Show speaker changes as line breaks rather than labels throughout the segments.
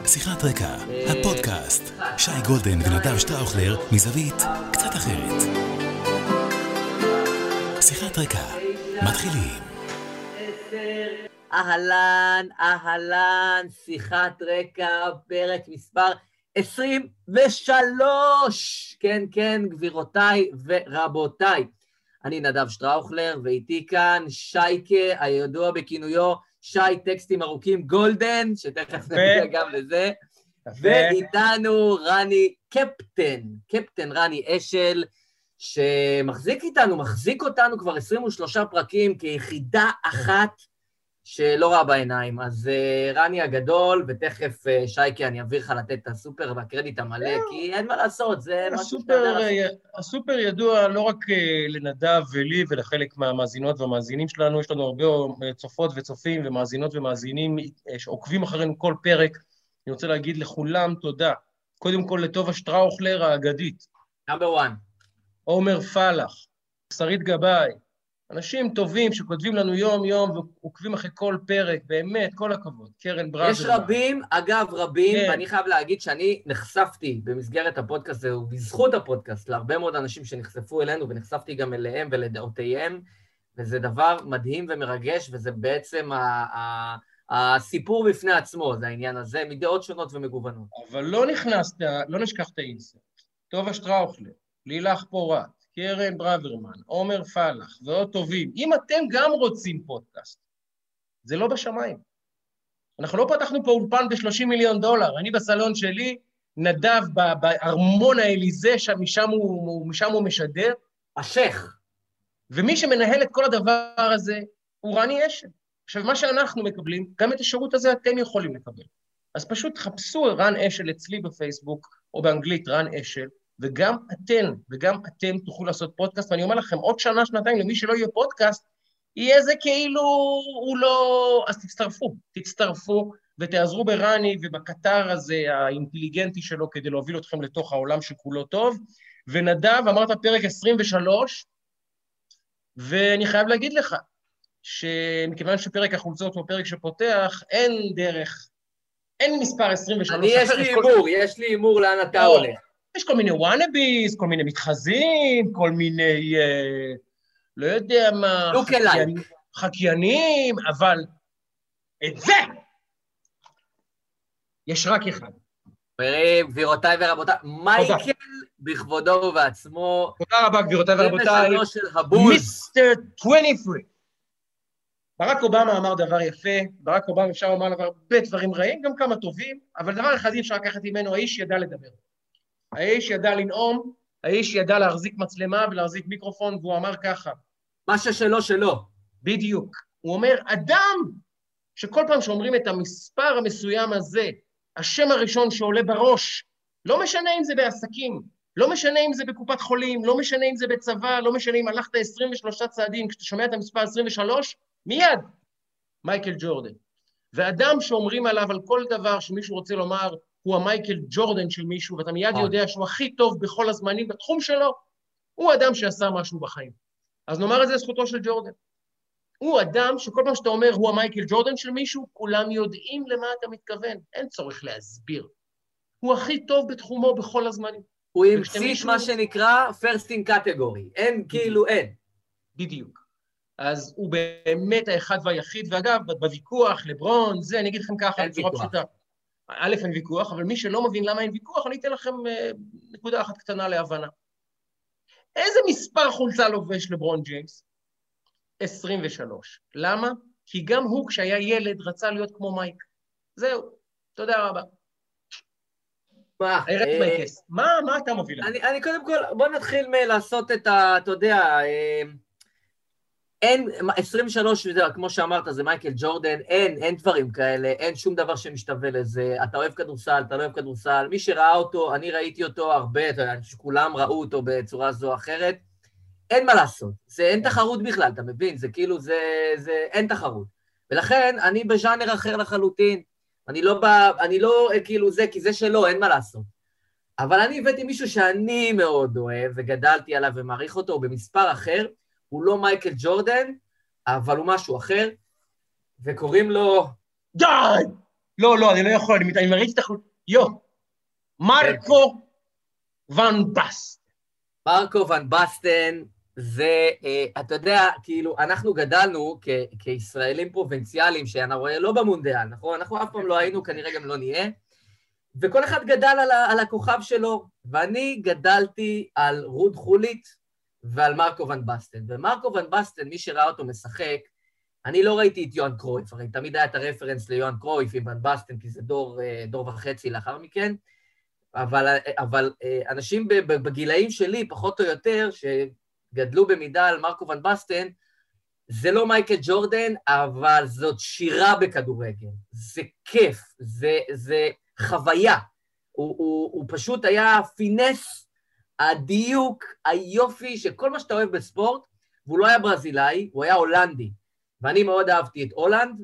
שיחת רקע, הפודקאסט, שי גולדן ונדב שטראוכלר מזווית קצת אחרת. שיחת רקע, מתחילים.
אהלן, שיחת רקע, פרק מספר 23. כן, גבירותיי ורבותיי. אני נדב שטראוכלר, ואיתי כאן שייקה, הידוע בכינויו, שי טקסטים ארוכים גולדן, שתכף נגיע גם לזה, ואיתנו רני קפטן רני אשל, מחזיק אותנו כבר 23 פרקים כיחידה אחת שלא ראה בעיניים. אז רני הגדול, ותכף שייקה אני אעביר לך לתת את הסופר והקרדיט המלא, כי אין מה לעשות, זה משהו שאתה יודע לעשות.
הסופר ידוע לא רק לנדב ולי ולחלק מהמאזינות והמאזינים שלנו, יש לנו הרבה צופות וצופים ומאזינות ומאזינים שעוקבים אחרינו כל פרק. אני רוצה להגיד לכולם תודה. קודם כל לטובה שטראוכלר האגדית.
נאמבר 1.
עומר פלח, שרית גבאי, אנשים טובים שכותבים לנו יום ועוקבים אחרי כל פרק, באמת, כל הכבוד. קרן בראברמן.
יש רבים, כן. ואני חייב להגיד שאני נחשפתי במסגרת הפודקאסט הזה, ובזכות הפודקאסט, להרבה מאוד אנשים שנחשפו אלינו, ונחשפתי גם אליהם ולדעותיהם, וזה דבר מדהים ומרגש, וזה בעצם הסיפור בפני עצמו, זה העניין הזה, מדעות שונות ומגוונות.
אבל לא נשכח את האינסרט. טובה שטראוכלר, לילך פורט, קרן בראברמן, עומר פלח, ועוד טובים. אם אתם גם רוצים פודקאסט, זה לא בשמיים. אנחנו לא פתחנו פה אולפן ב$30 מיליון. אני בסלון שלי, נדב בארמון האליזה, משם הוא משדר.
השייך.
ומי שמנהל את כל הדבר הזה, הוא רני אשל. עכשיו, מה שאנחנו מקבלים, גם את השירות הזה אתם יכולים לקבל. אז פשוט חפשו רן אשל אצלי בפייסבוק, או באנגלית רן אשל, וגם אתם תוכלו לעשות פודקאסט, ואני אומר לכם, עוד שנה, שנתיים, למי שלא יהיה פודקאסט, יהיה זה כאילו הוא לא... אז תצטרפו, ותעזרו ברני ובקטר הזה, האינטליגנטי שלו, כדי להוביל אתכם לתוך העולם שכולו טוב. ונדב, אמרת פרק 23, ואני חייב להגיד לך, שמכיוון שפרק החולצות הוא פרק שפותח, אין מספר 23.
יש לי אימור לאן אתה הולך.
יש כל מיני וואנביז, כל מיני מתחזים, כל מיני, לא יודע מה, חקיינים, אבל את זה יש רק אחד.
גבירותיי ורבותיי, מייקל בכבודו ובעצמו.
תודה רבה, גבירותיי ורבותיי. מיסטר 23. ברק אובמה אמר דבר יפה, ברק אובמה אפשר לומר עליו הרבה דברים רעים, גם כמה טובים, אבל דבר אחד אי אפשר לקחת ממנו, האיש ידע לדבר. האיש ידע לנאום, האיש ידע להחזיק מצלמה ולהחזיק מיקרופון, והוא אמר ככה.
מה שלו.
בדיוק. הוא אומר, אדם שכל פעם שאומרים את המספר המסוים הזה, השם הראשון שעולה בראש, לא משנה אם זה בעסקים, לא משנה אם זה בקופת חולים, לא משנה אם זה בצבא, לא משנה אם הלכת 23 צעדים, כשאתה שומע את המספר 23, מיד, מייקל ג'ורדן. ואדם שאומרים עליו על כל דבר שמישהו רוצה לומר, הוא המייקל ג'ורדן של מישהו, ואתה מיד יודע שהוא הכי טוב בכל הזמנים בתחום שלו, הוא אדם שעשה משהו בחיים. אז נאמר את זה לזכותו של ג'ורדן. הוא אדם שכל פעם שאתה אומר, הוא המייקל ג'ורדן של מישהו, כולם יודעים למה אתה מתכוון. אין צורך להסביר. הוא הכי טוב בתחומו בכל הזמנים.
הוא המציא את מה שנקרא first in category. אין.
בדיוק. אז הוא באמת האחד והיחיד, ואגב, בוויכוח, לברון, זה, אני אגיד לכם ככה, בצורה פשוטה. א', אין ויכוח, אבל מי שלא מבין למה אין ויכוח, אני אתן לכם נקודה אחת קטנה להבנה. איזה מספר חולצה לובש לברון ג'יימס? 23. למה? כי גם הוא, כשהיה ילד, רצה להיות כמו מייק. זהו, תודה רבה. מה אתה מוביל?
אני קודם כל, בוא נתחיל מלעשות את ה... אתה יודע... אין, 23, כמו שאמרת, זה מייקל ג'ורדן, אין דברים כאלה, אין שום דבר שמשתווה לזה, אתה אוהב כדורסל, אתה לא אוהב כדורסל, מי שראה אותו, אני ראיתי אותו הרבה, אתה יודע, שכולם ראו אותו בצורה זו או אחרת, אין מה לעשות, אין תחרות בכלל, אתה מבין, זה כאילו, אין תחרות, ולכן אני בז'אנר אחר לחלוטין, אני לא כאילו זה, כי זה שלו, אין מה לעשות, אבל אני הבאתי מישהו שאני מאוד אוהב, וגדלתי עליו ומעריך אותו, במספר אחר, הוא לא מייקל ג'ורדן, אבל הוא משהו אחר, וקוראים לו...
די! לא, אני לא יכול, אני מריץ את החלוט. מרקו ון בסטן.
מרקו ון בסטן, זה, אתה יודע, כאילו, אנחנו גדלנו כישראלים פרובינציאליים, שאנחנו לא במונדיאל, נכון? אנחנו אף פעם לא היינו, כנראה גם לא נהיה, וכל אחד גדל על הכוכב שלו, ואני גדלתי על רוד חולית ועל מרקו ון בסטן. ומרקו ון בסטן, מי שראה אותו משחק, אני לא ראיתי את יוהאן קרויף, הרי תמיד היה את הרפרנס ליוהאן קרויף עם ון בסטן, כי זה דור וחצי לאחר מכן, אבל אנשים בגילאים שלי, פחות או יותר, שגדלו במידה על מרקו ון בסטן, זה לא מייקל ג'ורדן, אבל זאת שירה בכדורגל. זה כיף, זה חוויה. הוא פשוט היה פינס, הדיוק, היופי, שכל מה שאתה אוהב בספורט, והוא לא היה ברזילאי, הוא היה הולנדי. ואני מאוד אהבתי את הולנד,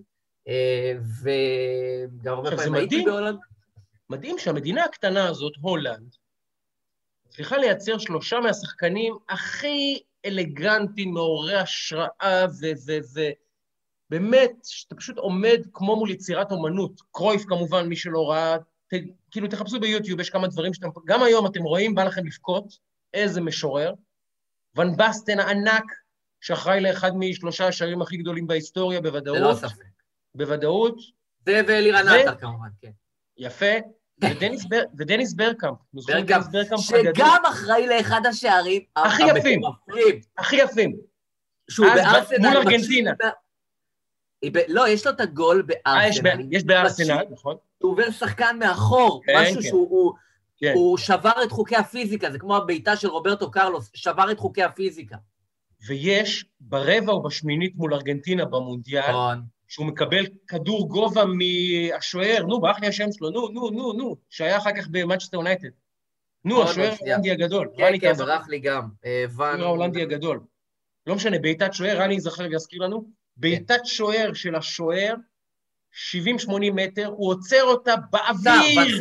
וגם הרבה פעמים הייתי בהולנד.
מדהים שהמדינה הקטנה הזאת, הולנד, צריכה לייצר 3 מהשחקנים הכי אלגנטיים, מעוררי השראה, באמת, שאתה פשוט עומד כמו מול יצירת אומנות. קרויף כמובן, מי שלא ראה, כאילו תחפשו ביוטיוב, יש כמה דברים שאתם, גם היום אתם רואים, בא לכם לבכות, איזה משורר. ון בסטן הענק, שאחראי לאחד מ3 השערים הכי גדולים בהיסטוריה, בוודאות.
זה לא ספק.
בוודאות.
זה ואלירן עטר כמובן, כן.
יפה. ודניס ברקאמפ.
שגם אחראי לאחד השערים
הכי יפים. הכי יפים.
שהוא בארסנל.
מול ארגנטינה.
לא, יש לו את הגול בארסנל.
יש בארסנל, נכון.
הוא עובר שחקן מאחור, משהו שהוא שבר את חוקי הפיזיקה, זה כמו הביתה של רוברטו קרלוס, שבר את חוקי הפיזיקה.
ויש ברבע או בשמינית מול ארגנטינה במונדיאל, שהוא מקבל כדור גובה מהשוער, ברח לי השם שלו, נו, שהיה אחר כך במנצ'סטר יונייטד. השוער ההולנדי הגדול.
כן, ברח לי גם.
השוער ההולנדי הגדול. לא משנה, בעיטת שוער, רני יזכר ויזכיר לנו, בעיטת שוער של השוער, 70-80 מטר, הוא עוצר אותה באוויר.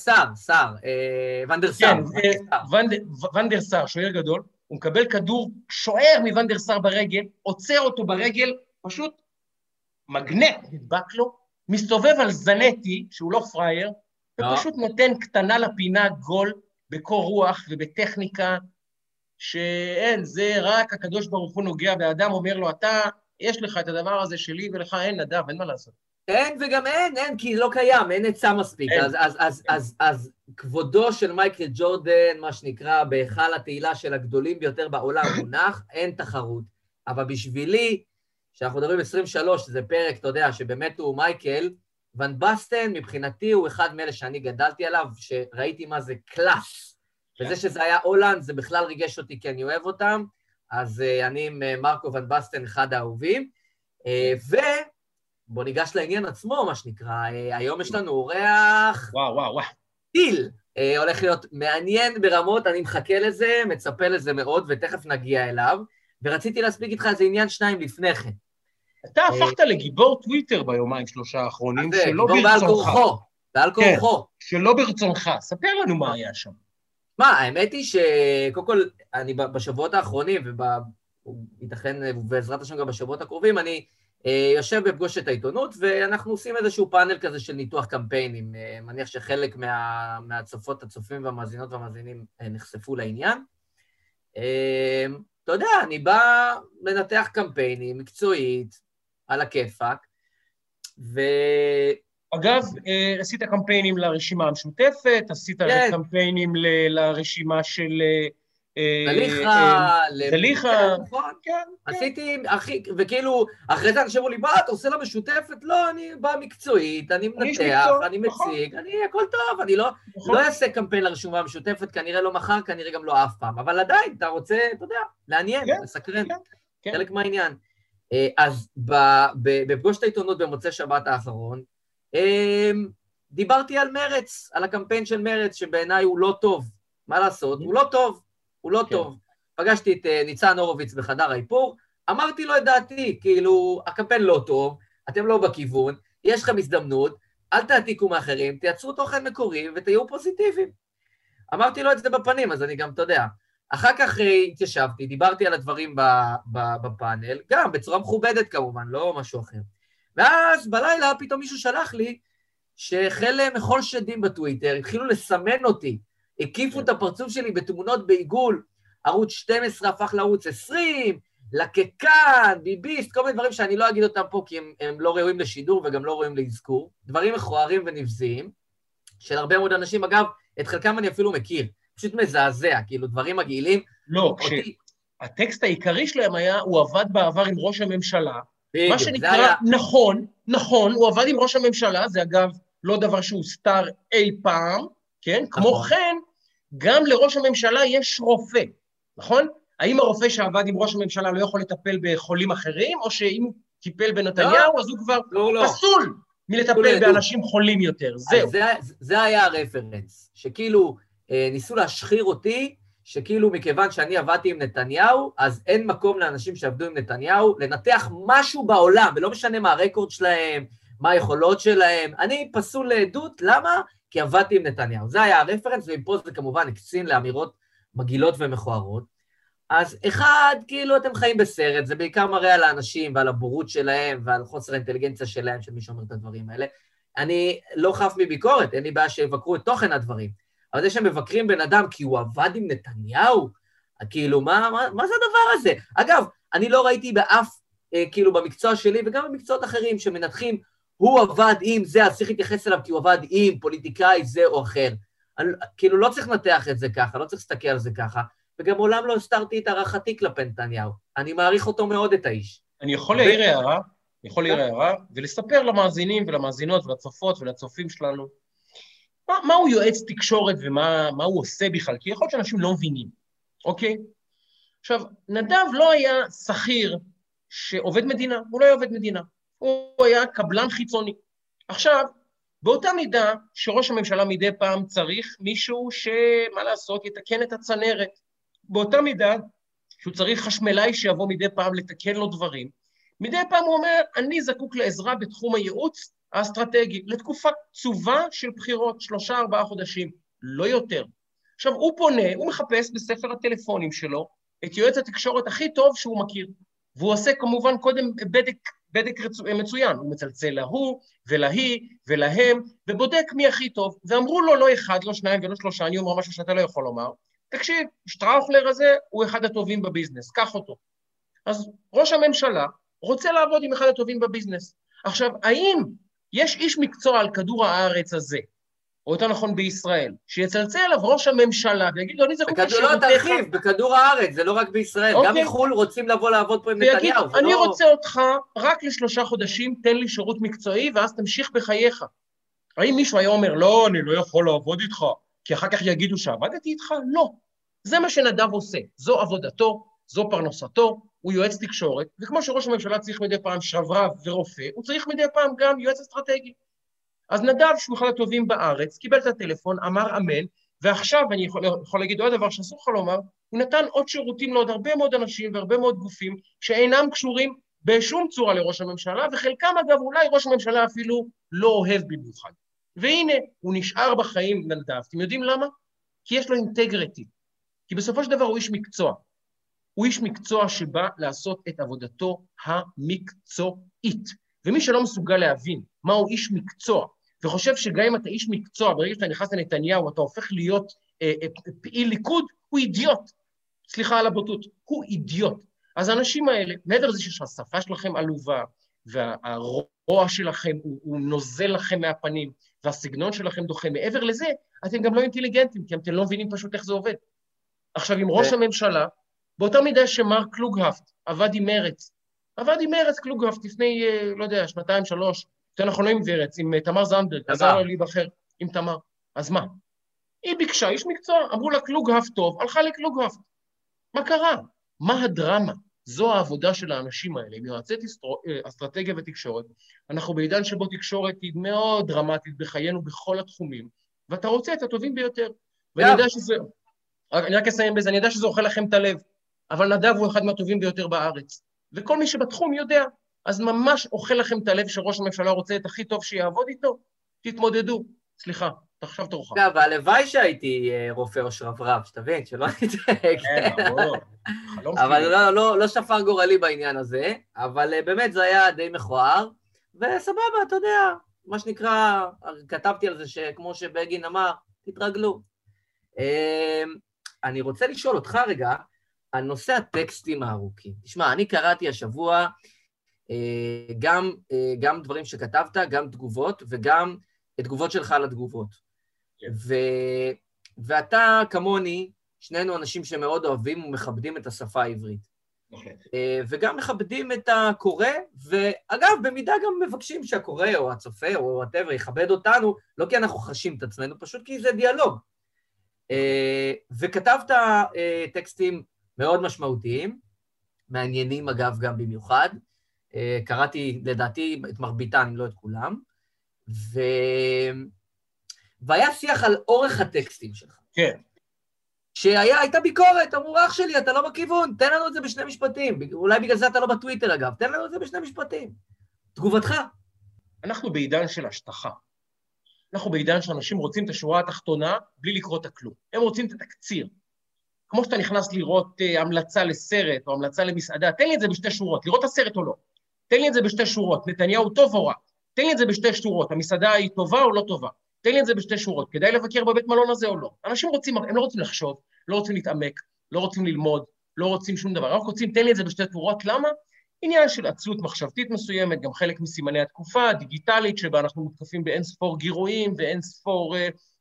ונדר סאר.
ונדר סאר, שוער גדול, הוא מקבל כדור שוער מוונדר סאר ברגל, עוצר אותו ברגל, פשוט מגנט נדבק לו, מסתובב על זנטי, שהוא לא פרייר, ופשוט נותן קטנה לפינה גול בקור רוח ובטכניקה, שאין, זה רק הקדוש ברוך הוא נוגע באדם, אומר לו, אתה, יש לך את הדבר הזה שלי ולך אין נדב, אין מה לעשות.
אין וגם אין, כי לא קיים, אין עצה מספיק. אז כבודו של מייקל ג'ורדן, מה שנקרא, בהיכל התהילה של הגדולים ביותר בעולם מונח, אין תחרות. אבל בשבילי, שאנחנו מדברים 23, זה פרק, אתה יודע, שבאמת הוא מייקל, ון בסטן, מבחינתי, הוא אחד מאלה שאני גדלתי עליו, שראיתי מה זה קלאס. וזה שזה היה הולנד, זה בכלל ריגש אותי, כי אני אוהב אותם, אז אני עם מרקו ון בסטן, אחד האהובים. בוא ניגש לעניין עצמו, מה שנקרא. היום יש לנו אורח...
וואו.
טיל. הולך להיות מעניין ברמות, אני מחכה לזה, מצפה לזה מאוד, ותכף נגיע אליו. ורציתי להספיק איתך איזה עניין 2 לפני כן.
אתה הפכת לגיבור טוויטר ביומיים 3 האחרונים, שלא ברצונך.
בעל כורחו.
שלא ברצונך. ספר לנו מה היה שם.
מה, האמת היא שקודם כל, אני בשבועות האחרונים, וייתכן בעזרת השם גם בשבועות הקרובים, אני יושב בפגוש את העיתונות, ואנחנו עושים איזשהו פאנל כזה של ניתוח קמפיינים. מניח שחלק מהצופות, הצופים והמאזינות והמאזינים נחשפו לעניין. אתה יודע, אני בא לנתח קמפיינים מקצועית, על הכיפק,
אגב, עשית קמפיינים לרשימה המשותפת, עשית קמפיינים לרשימה של...
זליכה, נכון, כן. עשיתי, וכאילו, אחרי זה אנשים אמרו לי, מה, אתה עושה לה משותפת? לא, אני בא מקצועית, אני מנתח, אני מציג, הכל טוב, אני לא אעשה קמפיין לרשימה המשותפת, כנראה לא מחר, כנראה גם לא אף פעם, אבל עדיין, אתה רוצה, אתה יודע, לעניין, לסקרן, חלק מהעניין. אז בפגוש את העיתונות במוצאי שבת האחרון, דיברתי על מרץ, על הקמפיין של מרץ, שבעיניי הוא לא טוב. מה לעשות? הוא לא טוב. פגשתי את ניצן הורוביץ בחדר האיפור, אמרתי לו את דעתי, כאילו, הקמפיין לא טוב, אתם לא בכיוון, יש לכם הזדמנות, אל תעתיקו מאחרים, תייצרו תוכן מקורי ותהיו פוזיטיביים. אמרתי לו את זה בפנים, אז אני גם, אתה יודע, אחר כך התיישבתי, דיברתי על הדברים בפאנל, גם בצורה מכובדת כמובן, לא משהו אחר. ואז בלילה פתאום מישהו שלח לי, שהחל מחול שדים בטוויטר, התחילו לסמן אותי, הקיפו את הפרצוף שלי בתמונות בעיגול, ערוץ 12 הפך לערוץ 20, לקקן, ביביסט, כל מיני דברים שאני לא אגיד אותם פה, כי הם לא ראויים לשידור וגם לא ראויים לאזכור, דברים מכוערים ונבזיים, של הרבה מאוד אנשים, אגב, את חלקם אני אפילו מכיר, פשוט מזעזע, כאילו דברים מגעילים.
לא, כשהטקסט העיקרי שלהם היה, הוא עבד בעבר עם ראש הממשלה, מה שנקרא, נכון, הוא עבד עם ראש הממשלה, זה אגב לא דבר שהוא סתר אי פעם, כן? כמו כן, גם לראש הממשלה יש רופא, נכון? האם הרופא שעבד עם ראש הממשלה לא יכול לטפל בחולים אחרים, או שאם הוא טיפל בנתניהו, אז הוא כבר פסול מלטפל באנשים חולים יותר, זהו.
זה היה הרפרנס, שכאילו ניסו להשחיר אותי, שכאילו מכיוון שאני עבדתי עם נתניהו, אז אין מקום לאנשים שעבדו עם נתניהו, לנתח משהו בעולם, ולא משנה מה הרקורד שלהם, מה היכולות שלהם, אני פסול לעדות, למה? כי עבדתי עם נתניהו. זה היה הרפרנס, ומפה זה כמובן הקצין לאמירות מגעילות ומכוערות. אז אחד, כאילו אתם חיים בסרט, זה בעיקר מראה על האנשים ועל הבורות שלהם ועל חוסר האינטליגנציה שלהם, של מי שאומר את הדברים האלה. אני לא חף מביקורת, אין לי בעיה שיבקרו את תוכן הדברים, אבל זה שהם מבקרים בן אדם כי הוא עבד עם נתניהו, כאילו, מה זה הדבר הזה? אגב, אני לא ראיתי באף, כאילו, במקצוע שלי וגם במקצועות אחרים שמנתחים, הוא עבד עם זה, אז צריך להתייחס אליו כי הוא עבד עם פוליטיקאי זה או אחר. כאילו, לא צריך לנתח את זה ככה, לא צריך להסתכל על זה ככה, וגם עולם לא הסתרתי את הערכתי כלפי נתניהו. אני מעריך אותו מאוד, את האיש.
אני יכול להעיר הערה, ולספר למאזינים ולמאזינות ולצופות ולצופים שלנו, מה הוא יועץ תקשורת ומה הוא עושה בכלל, כי יכול להיות שאנשים לא מבינים, אוקיי? עכשיו, נדב לא היה שכיר שעובד מדינה, הוא לא היה עובד מדינה, הוא היה קבלן חיצוני. עכשיו, באותה מידה שראש הממשלה מדי פעם צריך מישהו שמה לעשות, יתקן את הצנרת, באותה מידה שהוא צריך חשמלאי שיבוא מדי פעם לתקן לו דברים, מדי פעם הוא אומר, אני זקוק לעזרה בתחום הייעוץ האסטרטגי, לתקופה קצובה של בחירות, 3-4 חודשים, לא יותר. עכשיו, הוא פונה, הוא מחפש בספר הטלפונים שלו את יועץ התקשורת הכי טוב שהוא מכיר, והוא עושה כמובן קודם בדק מצוין, הוא מצלצל להוא ולהיא ולהם, ובודק מי הכי טוב, ואמרו לו לא 1, לא 2 ולא 3, אני אומר משהו שאתה לא יכול לומר, תקשיב, שטראוכלר הזה הוא אחד הטובים בביזנס, קח אותו. אז ראש הממשלה רוצה לעבוד עם אחד הטובים בביזנס. עכשיו, האם יש איש מקצוע על כדור הארץ הזה, או יותר נכון בישראל, שיצלצל אליו ראש הממשלה ויגיד לו, אני זקוק
לשירותיך. לא תרחיב, בכדור הארץ, זה לא רק בישראל, גם מחול רוצים לבוא לעבוד פה עם נתניהו.
אני רוצה אותך רק ל3 חודשים, תן לי שירות מקצועי, ואז תמשיך בחייך. האם מישהו היה אומר, לא, אני לא יכול לעבוד איתך, כי אחר כך יגידו שעבדתי איתך? לא. זה מה שנדב עושה, זו עבודתו, זו פרנסתו, הוא יועץ תקשורת, וכמו שראש הממשלה צריך מדי פעם שרברב ורופא, הוא צריך מדי פעם גם יועץ אסטרטגי. אז נדב, שהוא אחד הטובים בארץ, קיבל את הטלפון, אמר אמן, ועכשיו אני יכול להגיד עוד דבר שאסור לך לומר, הוא נתן עוד שירותים לעוד הרבה מאוד אנשים והרבה מאוד גופים שאינם קשורים בשום צורה לראש הממשלה, וחלקם אגב אולי ראש הממשלה אפילו לא אוהב במיוחד. והנה, הוא נשאר בחיים נדב. אתם יודעים למה? כי יש לו אינטגריטי. כי בסופו של דבר הוא איש מקצוע. הוא איש מקצוע שבא לעשות את עבודתו המקצועית. ומי שלא מסוגל להבין מהו איש מקצוע, וחושב שגם אם אתה איש מקצוע, ברגע שאתה נכנס לנתניהו, אתה הופך להיות פעיל ליכוד, הוא אידיוט. סליחה על הבוטות, הוא אידיוט. אז האנשים האלה, מעבר לזה שהשפה שלכם עלובה, והרוע שלכם הוא נוזל לכם מהפנים, והסגנון שלכם דוחה, מעבר לזה, אתם גם לא אינטליגנטים, כי אתם לא מבינים פשוט איך זה עובד. עכשיו, עם ראש הממשלה, באותה מידה שמר קלוגהפט עבד עם מרץ קלוגהפט לפני, לא יודע, 2-3, יותר נכון לא עם מרץ, עם תמר זנדברג, עזר לו להיבחר עם תמר. אז מה? היא ביקשה, איש מקצוע, אמרו לה קלוגהפט טוב, הלכה לקלוגהפט. מה קרה? מה הדרמה? זו העבודה של האנשים האלה, עם יועצי אסטרטגיה ותקשורת. אנחנו בעידן שבו תקשורת היא מאוד דרמטית בחיינו בכל התחומים, ואתה רוצה את הטובים ביותר. ואני יודע שזה, אני רק אסיים בזה, אני יודע שזה אוכל לכם את הלב, אבל נדב הוא אחד מהטובים ביותר בארץ. וכל מי שבתחום יודע, אז ממש אוכל לכם את הלב שראש הממשלה רוצה את הכי טוב שיעבוד איתו, תתמודדו. סליחה, עכשיו תורך.
אבל הלוואי שהייתי רופא או שרברב, שתבין, שלא נתרק. אבל לא שפר גורלי בעניין הזה, אבל באמת זה היה די מכוער, וסבבה, אתה יודע, מה שנקרא, כתבתי על זה שכמו שבגין אמר, תתרגלו. אני רוצה לשאול אותך רגע, על נושא הטקסטים הארוכים. תשמע, אני קראתי השבוע גם דברים שכתבת, גם תגובות, וגם תגובות שלך על התגובות. ואתה כמוני, שנינו אנשים שמאוד אוהבים ומכבדים את השפה העברית. וגם מכבדים את הקורא, ואגב, במידה גם מבקשים שהקורא או הצופה או whatever יכבד אותנו, לא כי אנחנו חשים את עצמנו, פשוט כי זה דיאלוג. וכתבת טקסטים מאוד משמעותיים, מעניינים אגב גם במיוחד, קראתי לדעתי את מרביתן, אם לא את כולם, והיה שיח על אורך הטקסטים שלך.
כן.
שהייתה ביקורת, אמרו, אח שלי, אתה לא בכיוון, תן לנו את זה בשני משפטים, אולי בגלל זה אתה לא בטוויטר אגב, תן לנו את זה בשני משפטים. תגובתך.
אנחנו בעידן של השטחה. אנחנו בעידן שאנשים רוצים את השורה התחתונה בלי לקרוא את הכלום. הם רוצים את התקציר. כמו שאתה נכנס לראות המלצה לסרט או המלצה למסעדה, תן לי את זה בשתי שורות, לראות הסרט או לא. תן לי את זה בשתי שורות, נתניהו טוב או רע. תן לי את זה בשתי שורות, המסעדה היא טובה או לא טובה. תן לי את זה בשתי שורות, כדאי לבקר בבית מלון הזה או לא. אנשים רוצים, הם לא רוצים לחשוב, לא רוצים להתעמק, לא רוצים ללמוד, לא רוצים שום דבר. רק רוצים, תן לי את זה בשתי שורות, למה? עניין של עצלות מחשבתית מסוימת, גם חלק מסימני התקופה הדיגיטלית, שבה אנחנו מותקפים באין ספור גירויים ואין ספור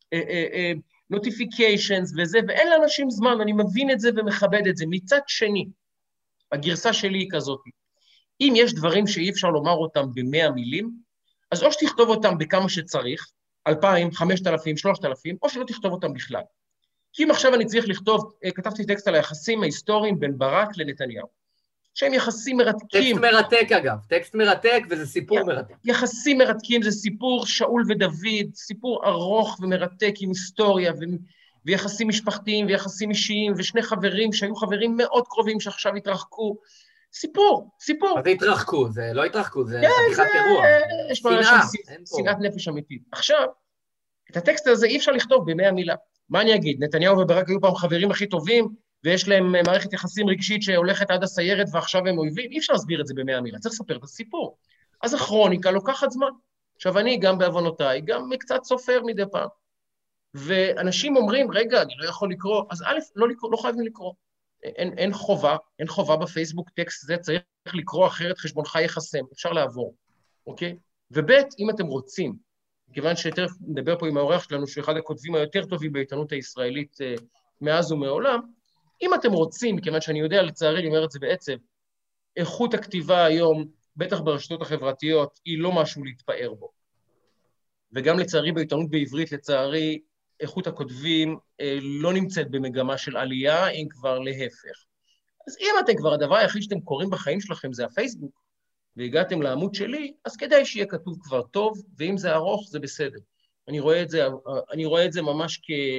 notifications וזה, ואין לאנשים זמן, אני מבין את זה ומכבד את זה. מצד שני, הגרסה שלי היא כזאת, אם יש דברים שאי אפשר לומר אותם ב100 מילים, אז או שתכתוב אותם בכמה שצריך, 2,000, 5,000, 3,000, או שלא תכתוב אותם בכלל. כי אם עכשיו אני צריך לכתוב, כתבתי טקסט על היחסים ההיסטוריים בין ברק לנתניהו, שהם יחסים מרתקים.
טקסט מרתק אגב, טקסט מרתק וזה סיפור מרתק.
יחסים מרתקים זה סיפור שאול ודוד, סיפור ארוך ומרתק עם היסטוריה ויחסים משפחתיים ויחסים אישיים, ושני חברים שהיו חברים מאוד קרובים שעכשיו התרחקו. סיפור.
אז התרחקו, זה לא התרחקו, זה חתיכת אירוע.
יש שנאת נפש אמיתית. עכשיו, את הטקסט הזה אי אפשר לכתוב ב100 מילה. מה אני אגיד? נתניהו וברק היו פעם חברים הכי טובים, ויש להם מערכת יחסים רגשית שהולכת עד הסיירת ועכשיו הם אויבים, אי אפשר להסביר את זה ב100 מילה, צריך לספר את הסיפור. אז הכרוניקה לוקחת זמן. עכשיו אני גם בעוונותיי, גם קצת סופר מדי פעם. ואנשים אומרים, רגע, אני לא יכול לקרוא, אז א', לא חייבים לקרוא. אין חובה בפייסבוק טקסט זה, צריך לקרוא אחרת חשבונך יחסם, אפשר לעבור, אוקיי? וב', אם אתם רוצים, כיוון שתכף נדבר פה עם האורח שלנו, שהוא אחד הכותבים היותר טובים בעיתונות הישראלית מאז ומעולם, אם אתם רוצים, כיוון שאני יודע, לצערי, אני אומר את זה בעצם, איכות הכתיבה היום, בטח ברשתות החברתיות, היא לא משהו להתפאר בו. וגם לצערי בעיתונות בעברית, לצערי, איכות הכותבים לא נמצאת במגמה של עלייה, אם כבר להפך. אז אם אתם כבר, הדבר היחיד שאתם קוראים בחיים שלכם זה הפייסבוק, והגעתם לעמוד שלי, אז כדאי שיהיה כתוב כבר טוב, ואם זה ארוך, זה בסדר. אני רואה את זה ממש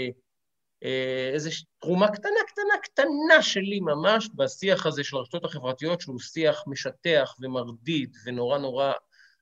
כאיזו תרומה קטנה שלי ממש, בשיח הזה של הרשתות החברתיות, שהוא שיח משטח ומרדיד, ונורא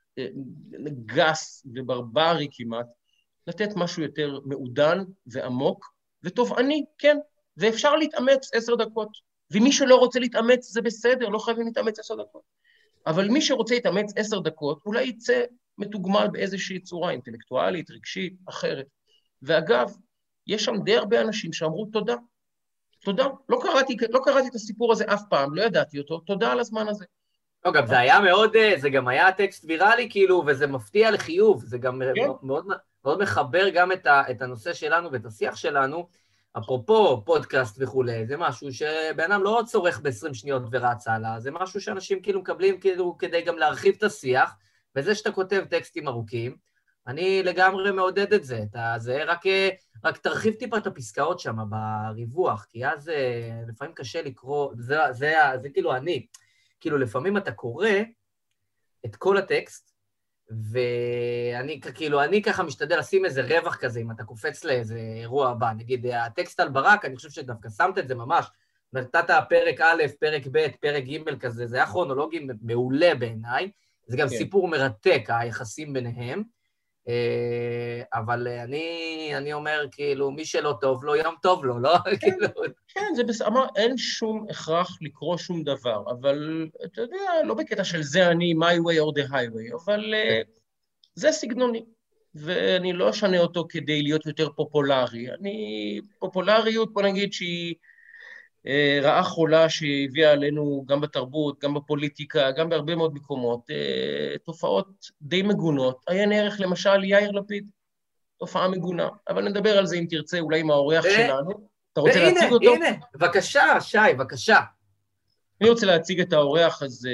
גס וברברי כמעט, לתת משהו יותר מעודן ועמוק ותובעני, כן, ואפשר להתאמץ 10 דקות. ומי שלא רוצה להתאמץ זה בסדר, לא חייבים להתאמץ 10 דקות. אבל מי שרוצה להתאמץ 10 דקות, אולי יצא מתוגמל באיזושהי צורה אינטלקטואלית, רגשית, אחרת. ואגב, יש שם די הרבה אנשים שאמרו תודה. תודה. לא קראתי את הסיפור הזה אף פעם, לא ידעתי אותו, תודה על הזמן הזה.
לא, גם זה היה מאוד, זה גם היה טקסט ויראלי כאילו, וזה מפתיע לחיוב, זה גם מאוד מחבר גם את הנושא שלנו ואת השיח שלנו, אפרופו פודקאסט וכולי, זה משהו שבאדם לא צורך ב20 שניות ורץ הלאה, זה משהו שאנשים כאילו מקבלים כאילו כדי גם להרחיב את השיח, וזה שאתה כותב טקסטים ארוכים, אני לגמרי מעודד את זה, זה רק תרחיב טיפה את הפסקאות שם בריווח, כי אז לפעמים קשה לקרוא, זה כאילו כאילו לפעמים אתה קורא את כל הטקסט, ואני ככה משתדל לשים איזה רווח כזה, אם אתה קופץ לאיזה אירוע הבא, נגיד הטקסט על ברק, אני חושב שדווקא שמת את זה ממש, נתת פרק א', פרק ב', פרק ג' כזה, זה היה כרונולוגי מעולה בעיניי, זה גם סיפור מרתק, היחסים ביניהם, אבל אני אומר, כאילו, מי שלא טוב לו, יום טוב לו, לא?
כן, זה בסדר, אין שום הכרח לקרוא שום דבר, אבל אתה יודע, לא בקטע של זה אני, my way or the highway, אבל זה סגנוני, ואני לא אשנה אותו כדי להיות יותר פופולרי. פופולריות, בוא נגיד שהיא רעה חולה שהביאה עלינו גם בתרבות, גם בפוליטיקה, גם בהרבה מאוד מקומות, תופעות די מגונות. עיין ערך למשל יאיר לפיד, תופעה מגונה, אבל נדבר על זה אם תרצה, אולי עם האורח שלנו. אתה רוצה להציג אותו?
הנה, בבקשה, שי, בבקשה.
אני רוצה להציג את האורח הזה.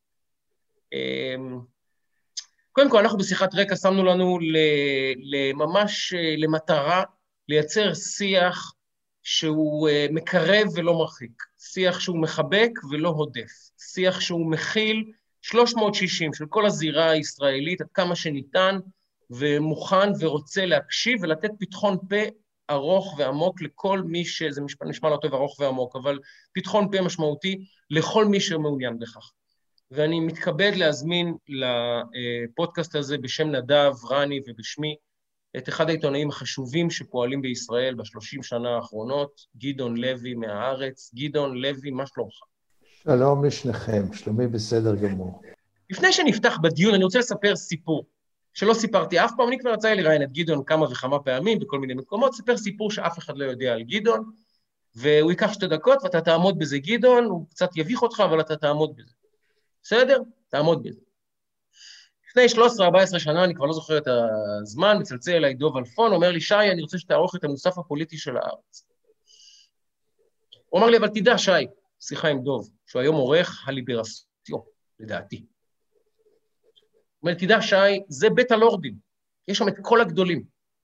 קודם כל, אנחנו בשיחת רקע שמנו לנו ממש למטרה לייצר שיח שהוא מקרב ולא מרחיק, שיח שהוא מחבק ולא הודף, שיח שהוא מכיל 360 של כל הזירה הישראלית עד כמה שניתן, ומוכן ורוצה להקשיב ולתת פתחון פה ארוך ועמוק לכל מי זה נשמע לא טוב ארוך ועמוק, אבל פתחון פה משמעותי לכל מי שמעוניין בכך. ואני מתכבד להזמין לפודקאסט הזה בשם נדב, רני ובשמי, את אחד העיתונאים החשובים שפועלים בישראל ב30 שנה האחרונות, גדעון לוי מהארץ. גדעון לוי, מה שלומך?
שלום לשניכם, שלומי בסדר גמור.
לפני שנפתח בדיון, אני רוצה לספר סיפור שלא סיפרתי אף פעם. אני כבר יצא לי לראיין את גדעון כמה וכמה פעמים בכל מיני מקומות, ספר סיפור שאף אחד לא יודע על גדעון, והוא ייקח 2 דקות ואתה תעמוד בזה, גדעון, הוא קצת יביך אותך, אבל אתה תעמוד בזה. בסדר? תעמוד בזה. לפני 13-14 שנה, אני כבר לא זוכר את הזמן, מצלצל אליי דוב אלפון, אומר לי, שי, אני רוצה שתערוך את המוסף הפוליטי של הארץ. הוא אמר לי, אבל תדע, שי, שיחה עם דוב, שהוא היום עורך הליברסיון, לדעתי. הוא אומר, תדע, שי, זה בית הלורדים, יש שם את כל הגדולים.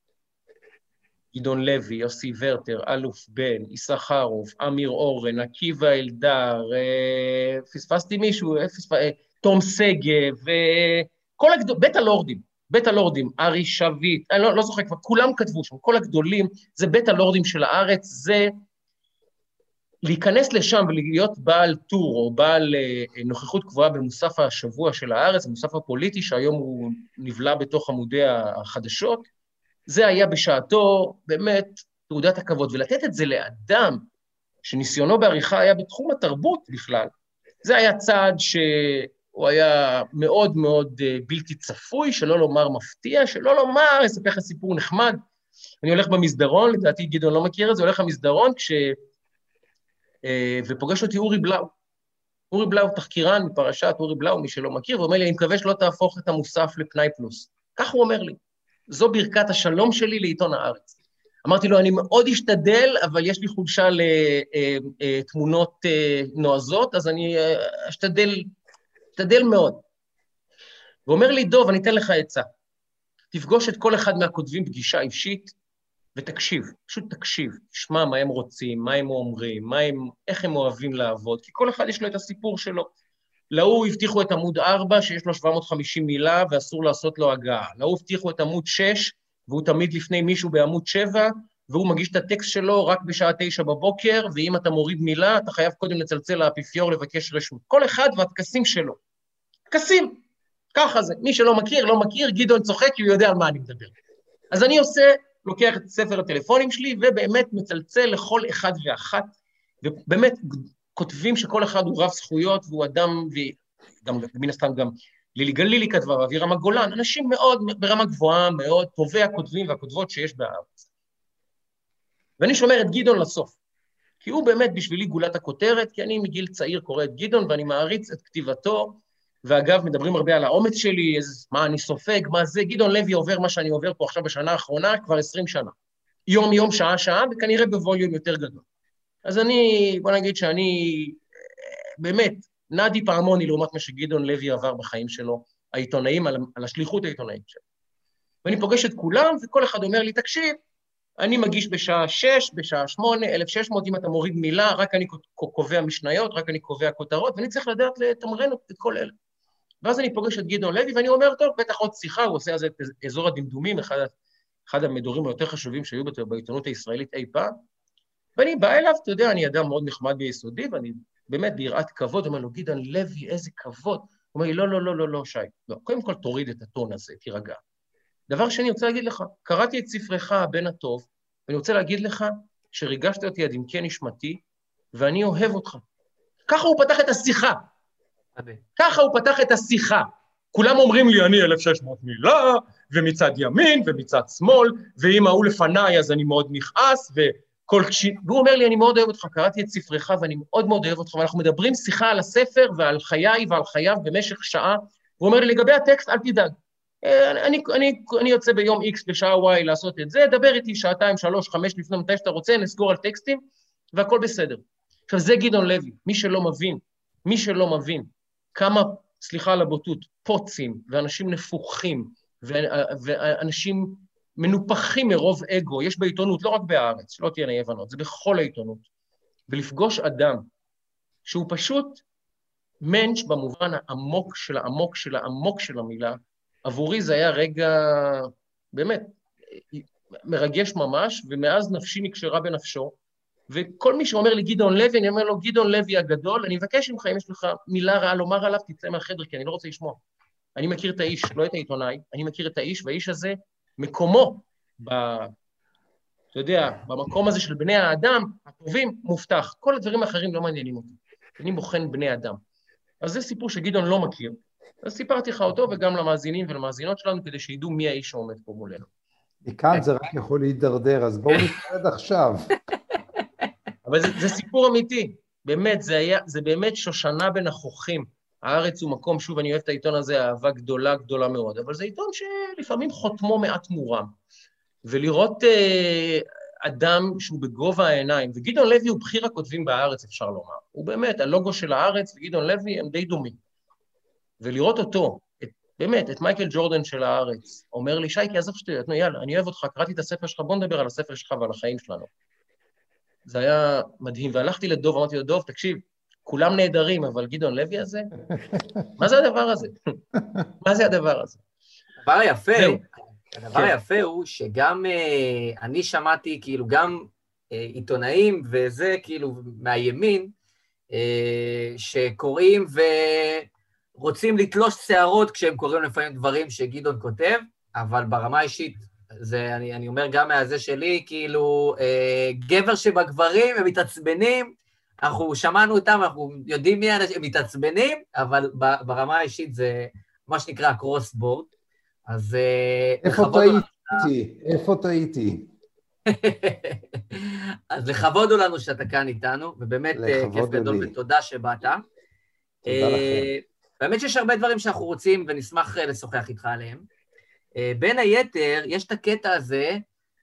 גדעון לוי, יוסי ורטר, אלוף בן, יששכרוף, אמיר אורן, עקיבא אלדר, פספסתי מישהו, תום שגב, כל בית הלורדים, ארי שביט, אני לא זוכר כבר, כולם כתבו שם, כל הגדולים, זה בית הלורדים של הארץ, זה להיכנס לשם ולהיות בעל טור, או בעל נוכחות קבועה במוסף השבוע של הארץ, המוסף הפוליטי, שהיום הוא נבלע בתוך עמודי החדשות, זה היה בשעתו באמת תעודת הכבוד, ולתת את זה לאדם שניסיונו בעריכה היה בתחום התרבות בכלל, זה היה צעד שהוא היה מאוד מאוד בלתי צפוי, שלא לומר מפתיע, שלא לומר, אספר לך סיפור נחמד. אני הולך במסדרון, לדעתי גדעון לא מכיר את זה, הולך למסדרון ופוגש אותי אורי בלאו. אורי בלאו, תחקירן מפרשת אורי בלאו, מי שלא מכיר, ואומר לי, אני מקווה שלא תהפוך את המוסף לפנאי פלוס. כך הוא אומר לי, זו ברכת השלום שלי לעיתון הארץ. אמרתי לו, אני מאוד אשתדל, אבל יש לי חולשה לתמונות נועזות, אז אני אשתדל מאוד. ואומר לי, דוב, אני אתן לך עצה. תפגוש את כל אחד מהכותבים פגישה אישית, ותקשיב, פשוט תקשיב, תשמע מה הם רוצים, מה הם אומרים, איך הם אוהבים לעבוד, כי כל אחד יש לו את הסיפור שלו. להוא הבטיחו את עמוד 4, שיש לו 750 מילה, ואסור לעשות לו הגעה. להוא הבטיחו את עמוד 6, והוא תמיד לפני מישהו בעמוד 7, והוא מגיש את הטקסט שלו רק בשעה 9 בבוקר, ואם אתה מוריד מילה, אתה חייב קודם לצלצל לאפיפיור לבקש רשות. כל אחד והטקסים שלו. טקסים, ככה זה. מי שלא מכיר, לא מכיר, גדעון צוחק, כי הוא יודע על מה אני מדבר. אז אני לוקח את ספר הטלפונים שלי, ובאמת מצלצל לכל אחד ואחת, ובאמת כותבים שכל אחד הוא רב זכויות, והוא אדם, וגם מן הסתם גם לילי גלילי כתבה, ואבירם הגולן, אנשים מאוד ברמה גבוהה, מאוד טובי הכותבים והכותבות שיש בארץ. ואני שומר את גדעון לסוף, כי הוא באמת בשבילי גולת הכותרת, כי אני מגיל צעיר קורא את גדעון, ואני מעריץ את כתיבתו, ואגב, מדברים הרבה על האומץ שלי, מה אני סופג, מה זה, גדעון לוי עובר מה שאני עובר פה עכשיו בשנה האחרונה, כבר 20 שנה. יום, שעה, וכנראה בווליום יותר גדול. אז בוא נגיד שאני באמת, נדי פעמוני לעומת מה שגדעון לוי עבר בחיים שלו, העיתונאים, על השליחות העיתונאית שלו. ואני פוגש את כולם, וכל אחד אומר לי, תקשיב, אני מגיש בשעה 6, בשעה 8, 1600, אם אתה מוריד מילה, רק אני קובע משניות, רק אני קובע כותרות, ואני צריך לדעת לתמרן את כל אלה. ואז אני פוגש את גדעון לוי, ואני אומר, טוב, בטח עוד שיחה, הוא עושה אז את אזור הדמדומים, אחד המדורים היותר חשובים שהיו בעיתונות הישראלית אי פעם, ואני בא אליו, אתה יודע, אני אדם מאוד נחמד ביסודי, ואני באמת ביראת כבוד, אומר לו, גדעון לוי, איזה כבוד. הוא אומר לי, לא, שי, לא, קודם כל תוריד את הטון הזה, תירגע. דבר שני, אני רוצה להגיד לך, קראתי את ספרך, הבן הטוב, ואני רוצה להגיד לך שריגשת אותי עד עמקי נשמתי, ואני אוהב אותך. ככה הוא פתח את השיחה. ככה הוא פתח את השיחה. כולם אומרים לי, אני 1,600 מילה, ומצד ימין ומצד שמאל, ואם ההוא לפניי אז אני מאוד נכעס, והוא אומר לי, אני מאוד אוהב אותך, קראתי את ספרך ואני מאוד מאוד אוהב אותך, ואנחנו מדברים שיחה על הספר ועל חיי ועל חייו במשך שעה, הוא אומר לי, לגבי הטקסט, אל תדאג. אני יוצא ביום X בשעה Y לעשות את זה, דבר איתי שעתיים, 3, 5 לפני מתי שאתה רוצה, נסגור על טקסטים, והכל בסדר. עכשיו, זה גדעון לוי, מי שלא מבין כמה, סליחה על הבוטות, פוצים ואנשים נפוחים ואנשים מנופחים מרוב אגו, יש בעיתונות, לא רק בהארץ, שלא תהיינה אי-הבנות, זה בכל העיתונות, ולפגוש אדם שהוא פשוט מנש במובן העמוק של המילה, עבורי זה היה רגע באמת מרגש ממש, ומאז נפשי נקשרה בנפשו, וכל מי שאומר לי גדעון לוי, אני אומר לו, גדעון לוי הגדול, אני מבקש ממך, אם יש לך מילה רעה לומר עליו, תצא מהחדר, כי אני לא רוצה לשמוע. אני מכיר את האיש, לא את העיתונאי, אני מכיר את האיש, והאיש הזה, מקומו, אתה יודע, במקום הזה של בני האדם, הטובים, מובטח. כל הדברים האחרים לא מעניינים אותי. אני בוחן בני אדם. אז זה סיפור שגדעון לא מכיר, אז סיפרתי לך אותו, וגם למאזינים ולמאזינות שלנו, כדי שידעו מי האיש שעומד פה מולנו.
מכאן זה רק יכול להידרדר, אז בואו נתרד עכשיו.
אבל זה סיפור אמיתי, באמת, זה באמת שושנה בין החוכים. הארץ הוא מקום, שוב, אני אוהב את העיתון הזה, אהבה גדולה, גדולה מאוד, אבל זה עיתון שלפעמים חותמו מעט מורם. ולראות אדם שהוא בגובה העיניים, וגדעון לוי הוא בחיר הכותבים בארץ, אפשר לומר. הוא באמת, הלוגו של הארץ וגדעון לוי הם די דומים. ולראות אותו, באמת, את מייקל ג'ורדן של הארץ, אומר לי, שייקי, עזוב שטויות, יאללה, אני אוהב אותך, קראתי את הספר שלך, בוא נדבר על הספר שלך ועל החיים שלנו. זה היה מדהים, והלכתי לדוב, אמרתי לו, דוב, תקשיב, כולם נהדרים, אבל גדעון לוי הזה, מה זה הדבר הזה? מה זה הדבר הזה?
הדבר היפה הוא שגם אני שמעתי, כאילו, גם עיתונאים וזה, כאילו, מהימין, שקוראים ורוצים לתלוש שערות כשהם קוראים לפעמים דברים שגדעון כותב, אבל ברמה האישית, זה, אני אומר גם מהזה שלי, כאילו, גבר שבגברים הם מתעצבנים, אנחנו שמענו אותם, אנחנו יודעים מי האנשים, הם מתעצבנים, אבל ברמה האישית זה מה שנקרא קרוס בורד, אז...
איפה טעיתי?
אז לכבוד לנו שאתה כאן איתנו, ובאמת כיף גדול ותודה שבאת. תודה לכם. באמת שיש הרבה דברים שאנחנו רוצים ונשמח לשוחח איתך עליהם. בין היתר, יש את הקטע הזה,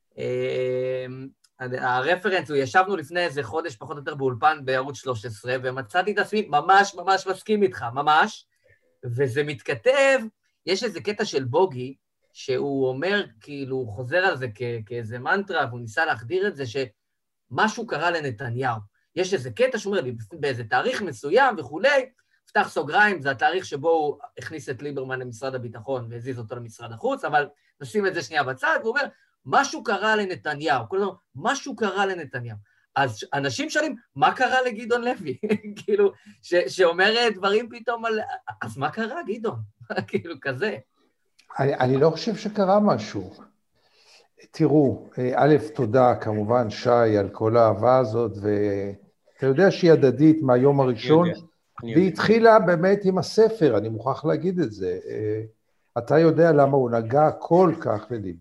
הרפרנס, ישבנו לפני איזה חודש פחות או יותר באולפן בערוץ 13, ומצאתי את עצמי ממש ממש מסכים איתך, ממש, וזה מתכתב, יש איזה קטע של בוגי, שהוא אומר, כאילו, הוא חוזר על זה כאיזה מנטרה, והוא ניסה להחדיר את זה, שמשהו קרה לנתניהו. יש איזה קטע שאומר לי, באיזה תאריך מסוים וכולי, פתח סוגריים, זה התאריך שבו הוא הכניס את ליברמן למשרד הביטחון, והזיז אותו למשרד החוץ, אבל נשים את זה שנייה בצד, והוא אומר, משהו קרה לנתניהו, כל הזמן, משהו קרה לנתניהו. אז אנשים שואלים, מה קרה לגדעון לוי? כאילו, שאומר דברים פתאום על... אז מה קרה, גדעון? כאילו, כזה.
אני לא חושב שקרה משהו. תראו, א', תודה כמובן, שי, על כל האהבה הזאת, ואתה יודע שהיא הדדית מהיום הראשון, והיא התחילה באמת עם הספר, אני מוכרח להגיד את זה. אתה יודע למה הוא נגע כל כך לליבי.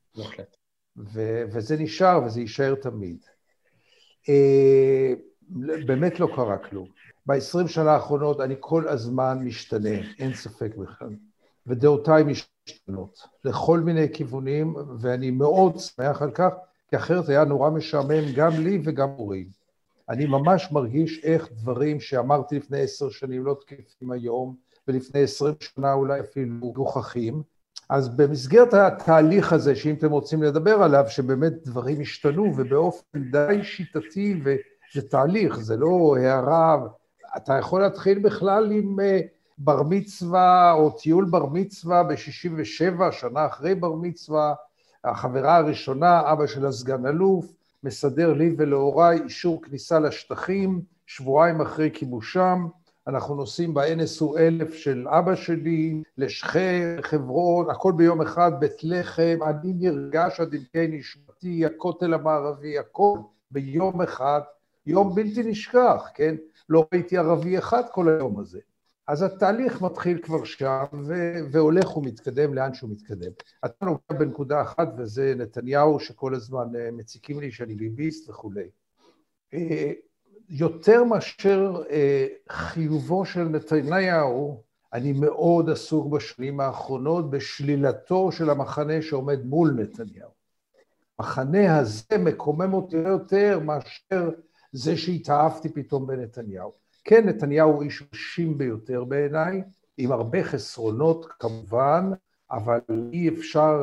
וזה נשאר, וזה יישאר תמיד. באמת לא קרה כלום. ב-20 שנה האחרונות אני כל הזמן משתנה, אין ספק בכלל. ודעותיי משתנות לכל מיני כיוונים, ואני מאוד שמח על כך, כי אחרת היה נורא משעמם גם לי וגם הורים. אני ממש מרגיש איך דברים שאמרתי לפני 10 שנים לא תקפים היום, ולפני 20 שנה אולי אפילו מוכחים. אז במסגרת התהליך הזה, שאם אתם רוצים לדבר עליו, שבאמת דברים השתנו, ובאופן די שיטתי, וזה תהליך, זה לא הערה, אתה יכול להתחיל בכלל עם בר מצווה, או טיול בר מצווה ב-67, שנה אחרי בר מצווה, החברה הראשונה, אבא של הסגן אלוף, מסדר לי ולהוריי אישור כניסה לשטחים, שבועיים אחרי כיבושם, אנחנו נוסעים ב-NSU 1000 של אבא שלי, לשכם, חברון, הכל ביום אחד, בית לחם, אני נרגש עד עמקי נשמתי, הכותל המערבי, הכל ביום אחד, יום בלתי נשכח, כן? לא ראיתי ערבי אחד כל היום הזה. אז התהליך מתחיל כבר שם, והולך ומתקדם לאן שהוא מתקדם. אתה נוגע בנקודה אחת, וזה נתניהו שכל הזמן מציקים לי שאני ביביסט וכו'. יותר מאשר חיובו של נתניהו, אני מאוד עסוק בשנים האחרונות בשלילתו של המחנה שעומד מול נתניהו. המחנה הזה מקומם אותי יותר מאשר זה שהתאהבתי פתאום בנתניהו. כן, נתניהו הוא איש מרשים ביותר בעיניי, עם הרבה חסרונות כמובן, אבל אי אפשר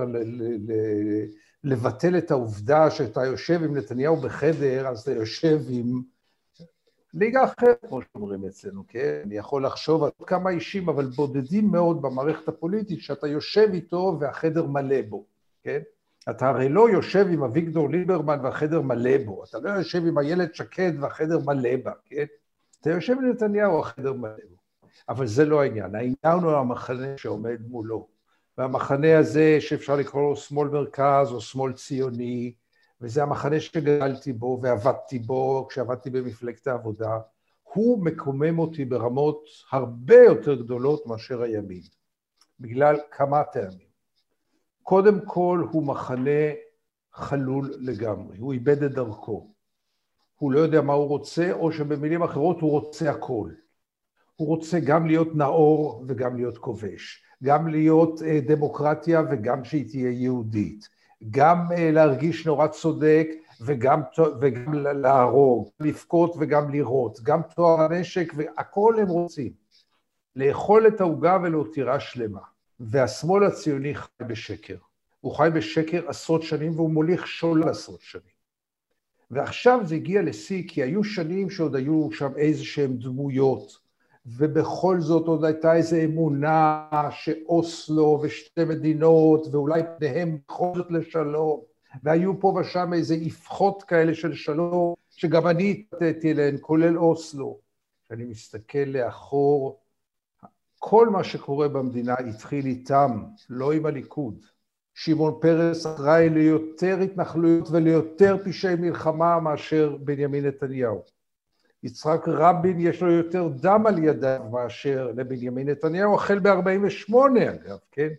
לבטל את העובדה שאתה יושב עם נתניהו בחדר, אז אתה יושב עם ליגה אחרת, כמו שאומרים אצלנו, כן? אני יכול לחשוב על כמה אישים, אבל בודדים מאוד במערכת הפוליטית, שאתה יושב איתו והחדר מלא בו, כן? אתה הרי לא יושב עם אביגדור ליברמן והחדר מלא בו, אתה לא יושב עם איילת שקד והחדר מלא בה, כן? אתה יושב עם נתניהו והחדר מלא בו. אבל זה לא העניין, העניין הוא המחנה שעומד מולו, והמחנה הזה שאפשר לקרוא לו שמאל מרכז או שמאל ציוני, וזה המחנה שגדלתי בו ועבדתי בו כשעבדתי במפלגת העבודה, הוא מקומם אותי ברמות הרבה יותר גדולות מאשר הימין, בגלל כמה טעמים. קודם כל הוא מחנה חלול לגמרי, הוא איבד את דרכו. הוא לא יודע מה הוא רוצה, או שבמילים אחרות הוא רוצה הכל. הוא רוצה גם להיות נאור וגם להיות כובש, גם להיות דמוקרטיה וגם שהיא תהיה יהודית, גם להרגיש נורא צודק וגם להרוג, לפקוט וגם לירות, גם תואר הנשק והכל הם רוצים. לאכול את העוגה ולהותירה שלמה. והשמאל הציוני חי בשקר. הוא חי בשקר עשרות שנים והוא מוליך שולל עשרות שנים. ועכשיו זה הגיע לשיא, כי היו שנים שעוד היו שם איזשהם דמויות, ובכל זאת עוד הייתה איזו אמונה שאוסלו ושתי מדינות, ואולי פניהם בכל זאת לשלום, והיו פה ושם איזה יפחות כאלה של שלום, שגם אני התפתתי אליהן, כולל אוסלו. כשאני מסתכל לאחור, כל מה שקורה במדינה התחיל איתם, לא עם הליכוד. שמעון פרס אחראי ליותר התנחלויות וליותר פשעי מלחמה מאשר בנימין נתניהו. יצחק רבין יש לו יותר דם על ידיו מאשר לבנימין נתניהו, החל ב-48 אגב, כן?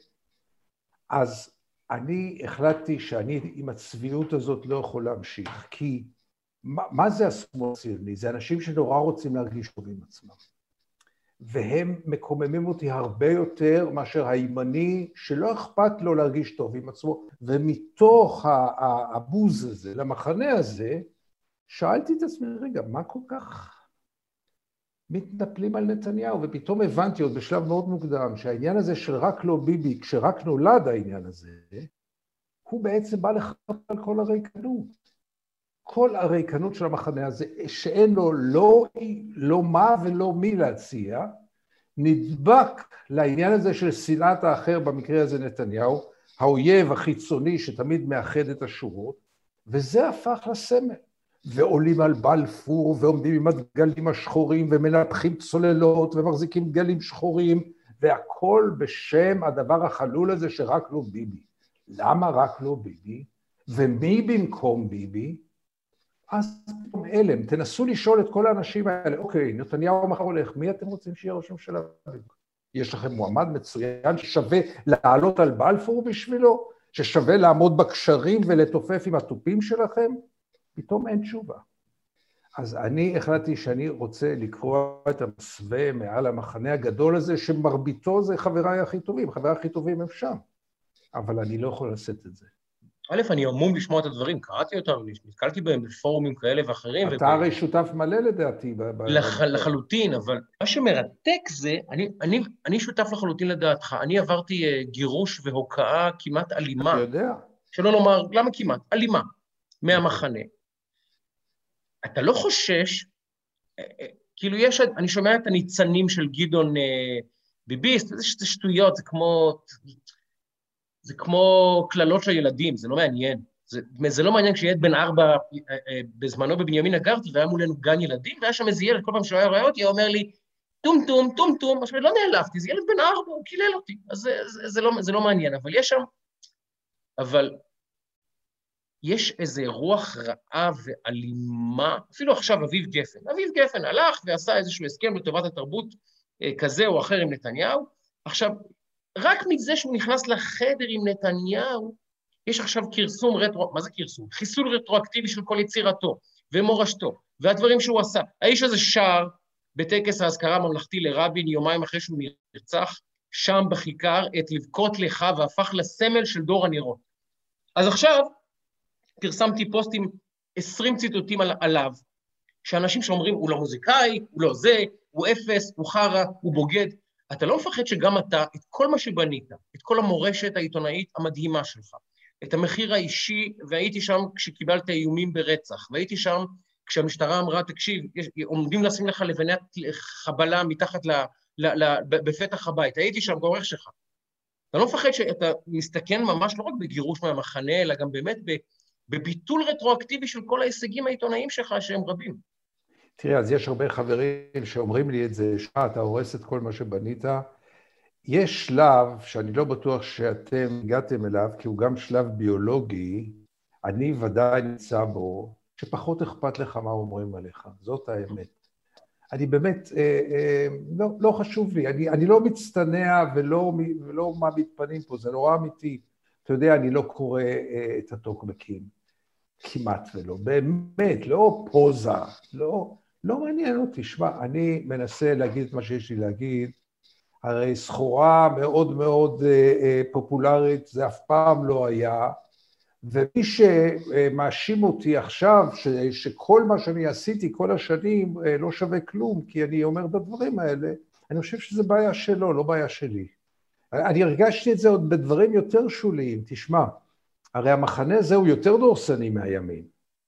אז אני החלטתי שאני עם הצביעות הזאת לא יכול להמשיך, כי מה זה השמאל הציוני? זה אנשים שנורא רוצים להרגיש טוב עם עצמם. והם מקוממים אותי הרבה יותר מאשר הימני שלא אכפת לו להרגיש טוב עם עצמו, ומתוך הבוז הזה, למחנה הזה, שאלתי את עצמי, רגע, מה כל כך מתנפלים על נתניהו? ופתאום הבנתי עוד בשלב מאוד מוקדם, שהעניין הזה של רק לא ביבי, כשרק נולד העניין הזה, הוא בעצם בא לחפש על כל הריקנות. כל הריקנות של המחנה הזה, שאין לו לא מה ולא מי להציע, נדבק לעניין הזה של שנאת האחר, במקרה הזה נתניהו, האויב החיצוני שתמיד מאחד את השורות, וזה הפך לסמל. ועולים על בלפור, ועומדים עם הדגלים השחורים, ומנפחים צוללות, ומחזיקים דגלים שחורים, והכל בשם הדבר החלול הזה שרק לא ביבי. למה רק לא ביבי? ומי במקום ביבי? אז פתאום אלם, תנסו לשאול את כל האנשים האלה, אוקיי, נתניהו מחר הולך, מי אתם רוצים שיהיה ראש הממשלה? יש לכם מועמד מצוין ששווה לעלות על בלפור בשבילו? ששווה לעמוד בקשרים ולתופף עם הטופים שלכם? פתאום אין תשובה. אז אני החלטתי שאני רוצה לקרוא את המסווה מעל המחנה הגדול הזה, שמרביתו זה חבריי הכי טובים, חבריי הכי טובים הם שם. אבל אני לא יכול לעשות את זה.
א', אני עמום לשמוע את הדברים, קראתי אותם, נתקלתי בהם בפורומים כאלה ואחרים.
אתה הרי שותף מלא לדעתי.
לחלוטין, אבל מה שמרתק זה, אני שותף לחלוטין לדעתך, אני עברתי גירוש והוקעה כמעט אלימה.
אתה יודע.
שלא לומר, למה כמעט? אלימה, מהמחנה. אתה לא חושש, כאילו אני שומע את הניצנים של גדעון ביביסט, זה שטויות, זה כמו כללות של ילדים, זה לא מעניין. זה לא מעניין כשילד בן 4, בזמנו בבנימינה גרתי, והיה מולנו גן ילדים, והיה שם איזה ילד, כל פעם שהוא היה רואה אותי, הוא אומר לי, טום טום, טום טום, עכשיו לא נעלבתי, זה ילד בן 4, הוא קילל אותי, אז זה לא מעניין, אבל יש שם, יש איזה רוח רעה ואלימה, אפילו עכשיו אביב גפן הלך ועשה איזשהו הסכם לטובת התרבות כזה או אחר עם נתניהו. עכשיו, רק מזה שהוא נכנס לחדר עם נתניהו, יש עכשיו כרסום מה זה כרסום? חיסול רטרואקטיבי של כל יצירתו, ומורשתו, והדברים שהוא עשה. האיש הזה שר בטקס ההזכרה הממלכתי לרבין, יומיים אחרי שהוא נרצח, שם בכיכר, את לבכות לך, והפך לסמל של דור הנרות. אז עכשיו, פרסמתי פוסט עם 20 ציטוטים עליו, שאנשים שאומרים, הוא לא מוזיקאי, הוא לא זה, הוא אפס, הוא חרה, הוא בוגד. אתה לא מפחד שגם אתה, את כל מה שבנית, את כל המורשת העיתונאית המדהימה שלך, את המחיר האישי, והייתי שם כשקיבלת איומים ברצח, והייתי שם כשהמשטרה אמרה, תקשיב, עומדים לשים לך לבנת חבלה מתחת בפתח הבית, הייתי שם בעורך שלך. אתה לא מפחד שאתה מסתכן ממש לא רק בגירוש מהמחנה, אלא גם באמת בביטול רטרואקטיבי של כל ההישגים העיתונאיים שלך, שהם רבים.
תראה, אז יש הרבה חברים שאומרים לי את זה, אתה הורס את כל מה שבנית. יש שלב שאני לא בטוח שאתם הגעתם אליו, כי הוא גם שלב ביולוגי, אני ודאי נמצא בו, שפחות אכפת לך מה אומרים עליך, זאת האמת. אני באמת, לא חשוב לי, אני לא מצטנע ולא מה מתפנים פה, זה נורא אמיתי. אתה יודע, אני לא קורא את הטוקבקים, כמעט ולא, באמת, לא פוזה, לא מעניין אותי. שמע, אני מנסה להגיד את מה שיש לי להגיד, הרי סחורה מאוד מאוד פופולרית, זה אף פעם לא היה, ומי שמאשים אותי עכשיו, שכל מה שאני עשיתי כל השנים לא שווה כלום, כי אני אומר את הדברים האלה, אני חושב שזה בעיה שלו, לא בעיה שלי. אני הרגשתי את זה עוד בדברים יותר שוליים, תשמע, הרי המחנה הזה הוא יותר דורסני מהימין.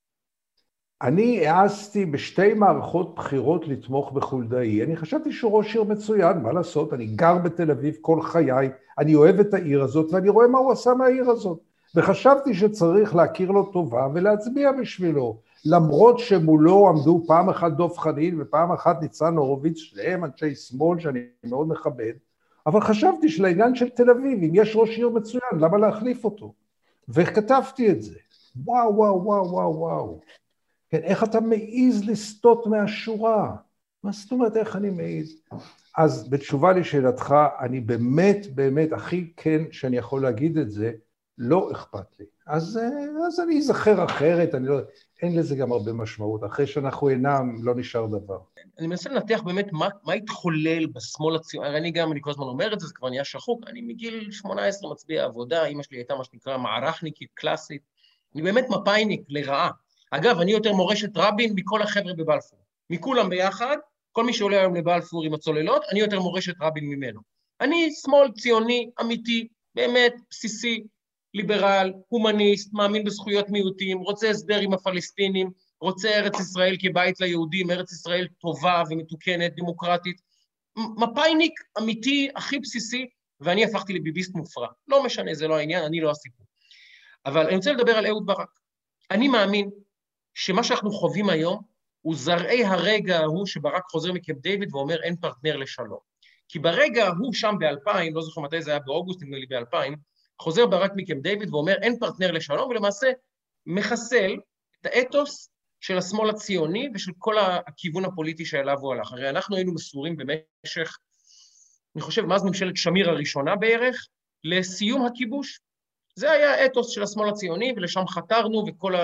אני העזתי בשתי מערכות בחירות לתמוך בחולדאי, אני חשבתי שהוא ראש עיר מצוין, מה לעשות, אני גר בתל אביב כל חיי, אני אוהב את העיר הזאת, ואני רואה מה הוא עשה מהעיר הזאת. וחשבתי שצריך להכיר לו טובה ולהצביע בשבילו, למרות שמולו עמדו פעם אחת דוב חנין ופעם אחת ניצן הורוביץ, שניהם אנשי שמאל שאני מאוד מכבד, אבל חשבתי שלעניין של תל אביב, אם יש ראש עיר מצוין, למה להחליף אותו? וכתבתי את זה. וואו, וואו, וואו, וואו, וואו. כן, איך אתה מעיז לסטות מהשורה? מה זאת אומרת, איך אני מעיז? אז בתשובה לשאלתך, אני באמת, באמת, הכי כן שאני יכול להגיד את זה, לא אכפת לי. אז אני אזכר אחרת, אין לזה גם הרבה משמעות. אחרי שאנחנו אינם, לא נשאר דבר.
אני מנסה לנתח באמת מה התחולל בשמאל הציוני. אני כל הזמן אומר את זה, זה כבר נהיה שחוק. אני מגיל 18 מצביע עבודה, אמא שלי הייתה מה שנקרא מערכניקית, קלאסית. אני באמת מפאיניק לרעה. אגב, אני יותר מורשת רבין מכל החבר'ה בבלפור. מכולם ביחד, כל מי שעולה היום לבלפור עם הצוללות, אני יותר מורשת רבין ממנו. אני שמאל ציוני, אמיתי, באמת בסיסי, ליברל, הומניסט, מאמין בזכויות מיעוטים, רוצה הסדר עם הפלסטינים, רוצה ארץ ישראל כבית ליהודים, ארץ ישראל טובה ומתוקנת, דמוקרטית. מפאיניק אמיתי, הכי בסיסי, ואני הפכתי לביביסט מופרע. לא משנה, זה לא העניין, אני לא הסיפור. אבל אני רוצה לדבר על אהוד ברק. אני מאמין שמה שאנחנו חווים היום, הוא זרעי הרגע ההוא שברק חוזר מקמפ דיוויד ואומר אין פרטנר לשלום. כי ברגע ההוא שם ב-2000, לא זוכר מתי זה היה באוגוסט, נדמה לי ב-2000, חוזר ברק מקמפ דיוויד ואומר אין פרטנר לשלום, ולמעשה מחסל את האתוס של השמאל הציוני ושל כל הכיוון הפוליטי שאליו הוא הלך. הרי אנחנו היינו מסורים במשך, אני חושב, מאז ממשלת שמיר הראשונה בערך, לסיום הכיבוש. זה היה האתוס של השמאל הציוני, ולשם חתרנו,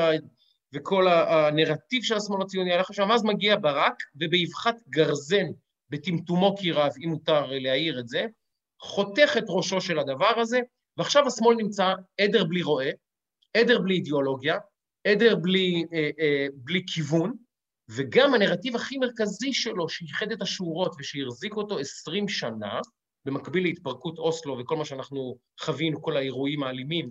וכל הנרטיב של השמאל הציוני הלך לשם. אז מגיע ברק, ובאבחת גרזן, בטמטומו כי רב, אם מותר להעיר את זה, חותך את ראשו של הדבר הזה, ועכשיו השמאל נמצא עדר בלי רועה, עדר בלי אידיאולוגיה, עדר בלי כיוון, וגם הנרטיב הכי מרכזי שלו, שייחד את השורות ושהחזיק אותו 20 שנה, במקביל להתפרקות אוסלו וכל מה שאנחנו חווינו, כל האירועים האלימים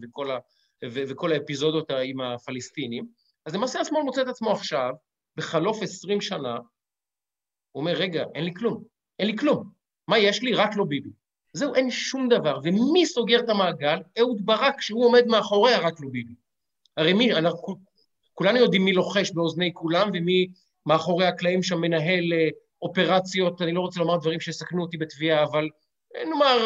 וכל האפיזודות עם הפלסטינים, אז למעשה השמאל מוצא את עצמו עכשיו, בחלוף 20 שנה, הוא אומר, רגע, אין לי כלום. מה יש לי? רק לא ביבי. זהו, אין שום דבר. ומי סוגר את המעגל? אהוד ברק, שהוא עומד מאחוריה, רק לא ביבי. הרי כולנו יודעים מי לוחש באוזני כולם, ומי מאחורי הקלעים שם מנהל אופרציות, אני לא רוצה לומר דברים שסכנו אותי בתביעה, אבל נאמר,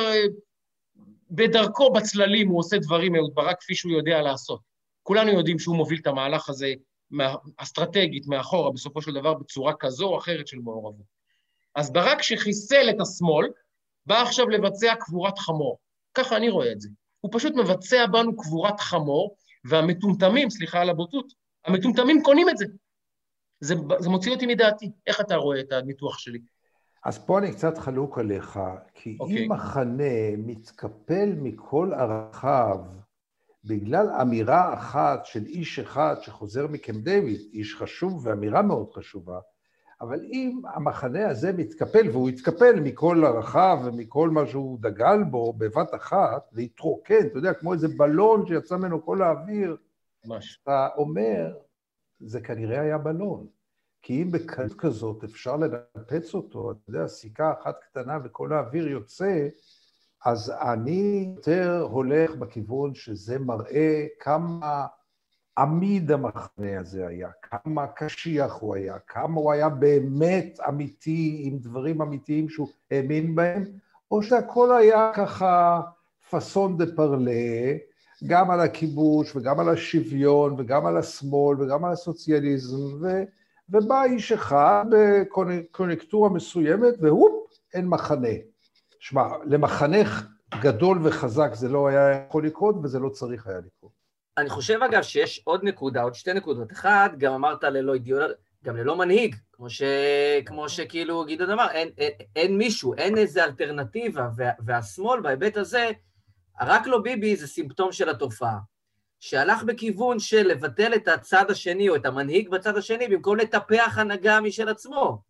בדרכו בצללים הוא עושה דברים אהוד ברק כפי שהוא יודע לעשות. כולנו יודעים שהוא מוביל את המהלך הזה אסטרטגית מאחורה, בסופו של דבר בצורה כזו או אחרת של מעורבות. אז ברק שחיסל את השמאל, בא עכשיו לבצע קבורת חמור. ככה אני רואה את זה. הוא פשוט מבצע בנו קבורת חמור, והמטומטמים, סליחה על הבוטות, המטומטמים קונים את זה. זה מוציא אותי מדעתי. איך אתה רואה את הניתוח שלי?
אז פה אני קצת חלוק עליך, כי אם מחנה מתקפל מכל ערכיו, בגלל אמירה אחת של איש אחד שחוזר מקמפ דיוויד, איש חשוב ואמירה מאוד חשובה, אבל אם המחנה הזה מתקפל, והוא יתקפל מכל ערכיו ומכל מה שהוא דגל בו בבת אחת, להתרוקן, אתה יודע, כמו איזה בלון שיצא ממנו כל האוויר, ממש. אתה אומר, זה כנראה היה בלון. כי אם בקלות כזאת אפשר לנפץ אותו, אתה יודע, סיכה אחת קטנה וכל האוויר יוצא, אז אני יותר הולך בכיוון שזה מראה כמה עמיד המחנה הזה היה, כמה קשיח הוא היה, כמה הוא היה באמת אמיתי, עם דברים אמיתיים שהוא האמין בהם, או שהכל היה ככה פאסון דה פרלה, גם על הכיבוש וגם על השוויון וגם על השמאל וגם על הסוציאליזם, ובא איש אחד בקונקטורה מסוימת, והופ, אין מחנה. שמע, למחנך גדול וחזק זה לא היה יכול לקרות, וזה לא צריך היה לקרות.
אני חושב אגב שיש עוד נקודה, עוד שתי נקודות. אחד, גם אמרת ללא אידיאולוגיה, גם ללא מנהיג, כמו שכאילו גדעון אמר, אין מישהו, אין איזו אלטרנטיבה, והשמאל בהיבט הזה, רק לא ביבי זה סימפטום של התופעה, שהלך בכיוון של לבטל את הצד השני, או את המנהיג בצד השני, במקום לטפח הנהגה משל עצמו.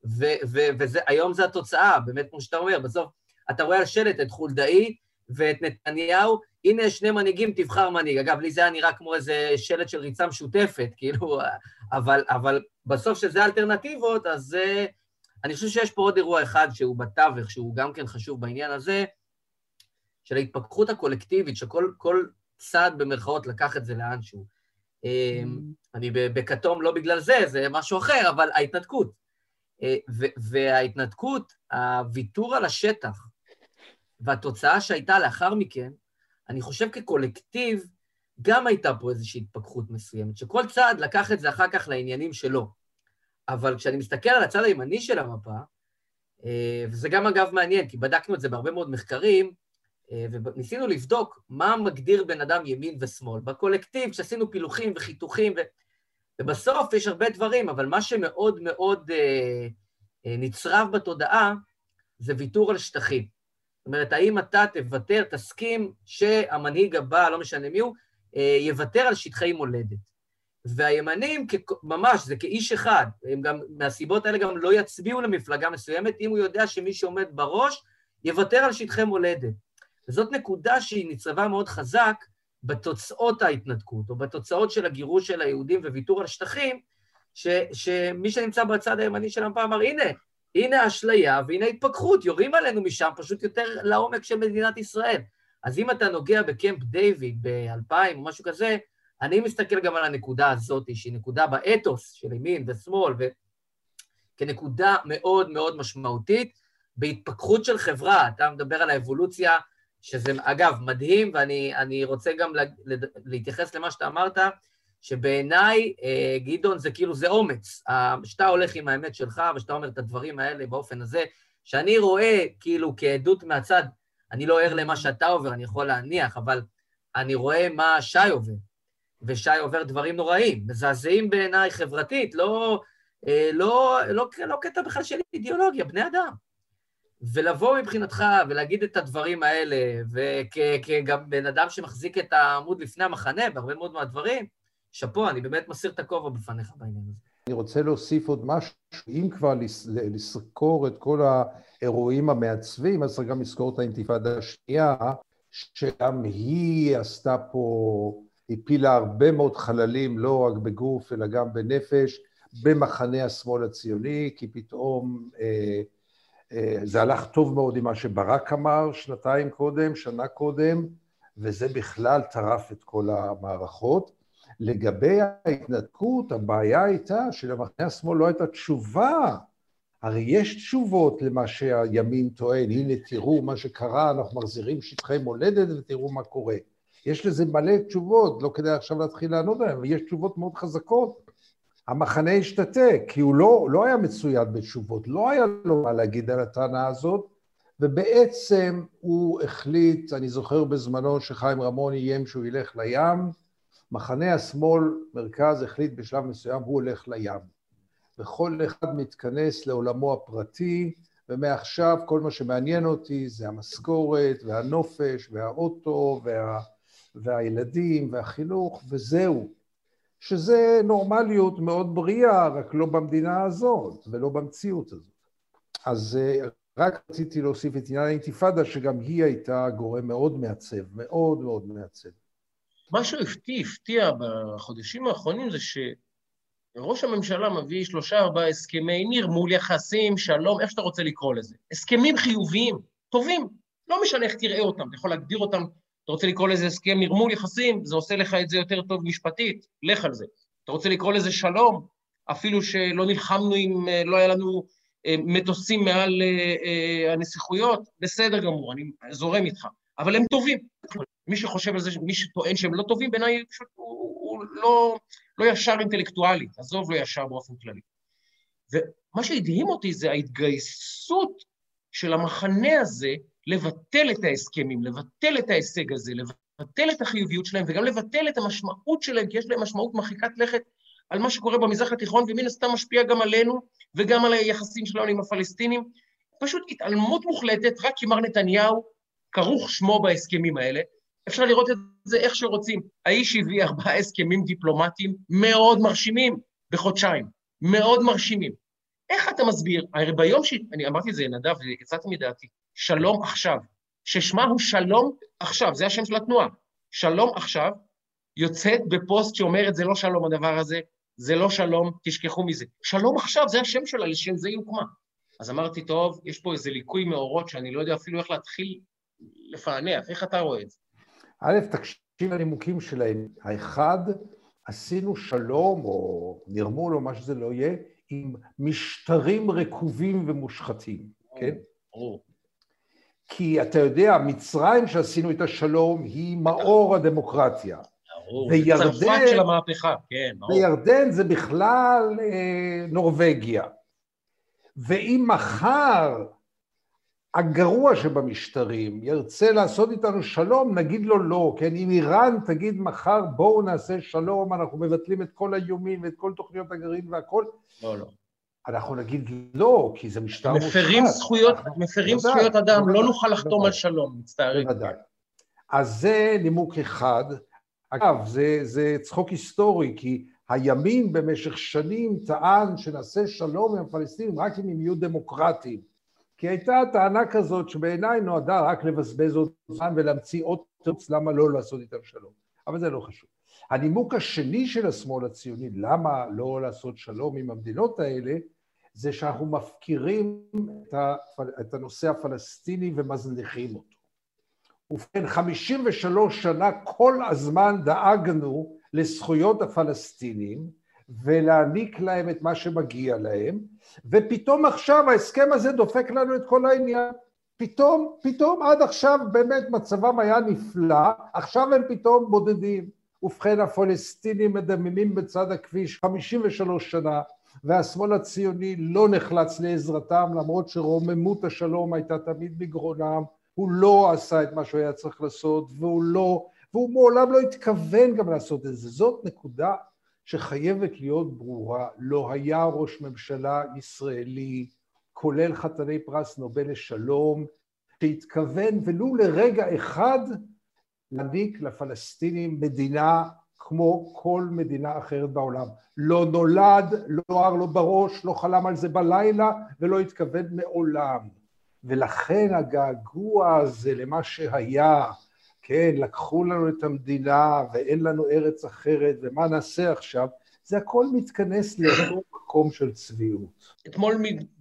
והיום זה התוצאה, באמת כמו שאתה אומר, בסוף אתה רואה על שלט את חולדאי ואת נתניהו, הנה שני מנהיגים, תבחר מנהיג. אגב, לי זה היה נראה כמו איזה שלט של ריצה משותפת, כאילו, אבל בסוף שזה אלטרנטיבות, אז אני חושב שיש פה עוד אירוע אחד שהוא בתווך, שהוא גם כן חשוב בעניין הזה, של ההתפכחות הקולקטיבית, שכל צד במרכאות לקח את זה לאנשהו. אני בכתום לא בגלל זה, זה משהו אחר, אבל ההתנתקות. וההתנתקות, הוויתור על השטח, והתוצאה שהייתה לאחר מכן, אני חושב כקולקטיב, גם הייתה פה איזושהי התפכחות מסוימת, שכל צד לקח את זה אחר כך לעניינים שלו. אבל כשאני מסתכל על הצד הימני של המפה, וזה גם אגב מעניין, כי בדקנו את זה בהרבה מאוד מחקרים, וניסינו לבדוק מה מגדיר בן אדם ימין ושמאל. בקולקטיב, כשעשינו פילוחים וחיתוכים, ובסוף יש הרבה דברים, אבל מה שמאוד מאוד נצרב בתודעה, זה ויתור על שטחים. זאת אומרת, האם אתה תוותר, תסכים שהמנהיג הבא, לא משנה מי הוא, יוותר על שטחי מולדת. והימנים ממש, זה כאיש אחד, הם גם, מהסיבות האלה גם לא יצביעו למפלגה מסוימת, אם הוא יודע שמי שעומד בראש, יוותר על שטחי מולדת. וזאת נקודה שהיא נצרבה מאוד חזק בתוצאות ההתנתקות, או בתוצאות של הגירוש של היהודים וויתור על שטחים, שמי שנמצא בצד הימני של המפה אמר, הנה האשליה והנה התפכחות, יורים עלינו משם פשוט יותר לעומק של מדינת ישראל. אז אם אתה נוגע בקמפ דיוויד ב-2000 או משהו כזה, אני מסתכל גם על הנקודה הזאת, שהיא נקודה באתוס של ימין ושמאל, כנקודה מאוד מאוד משמעותית, בהתפכחות של חברה. אתה מדבר על האבולוציה, שזה אגב מדהים, ואני רוצה גם להתייחס למה שאתה אמרת, שבעיניי, גדעון, זה כאילו, זה אומץ. שאתה הולך עם האמת שלך, ושאתה אומר את הדברים האלה באופן הזה, שאני רואה כאילו כעדות מהצד, אני לא ער למה שאתה עובר, אני יכול להניח, אבל אני רואה מה שי עובר, ושי עובר דברים נוראים, מזעזעים בעיניי חברתית, לא קטע בכלל של אידיאולוגיה, בני אדם. ולבוא מבחינתך ולהגיד את הדברים האלה, וכגם בן אדם שמחזיק את העמוד לפני המחנה, בהרבה מאוד מהדברים, שפו, אני באמת מסיר את הכובע בפניך בעניין הזה.
אני רוצה להוסיף עוד משהו, אם כבר לזכור את כל האירועים המעצבים, אז צריך גם לזכור את האינתיפאדה השנייה, שגם היא עשתה פה, הפילה הרבה מאוד חללים, לא רק בגוף, אלא גם בנפש, במחנה השמאל הציוני, כי פתאום זה הלך טוב מאוד עם מה שברק אמר, שנתיים קודם, שנה קודם, וזה בכלל טרף את כל המערכות. לגבי ההתנתקות, הבעיה הייתה שלמחנה השמאל לא הייתה תשובה. הרי יש תשובות למה שהימין טוען, הנה תראו מה שקרה, אנחנו מחזירים שטחי מולדת ותראו מה קורה. יש לזה מלא תשובות, לא כדאי עכשיו להתחיל לענות עליהן, ויש תשובות מאוד חזקות. המחנה השתתק, כי הוא לא היה מצויד בתשובות, לא היה לו מה להגיד על הטענה הזאת, ובעצם הוא החליט, אני זוכר בזמנו שחיים רמון איים שהוא ילך לים, מחנה השמאל, מרכז, החליט בשלב מסוים, הוא הולך לים. וכל אחד מתכנס לעולמו הפרטי, ומעכשיו כל מה שמעניין אותי זה המשכורת והנופש והאוטו והילדים והחינוך, וזהו. שזה נורמליות מאוד בריאה, רק לא במדינה הזאת ולא במציאות הזאת. אז רק רציתי להוסיף את עניין האינתיפאדה, שגם היא הייתה גורם מאוד מעצב, מאוד מאוד מעצב.
מה שהפתיע בחודשים האחרונים זה שראש הממשלה מביא 3-4 הסכמי נרמול יחסים, שלום, איך שאתה רוצה לקרוא לזה. הסכמים חיוביים, טובים, לא משנה איך תראה אותם, אתה יכול להגדיר אותם, אתה רוצה לקרוא לזה הסכם נרמול יחסים, זה עושה לך את זה יותר טוב משפטית, לך על זה. אתה רוצה לקרוא לזה שלום, אפילו שלא נלחמנו אם לא היה לנו מטוסים מעל הנסיכויות, בסדר גמור, אני זורם איתך, אבל הם טובים. מי שחושב על זה, מי שטוען שהם לא טובים, בעיניי הוא לא ישר אינטלקטואלית, עזוב לא ישר באופן כללי. ומה שהדהים אותי זה ההתגייסות של המחנה הזה לבטל את ההסכמים, לבטל את ההישג הזה, לבטל את החיוביות שלהם, וגם לבטל את המשמעות שלהם, כי יש להם משמעות מרחיקת לכת על מה שקורה במזרח התיכון, ומן הסתם משפיע גם עלינו, וגם על היחסים שלנו עם הפלסטינים. פשוט התעלמות מוחלטת, רק כי מר נתניהו כרוך שמו בהסכמים האלה. אפשר לראות את זה איך שרוצים. האיש הביא 4 הסכמים דיפלומטיים מאוד מרשימים בחודשיים, מאוד מרשימים. איך אתה מסביר? הרי ביום אני אמרתי את זה, נדב, ויצאתי מדעתי, שלום עכשיו, ששמה הוא שלום עכשיו, זה השם של התנועה. שלום עכשיו, יוצאת בפוסט שאומרת, זה לא שלום הדבר הזה, זה לא שלום, תשכחו מזה. שלום עכשיו, זה השם שלה, לשם זה היא הוקמה. אז אמרתי, טוב, יש פה איזה ליקוי מאורות שאני לא יודע אפילו איך להתחיל לפענח, איך אתה רואה את זה?
א', תקשיב לנימוקים שלהם. האחד, עשינו שלום או נרמול או מה שזה לא יהיה, עם משטרים רקובים ומושחתים, כן? כי אתה יודע, מצרים שעשינו את השלום היא מאור הדמוקרטיה.
זה צרפת של המהפכה, כן.
וירדן זה בכלל נורווגיה. ואם מחר הגרוע שבמשטרים ירצה לעשות איתנו שלום, נגיד לו לא, כן? אם איראן תגיד מחר בואו נעשה שלום, אנחנו מבטלים את כל האיומים ואת כל תוכניות הגרעין והכל.
לא, לא.
אנחנו נגיד לא, כי זה משטר מושחת.
מפרים זכויות אדם, לא נוכל לחתום על שלום, מצטערים.
בוודאי. אז זה נימוק אחד. אגב, זה צחוק היסטורי, כי הימין במשך שנים טען שנעשה שלום עם הפלסטינים רק אם הם יהיו דמוקרטיים. כי הייתה טענה כזאת שבעיניי נועדה רק לבזבז עוד זמן ולהמציא עוד תירוץ למה לא לעשות איתם שלום. אבל זה לא חשוב. הנימוק השני של השמאל הציוני, למה לא לעשות שלום עם המדינות האלה, זה שאנחנו מפקירים את הנושא הפלסטיני ומזניחים אותו. ובכן, 53 שנה כל הזמן דאגנו לזכויות הפלסטינים, ולהעניק להם את מה שמגיע להם, ופתאום עכשיו ההסכם הזה דופק לנו את כל העניין. פתאום עד עכשיו באמת מצבם היה נפלא, עכשיו הם פתאום בודדים. ובכן, הפלסטינים מדממים בצד הכביש 53 שנה, והשמאל הציוני לא נחלץ לעזרתם, למרות שרוממות השלום הייתה תמיד בגרונם, הוא לא עשה את מה שהוא היה צריך לעשות, והוא מעולם לא התכוון גם לעשות את זה. זאת נקודה שחייבת להיות ברורה. לא היה ראש ממשלה ישראלי, כולל חתני פרס נובל לשלום, שהתכוון ולו לרגע אחד להעניק לפלסטינים מדינה כמו כל מדינה אחרת בעולם. לא נולד, לא ער לו בראש, לא חלם על זה בלילה ולא התכוון מעולם. ולכן הגעגוע הזה למה שהיה, כן, לקחו לנו את המדינה ואין לנו ארץ אחרת ומה נעשה עכשיו, זה הכל מתכנס לאותו מקום של צביעות.
אתמול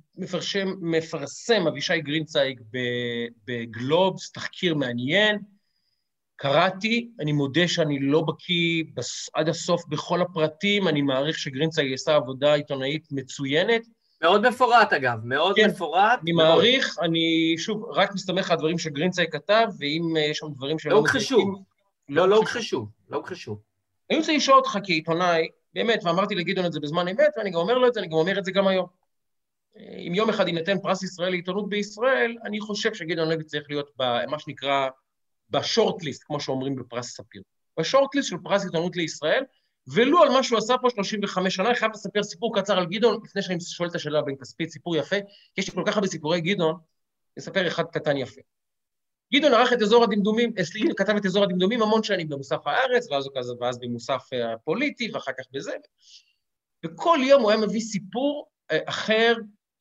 מפרסם אבישי גרינצייג בגלובס, תחקיר מעניין, קראתי, אני מודה שאני לא בקיא עד הסוף בכל הפרטים, אני מעריך שגרינצייג יעשה עבודה עיתונאית מצוינת.
מאוד מפורט אגב, מאוד
כן,
מפורט.
אני מעריך, אני שוב רק מסתמך על הדברים שגרינצייג כתב, ואם יש שם דברים שלא...
לא הוכחשו. לא הוכחשו.
אני רוצה לשאול אותך כעיתונאי, באמת, ואמרתי לגדעון את זה בזמן אמת, ואני גם אומר לו את זה, אני גם אומר את זה גם היום. אם יום אחד יינתן פרס ישראל לעיתונות בישראל, אני חושב שגדעון לוי צריך להיות במה שנקרא, בשורטליסט, כמו שאומרים בפרס ספיר. בשורטליסט של פרס עיתונות לישראל, ולו על מה שהוא עשה פה 35 שנה, אני חייב לספר סיפור קצר על גדעון, לפני שאני שואל את השאלה בן כספית, סיפור יפה, כי יש לי כל כך הרבה סיפורי גדעון, נספר אחד קטן יפה. גדעון ערך את אזור הדמדומים, כתב את אזור הדמדומים המון שנים במוסף הארץ, ואז במוסף הפוליטי, ואחר כך בזה. וכל יום הוא היה מביא סיפור אחר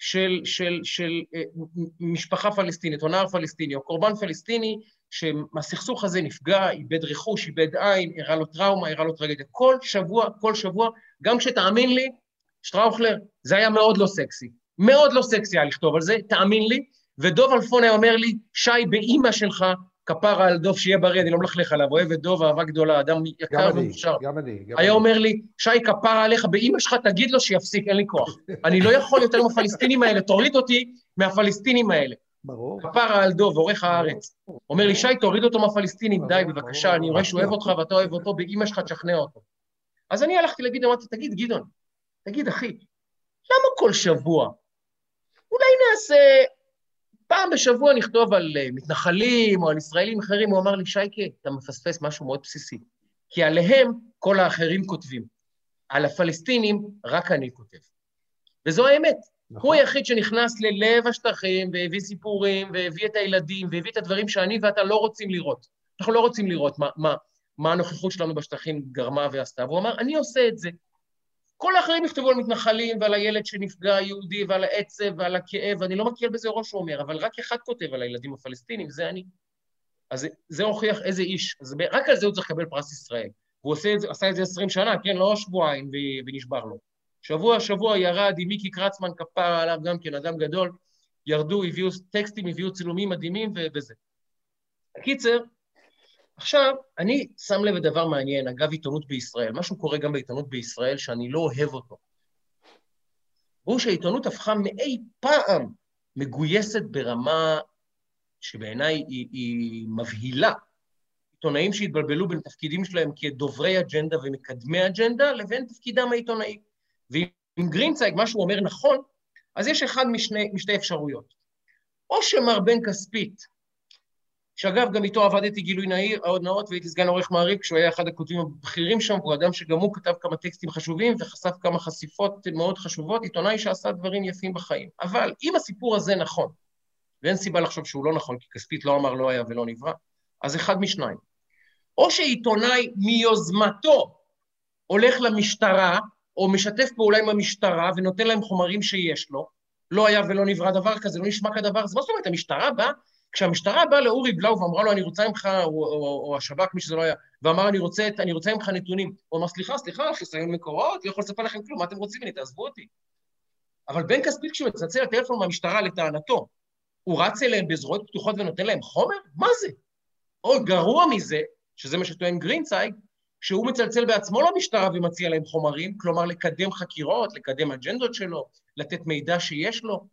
של משפחה פלסטינית, או נער פלסטיני, או קורבן פלסטיני, שמהסכסוך הזה נפגע, איבד רכוש, איבד עין, הראה לו טראומה, הראה לו טרגדיה. כל שבוע, גם כשתאמין לי, שטראוכלר, זה היה מאוד לא סקסי היה לכתוב על זה, תאמין לי, ודוב אלפון היה אומר לי, שי, באמא שלך, כפרה על דוב שיהיה בריא, אני לא מלכלך עליו, אוהב את דוב, אהבה גדולה, אדם יקר ומוכשר.
גם אני.
היה אומר לי, שי, כפרה עליך, באמא שלך תגיד לו שיפסיק, אין לי כוח. אני לא יכול יותר מהפלסטינים האלה, תוריד אותי מהפלסטינים האלה.
ברור.
כפרה על דוב, עורך הארץ. אומר לי, שי, תוריד אותו מהפלסטינים, די, בבקשה, אני רואה שהוא אוהב אותך ואתה אוהב אותו, באמא שלך תשכנע אותו. אז אני הלכתי להגיד, אמרתי, תגיד, גדעון, תגיד, אחי, למה כל שבוע? אולי נעשה, פעם בשבוע נכתוב על מתנחלים או על ישראלים אחרים, הוא אמר לי, שייקה, אתה מפספס משהו מאוד בסיסי, כי עליהם כל האחרים כותבים. על הפלסטינים רק אני כותב. וזו האמת. נכון. הוא היחיד שנכנס ללב השטחים, והביא סיפורים, והביא את הילדים, והביא את הדברים שאני ואתה לא רוצים לראות. אנחנו לא רוצים לראות מה הנוכחות שלנו בשטחים גרמה ועשתה. והוא אמר, אני עושה את זה. כל האחרים יכתבו על מתנחלים ועל הילד שנפגע יהודי ועל העצב ועל הכאב, ואני לא מקל בזה ראש, הוא אומר, אבל רק אחד כותב על הילדים הפלסטינים, זה אני. אז זה הוכיח איזה איש, אז רק על זה הוא צריך לקבל פרס ישראל. הוא עשה את זה 20 שנה, כן, לא שבועיים ונשבר לו. שבוע ירד עם מיקי קרצמן, כפרה עליו גם כן, אדם גדול, ירדו, הביאו טקסטים, הביאו צילומים מדהימים וזה. בקיצר, עכשיו, אני שם לב לדבר מעניין, אגב עיתונות בישראל, משהו קורה גם בעיתונות בישראל שאני לא אוהב אותו. והוא שהעיתונות הפכה מאי פעם מגויסת ברמה שבעיניי היא מבהילה. עיתונאים שהתבלבלו בין תפקידים שלהם כדוברי אג'נדה ומקדמי אג'נדה, לבין תפקידם העיתונאי. ואם גרינצייג, מה שהוא אומר נכון, אז יש אחד משתי אפשרויות. או שמר בן כספית, שאגב, גם איתו עבדתי גילוי נאות, והייתי סגן עורך מעריב, כשהוא היה אחד הכותבים הבכירים שם, והוא אדם שגם הוא כתב כמה טקסטים חשובים, וחשף כמה חשיפות מאוד חשובות, עיתונאי שעשה דברים יפים בחיים. אבל אם הסיפור הזה נכון, ואין סיבה לחשוב שהוא לא נכון, כי כספית לא אמר לא היה ולא נברא, אז אחד משניים. או שעיתונאי מיוזמתו הולך למשטרה, או משתף פעולה עם המשטרה, ונותן להם חומרים שיש לו, לא היה ולא נברא דבר כזה, לא נשמע כדבר, אז מה זאת אומרת, המשטרה באה, כשהמשטרה באה לאורי בלאו ואמרה לו, אני רוצה ממך, או השב"כ, מי שזה לא היה, ואמר, אני רוצה ממך נתונים. הוא אמר, סליחה, חיסיון מקורות, לא יכול לספר לכם כלום, מה אתם רוצים ממני, תעזבו אותי. אבל בן כספית, כשהוא מצלצל לטלפון מהמשטרה לטענתו, הוא רץ אליהם בזרועות פתוחות ונותן להם חומר? מה זה? או גרוע מזה, שזה מה שטוען גרינצייג, שהוא מצלצל בעצמו למשטרה ומציע להם חומרים, כלומר לקדם חקירות, לקדם אג'נדות שלו, לתת מידע שיש לו.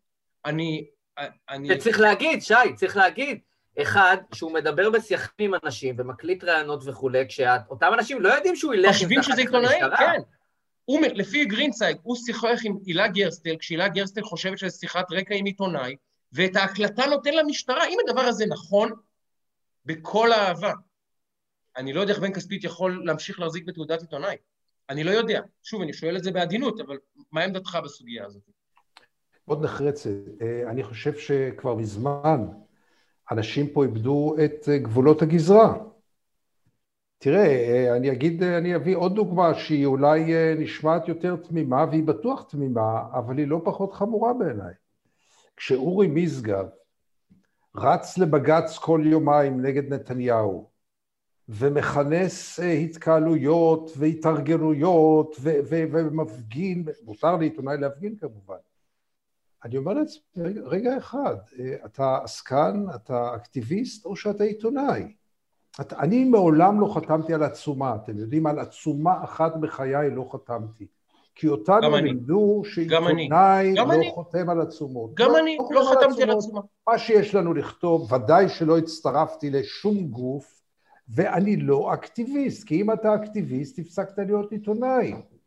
צריך להגיד, שי, צריך להגיד, אחד, שהוא מדבר בשיחים עם אנשים ומקליט רעיונות וכו', כשאותם אנשים לא יודעים שהוא ילך
חושבים שזה עיתונאי, כן. לפי גרינצייג, הוא שיחק עם הילה גרסטל, כשהילה גרסטל חושבת שזה שיחת רקע עם עיתונאי, ואת ההקלטה נותן למשטרה. אם הדבר הזה נכון, בכל האהבה, אני לא יודע איך בן כספית יכול להמשיך להחזיק בתעודת עיתונאי. אני לא יודע. שוב, אני שואל את זה בעדינות, אבל מה עמדתך בסוגיה הזאת?
מאוד נחרצת. אני חושב שכבר מזמן אנשים פה איבדו את גבולות הגזרה. תראה, אני אביא עוד דוגמה שהיא אולי נשמעת יותר תמימה, והיא בטוח תמימה, אבל היא לא פחות חמורה בעיניי. כשאורי משגב רץ לבג"ץ כל יומיים נגד נתניהו, ומכנס התקהלויות והתארגנויות ומפגין, מותר לעיתונאי להפגין כמובן. אני אומר לעצמי, רגע אחד, אתה עסקן, אתה אקטיביסט או שאתה עיתונאי? אני מעולם לא חתמתי על עצומה, אתם יודעים, על עצומה אחת בחיי לא חתמתי. כי אותנו לימדו שעיתונאי לא חותם על עצומות.
גם אני לא חתמתי על עצומה.
מה שיש לנו לכתוב, ודאי שלא הצטרפתי לשום גוף, ואני לא אקטיביסט, כי אם אתה אקטיביסט, הפסקת להיות עיתונאי.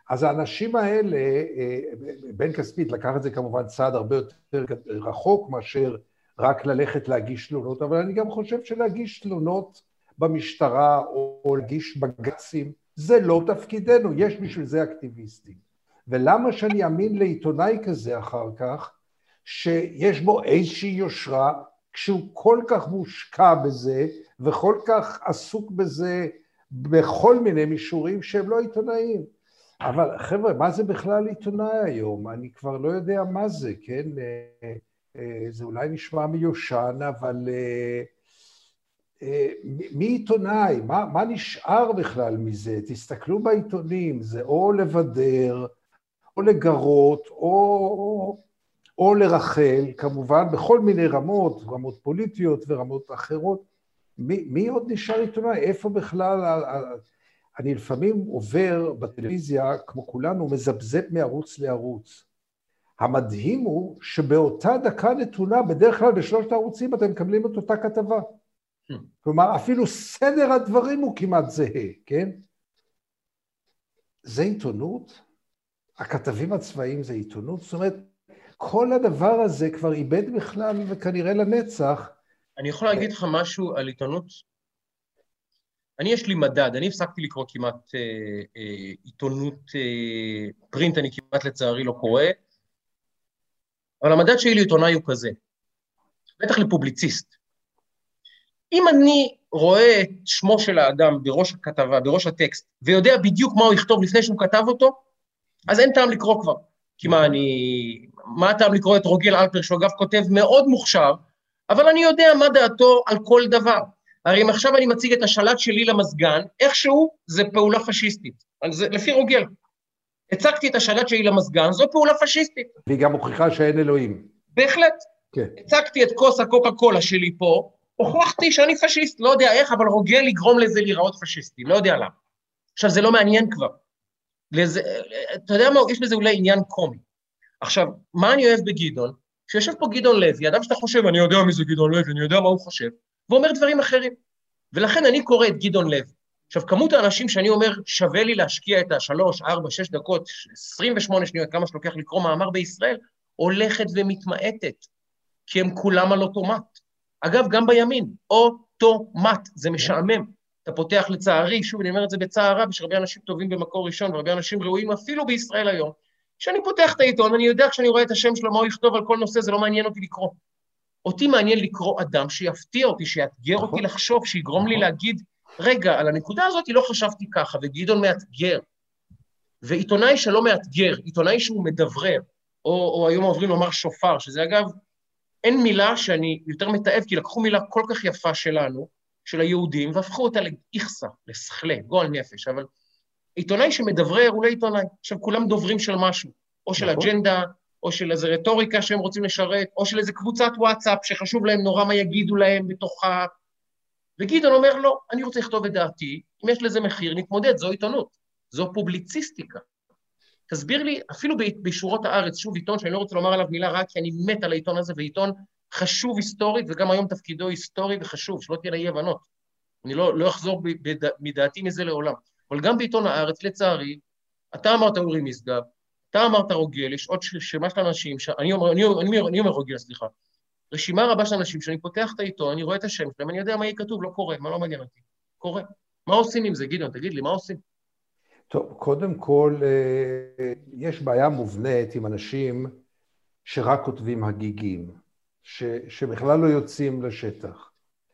אז האנשים האלה, בן כספית לקח את זה כמובן צעד הרבה יותר רחוק מאשר רק ללכת להגיש תלונות, אבל אני גם חושב שלהגיש תלונות במשטרה או להגיש בג"צים, זה לא תפקידנו, יש בשביל זה אקטיביסטים. ולמה שאני אמין לעיתונאי כזה אחר כך, שיש בו איזושהי יושרה, כשהוא כל כך מושקע בזה, וכל כך עסוק בזה בכל מיני מישורים שהם לא עיתונאים. אבל חבר'ה, מה זה בכלל עיתונאי היום? אני כבר לא יודע מה זה, כן? זה אולי נשמע מיושן, אבל מי עיתונאי? מה נשאר בכלל מזה? תסתכלו בעיתונים, זה או לבדר, או לגרות, או לרחל, כמובן, בכל מיני רמות, רמות פוליטיות ורמות אחרות. מי עוד נשאר עיתונאי? איפה בכלל? אני לפעמים עובר בטלוויזיה, כמו כולנו, מזבזב מערוץ לערוץ. המדהים הוא שבאותה דקה נתונה, בדרך כלל בשלושת הערוצים אתם מקבלים את אותה כתבה. כלומר, אפילו סדר הדברים הוא כמעט זהה, כן? זה עיתונות? הכתבים הצבאיים זה עיתונות? זאת אומרת, כל הדבר הזה כבר איבד בכלל וכנראה לנצח.
אני יכול להגיד לך משהו על עיתונות? יש לי מדד, אני הפסקתי לקרוא כמעט עיתונות פרינט, אני כמעט לצערי לא קורא, אבל המדד שלי לעיתונאי הוא כזה, בטח לפובליציסט. אם אני רואה את שמו של האדם בראש הכתבה, בראש הטקסט, ויודע בדיוק מה הוא יכתוב לפני שהוא כתב אותו, אז אין טעם לקרוא כבר. כי מה הטעם לקרוא את רוגל אלפר, שהוא אגב כותב מאוד מוכשר, אבל אני יודע מה דעתו על כל דבר. הרי אם עכשיו אני מציג את השלט שלי למסגן, איכשהו זה פעולה פשיסטית. לפי רוגל. הצגתי את השלט שלי למסגן, זו פעולה פשיסטית.
והיא גם מוכיחה שאין אלוהים.
בהחלט. כן. הצגתי את כוס הקוקה קולה שלי פה, הוכחתי שאני פשיסט, לא יודע איך, אבל רוגל יגרום לזה להיראות פשיסטי, לא יודע למה. עכשיו, זה לא מעניין כבר. אתה יודע מה, יש לזה אולי עניין קומי. עכשיו, מה אני אוהב בגדעון? כשיושב פה גדעון לוי, אדם שאתה חושב, אני יודע מי זה גדעון לוי, אני יודע מה הוא חושב, ואומר דברים אחרים. ולכן אני קורא את גדעון לוי. עכשיו, כמות האנשים שאני אומר, שווה לי להשקיע את 3, 4, 6 דקות, 28 שניות, כמה שלוקח לקרוא מאמר בישראל, הולכת ומתמעטת, כי הם כולם על אוטומט. אגב, גם בימין, אוטומט, זה משעמם. אתה פותח לצערי, שוב, אני אומר את זה בצער רב, יש הרבה אנשים טובים במקור ראשון, והרבה אנשים ראויים אפילו בישראל היום, כשאני פותח את העיתון, אני יודע כשאני רואה את השם שלו, מה הוא יכתוב על כל נושא, זה לא מעניין אותי לקרוא. אותי מעניין לקרוא אדם שיפתיע אותי, שיאתגר אותי לחשוב, שיגרום לי להגיד, רגע, על הנקודה הזאת לא חשבתי ככה, וגדעון מאתגר. ועיתונאי שלא מאתגר, עיתונאי שהוא מדברר, או היום עוברים לומר שופר, שזה אגב, אין מילה שאני יותר מתאהב, כי לקחו מילה כל כך יפה שלנו, של היהודים, והפכו אותה לאיכסה, לשכלה, גועל נפש, אבל עיתונאי שמדברר הוא לא עיתונאי, עכשיו כולם דוברים של משהו, או של אג'נדה, או של איזו רטוריקה שהם רוצים לשרת, או של איזו קבוצת וואטסאפ שחשוב להם נורא מה יגידו להם בתוכה, וגדעון אומר לא, אני רוצה לכתוב את דעתי, אם יש לזה מחיר נתמודד, זו עיתונות, זו פובליציסטיקה. תסביר לי, אפילו בשורות הארץ, שוב עיתון שאני לא רוצה לומר עליו מילה רק, כי אני מת על העיתון הזה, ועיתון חשוב היסטורית, וגם היום תפקידו היסטורי וחשוב, שלא תהיה לי הבנות. אני לא אחזור מדעתי מזה לעולם. אבל גם בעיתון הארץ, לצערי, אתה אמרת אורי משגב, אתה אמרת רוגל, יש עוד רשימה של אנשים, אני אומר רוגל, סליחה, רשימה רבה של אנשים, שאני פותח את העיתון, אני רואה את השם שלהם, אני יודע מה יהיה כתוב, לא קורה, מה לא מעניין אותי, קורה. מה עושים עם זה, גדעון? תגיד לי, מה עושים?
טוב, קודם כל, יש בעיה מובנית עם אנשים שרק כותבים הגיגים, שבכלל לא יוצאים לשטח.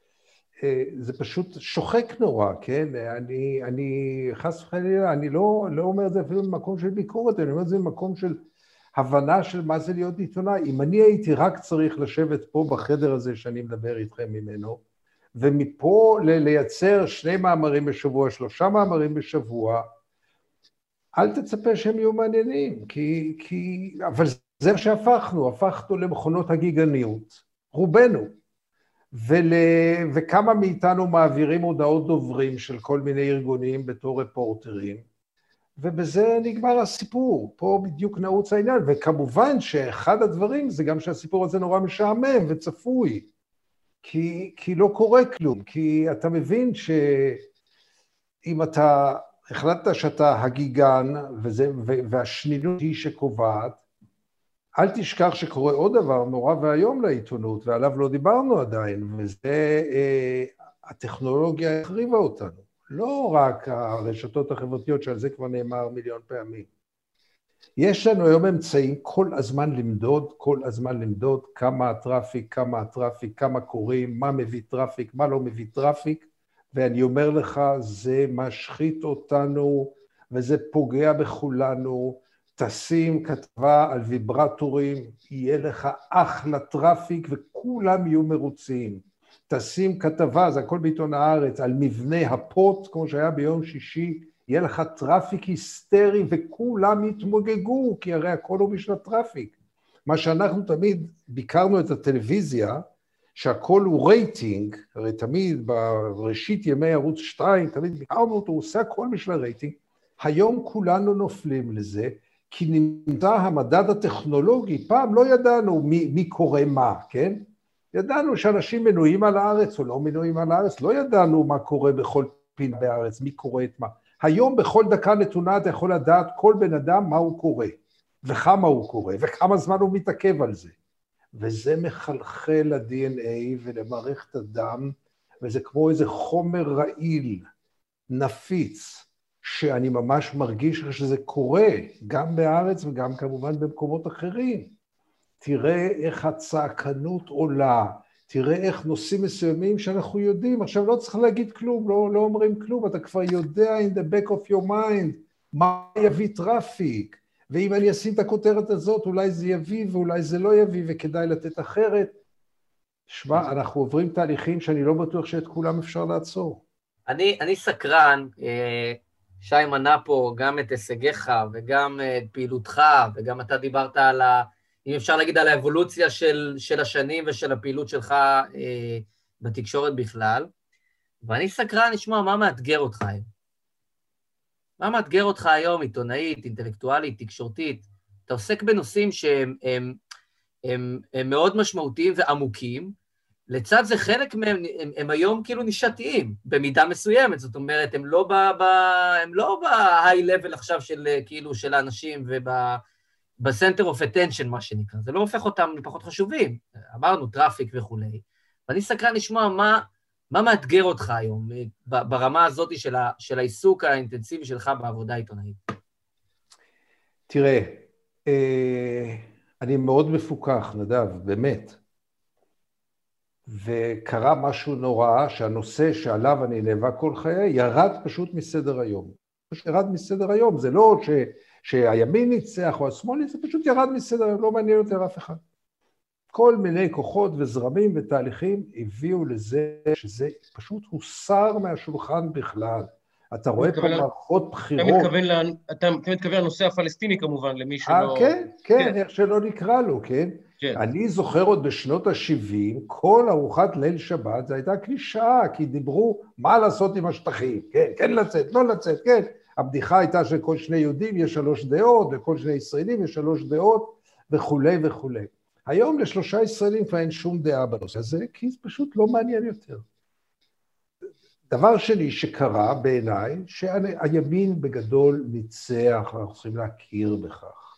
זה פשוט שוחק נורא, כן? אני חס וחלילה, אני לא אומר את זה אפילו במקום של ביקורת, אני אומר את זה במקום של הבנה של מה זה להיות עיתונאי. אם אני הייתי רק צריך לשבת פה בחדר הזה שאני מדבר איתכם ממנו, ומפה לייצר 2 מאמרים בשבוע, 3 מאמרים בשבוע, אל תצפה שהם יהיו מעניינים, אבל זה מה שהפכנו, הפכנו למכונות הגיגניות, רובנו. וכמה מאיתנו מעבירים הודעות דוברים של כל מיני ארגונים בתור רפורטרים, ובזה נגמר הסיפור, פה בדיוק נעוץ העניין, וכמובן שאחד הדברים זה גם שהסיפור הזה נורא משעמם וצפוי, כי לא קורה כלום, כי אתה מבין שאם אתה החלטת שאתה הגיגן, והשנינות היא שקובעת, אל תשכח שקורה עוד דבר נורא והיום לעיתונות, ועליו לא דיברנו עדיין, וזה הטכנולוגיה החריבה אותנו. לא רק הרשתות החברתיות, שעל זה כבר נאמר מיליון פעמים. יש לנו היום אמצעים כל הזמן למדוד כמה הטראפיק, כמה קוראים, מה מביא טראפיק, מה לא מביא טראפיק, ואני אומר לך, זה משחית אותנו, וזה פוגע בכולנו. תשים כתבה על ויברטורים, יהיה לך אחלה טראפיק, וכולם יהיו מרוצים. תשים כתבה, זה הכל בעיתון הארץ, על מבנה הפוט, כמו שהיה ביום שישי, יהיה לך טראפיק היסטרי, וכולם יתמוגגו, כי הרי הכל הוא בשביל הטראפיק. מה שאנחנו תמיד ביקרנו את הטלוויזיה, שהכל הוא רייטינג, הרי תמיד בראשית ימי ערוץ 2, תמיד ביקרנו אותו, הוא עושה הכל בשביל הרייטינג. היום כולנו נופלים לזה, כי נמצא המדד הטכנולוגי, פעם לא ידענו מי קורא מה, כן? ידענו שאנשים מנויים על הארץ או לא מנויים על הארץ, לא ידענו מה קורה בכל פינה בארץ, מי קורא את מה. היום בכל דקה נתונה אתה יכול לדעת כל בן אדם מה הוא קורא, וכמה הוא קורא, וכמה זמן הוא מתעכב על זה. וזה מחלחל ל-DNA ולמערכת הדם, וזה כמו איזה חומר רעיל, נפיץ, שאני ממש מרגיש שזה קורה, גם בארץ וגם כמובן במקומות אחרים. תראה איך הצעקנות עולה, תראה איך נושאים מסוימים שאנחנו יודעים, עכשיו לא צריך להגיד כלום, לא אומרים כלום, אתה כבר יודע in the back of your mind, מה יביא טראפיק, ואם אני אשים את הכותרת הזאת, אולי זה יביא ואולי זה לא יביא, וכדאי לתת אחרת. שמע, אנחנו עוברים תהליכים שאני לא בטוח שאת כולם אפשר לעצור.
אני סקרן, שי מנה פה גם את הישגיך וגם את פעילותך, וגם אתה דיברת על אם אפשר להגיד על האבולוציה של השנים ושל הפעילות שלך בתקשורת בכלל, ואני סקרן לשמוע מה מאתגר אותך היום. מה מאתגר אותך היום, עיתונאית, אינטלקטואלית, תקשורתית? אתה עוסק בנושאים שהם מאוד משמעותיים ועמוקים, לצד זה חלק מהם הם היום כאילו נישתיים, במידה מסוימת, זאת אומרת, הם לא ב-high level עכשיו של כאילו של האנשים ב-center of attention, מה שנקרא, זה לא הופך אותם לפחות חשובים, אמרנו טראפיק וכולי, ואני סקרן לשמוע מה מאתגר אותך היום, ברמה הזאת של העיסוק האינטנסיבי שלך בעבודה עיתונאית?
תראה, אני מאוד מפוקח, נדב, באמת. וקרה משהו נורא, שהנושא שעליו אני נאבק כל חיי, ירד פשוט מסדר היום. ירד מסדר היום, זה לא שהימין ניצח או השמאל ניצח, זה פשוט ירד מסדר היום, לא מעניין יותר אף אחד. כל מיני כוחות וזרמים ותהליכים הביאו לזה שזה פשוט הוסר מהשולחן בכלל. אתה רואה פה מערכות בחירות.
אתה מתכוון לנושא הפלסטיני כמובן, למי שלא...
כן, איך שלא נקרא לו, כן? אני זוכר עוד בשנות ה-70, כל ארוחת ליל שבת, זו הייתה קלישאה, כי דיברו מה לעשות עם השטחים, כן לצאת, לא לצאת, כן. הבדיחה הייתה שכל שני יהודים יש 3 דעות, וכל שני ישראלים יש 3 דעות, וכולי וכולי. היום ל3 ישראלים כבר אין שום דעה בנושא הזה, כי זה פשוט לא מעניין יותר. דבר שני שקרה בעיניי, שהימין בגדול ניצח, ואנחנו צריכים להכיר בכך,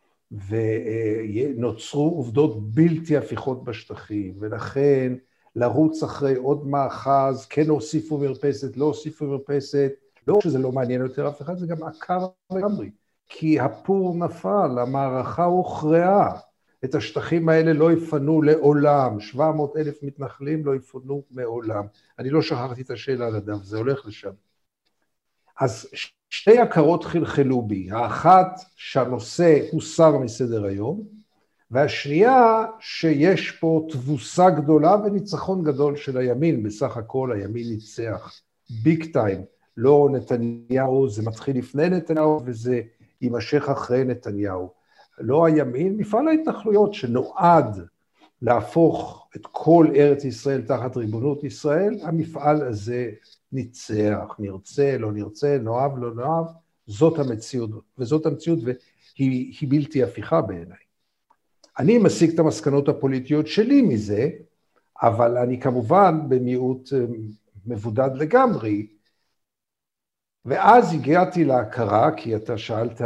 ונוצרו עובדות בלתי הפיכות בשטחים, ולכן לרוץ אחרי עוד מאחז, כן הוסיפו מרפסת, לא הוסיפו מרפסת, לא שזה לא מעניין יותר אף אחד, זה גם עקר לגמרי, כי הפור נפל, המערכה הוכרעה, את השטחים האלה לא יפנו לעולם, 700,000 מתנחלים לא יפנו מעולם. אני לא שכחתי את השאלה על הדף, זה הולך לשם. אז 2 הכרות חלחלו בי, האחת שהנושא הוסר מסדר היום, והשנייה שיש פה תבוסה גדולה וניצחון גדול של הימין, בסך הכל הימין ניצח, ביג טיים, לא נתניהו, זה מתחיל לפני נתניהו וזה יימשך אחרי נתניהו. לא הימין, מפעל ההתנחלויות שנועד להפוך את כל ארץ ישראל תחת ריבונות ישראל, המפעל הזה ניצח, נרצה, לא נרצה, נאהב, לא נאהב, זאת המציאות, וזאת המציאות, והיא בלתי הפיכה בעיניי. אני מסיק את המסקנות הפוליטיות שלי מזה, אבל אני כמובן במיעוט מבודד לגמרי, ואז הגעתי להכרה, כי אתה שאלת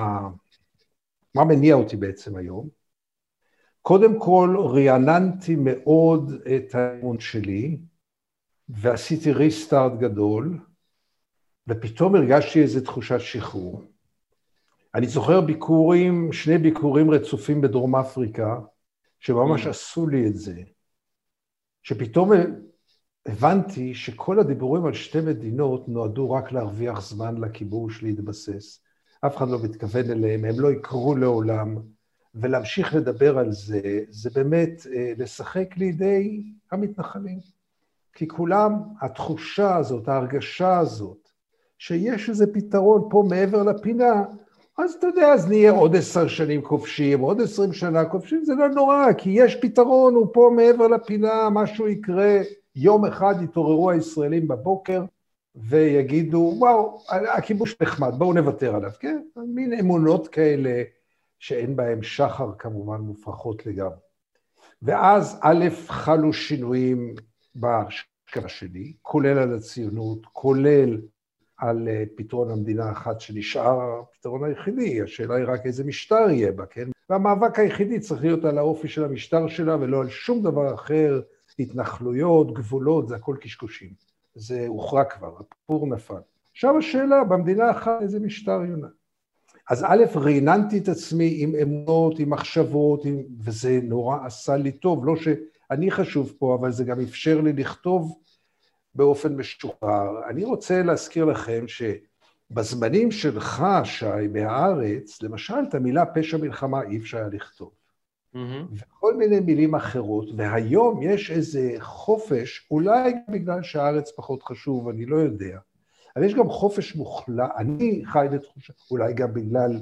מה מניע אותי בעצם היום. קודם כל, רעננתי מאוד את האמון שלי, ועשיתי ריסטארט גדול, ופתאום הרגשתי איזו תחושת שחרור. אני זוכר שני ביקורים רצופים בדרום אפריקה, שממש עשו לי את זה. שפתאום הבנתי שכל הדיבורים על שתי מדינות נועדו רק להרוויח זמן לכיבוש, להתבסס. אף אחד לא מתכוון אליהם, הם לא יקרו לעולם, ולהמשיך לדבר על זה, זה באמת לשחק לידי המתנחלים. כי כולם, התחושה הזאת, ההרגשה הזאת, שיש איזה פתרון פה מעבר לפינה, אז אתה יודע, אז נהיה עוד 10 שנים כובשים, עוד 20 שנה כובשים, זה לא נורא, כי יש פתרון, הוא פה מעבר לפינה, משהו יקרה, יום אחד יתעוררו הישראלים בבוקר, ויגידו, וואו, הכיבוש נחמד, בואו נוותר עליו, כן? מין אמונות כאלה, שאין בהם שחר כמובן מופרכות לגמרי. ואז א' חלו שינויים בהשקפה שלי, כולל על הציונות, כולל על פתרון המדינה האחת שנשאר הפתרון היחידי, השאלה היא רק איזה משטר יהיה בה, כן? והמאבק היחידי צריך להיות על האופי של המשטר שלה, ולא על שום דבר אחר, התנחלויות, גבולות, זה הכל קשקושים. זה הוכרע כבר, הפור נפל. עכשיו השאלה, במדינה האחת איזה משטר יונה. אז א', רעננתי את עצמי עם אמונות, עם מחשבות, וזה נורא עשה לי טוב, לא שאני חשוב פה, אבל זה גם אפשר לי לכתוב באופן משוחרר. אני רוצה להזכיר לכם שבזמנים שלך, שי, בהארץ, למשל, את המילה פשע מלחמה אי אפשר היה לכתוב. וכל מיני מילים אחרות, והיום יש איזה חופש, אולי בגלל שהארץ פחות חשוב, אני לא יודע, אבל יש גם חופש מוחלט, אני חי לתחושה, אולי גם בגלל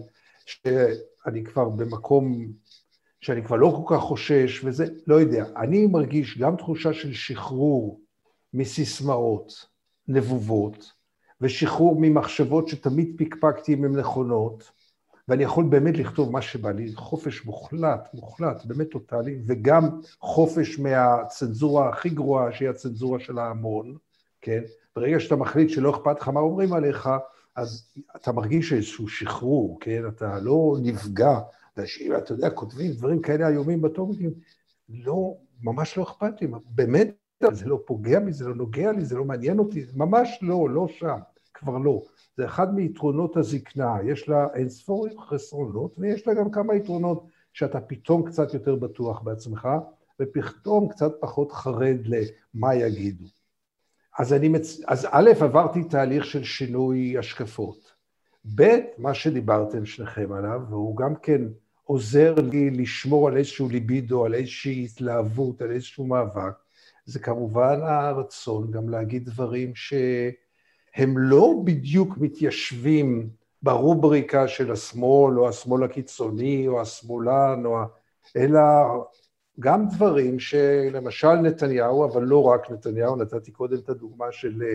שאני כבר במקום שאני כבר לא כל כך חושש, וזה, לא יודע, אני מרגיש גם תחושה של שחרור מסיסמאות, נבובות, ושחרור ממחשבות שתמיד פיקפקתי אם הן נכונות, ואני יכול באמת לכתוב מה שבא לי, חופש מוחלט, באמת טוטלי, וגם חופש מהצנזורה הכי גרועה, שהיא הצנזורה של ההמון, כן? ברגע שאתה מחליט שלא אכפת לך מה אומרים עליך, אז אתה מרגיש איזשהו שחרור, כן? אתה לא נפגע, אתה יודע, כותבים דברים כאלה איומים בטוקבקים, לא, ממש לא אכפת לי, באמת, זה לא פוגע בי, זה לא נוגע לי, זה לא מעניין אותי, ממש לא שם, כבר לא. זה אחד מיתרונות הזקנה, יש לה אינספור חסרונות, ויש לה גם כמה יתרונות שאתה פתאום קצת יותר בטוח בעצמך, ופתאום קצת פחות חרד למה יגידו. אז א', עברתי תהליך של שינוי השקפות. ב', מה שדיברתם שניכם עליו, והוא גם כן עוזר לי לשמור על איזשהו ליבידו, על איזושהי התלהבות, על איזשהו מאבק, זה כמובן הרצון גם להגיד דברים שהם לא בדיוק מתיישבים ברובריקה של השמאל, או השמאל הקיצוני, או השמאלן, אלא גם דברים שלמשל נתניהו, אבל לא רק נתניהו, נתתי קודם את הדוגמה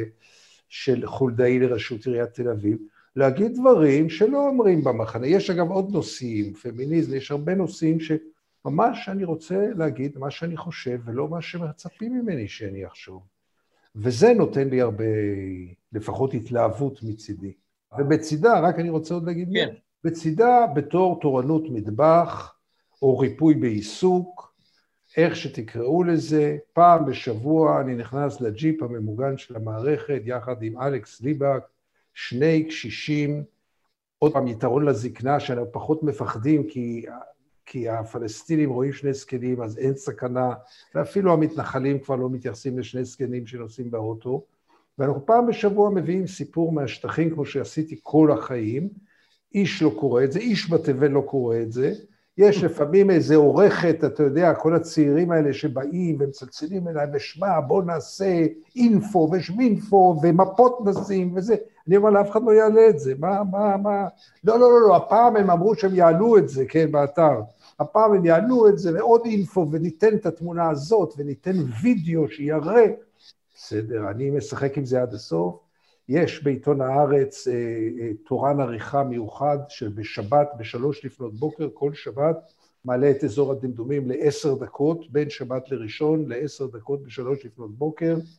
של חולדאי לראשות עיריית תל אביב, להגיד דברים שלא אומרים במחנה. יש אגב עוד נושאים, פמיניזם, יש הרבה נושאים שממש אני רוצה להגיד מה שאני חושב, ולא מה שמצפים ממני שאני אחשוב. וזה נותן לי הרבה, לפחות התלהבות מצידי. ובצידה, רק אני רוצה עוד להגיד,
כן.
בצידה בתור תורנות מטבח, או ריפוי בעיסוק, איך שתקראו לזה, פעם בשבוע אני נכנס לג'יפ הממוגן של המערכת, יחד עם אלכס ליבק, 2 קשישים, עוד פעם יתרון לזקנה, שאנחנו פחות מפחדים, כי הפלסטינים רואים 2 זקנים, אז אין סכנה, ואפילו המתנחלים כבר לא מתייחסים ל2 זקנים שנוסעים באוטו, ואנחנו פעם בשבוע מביאים סיפור מהשטחים, כמו שעשיתי כל החיים, איש לא קורא את זה, איש בתבל לא קורא את זה, יש לפעמים איזה עורכת, אתה יודע, כל הצעירים האלה שבאים ומצלצלים אליי, ושמע, בוא נעשה אינפו ושמינפו ומפות נשים וזה. אני אומר, לאף אחד לא יעלה את זה. מה? לא, הפעם הם אמרו שהם יעלו את זה, כן, באתר. הפעם הם יעלו את זה, ועוד אינפו, וניתן את התמונה הזאת, וניתן וידאו שיראה. בסדר, אני משחק עם זה עד הסוף. יש בעיתון הארץ תורן עריכה מיוחד שבשבת, ב3 לפנות בוקר, כל שבת, מעלה את אזור הדמדומים ל10 דקות, בין שבת לראשון ל10 דקות ב3 לפנות בוקר.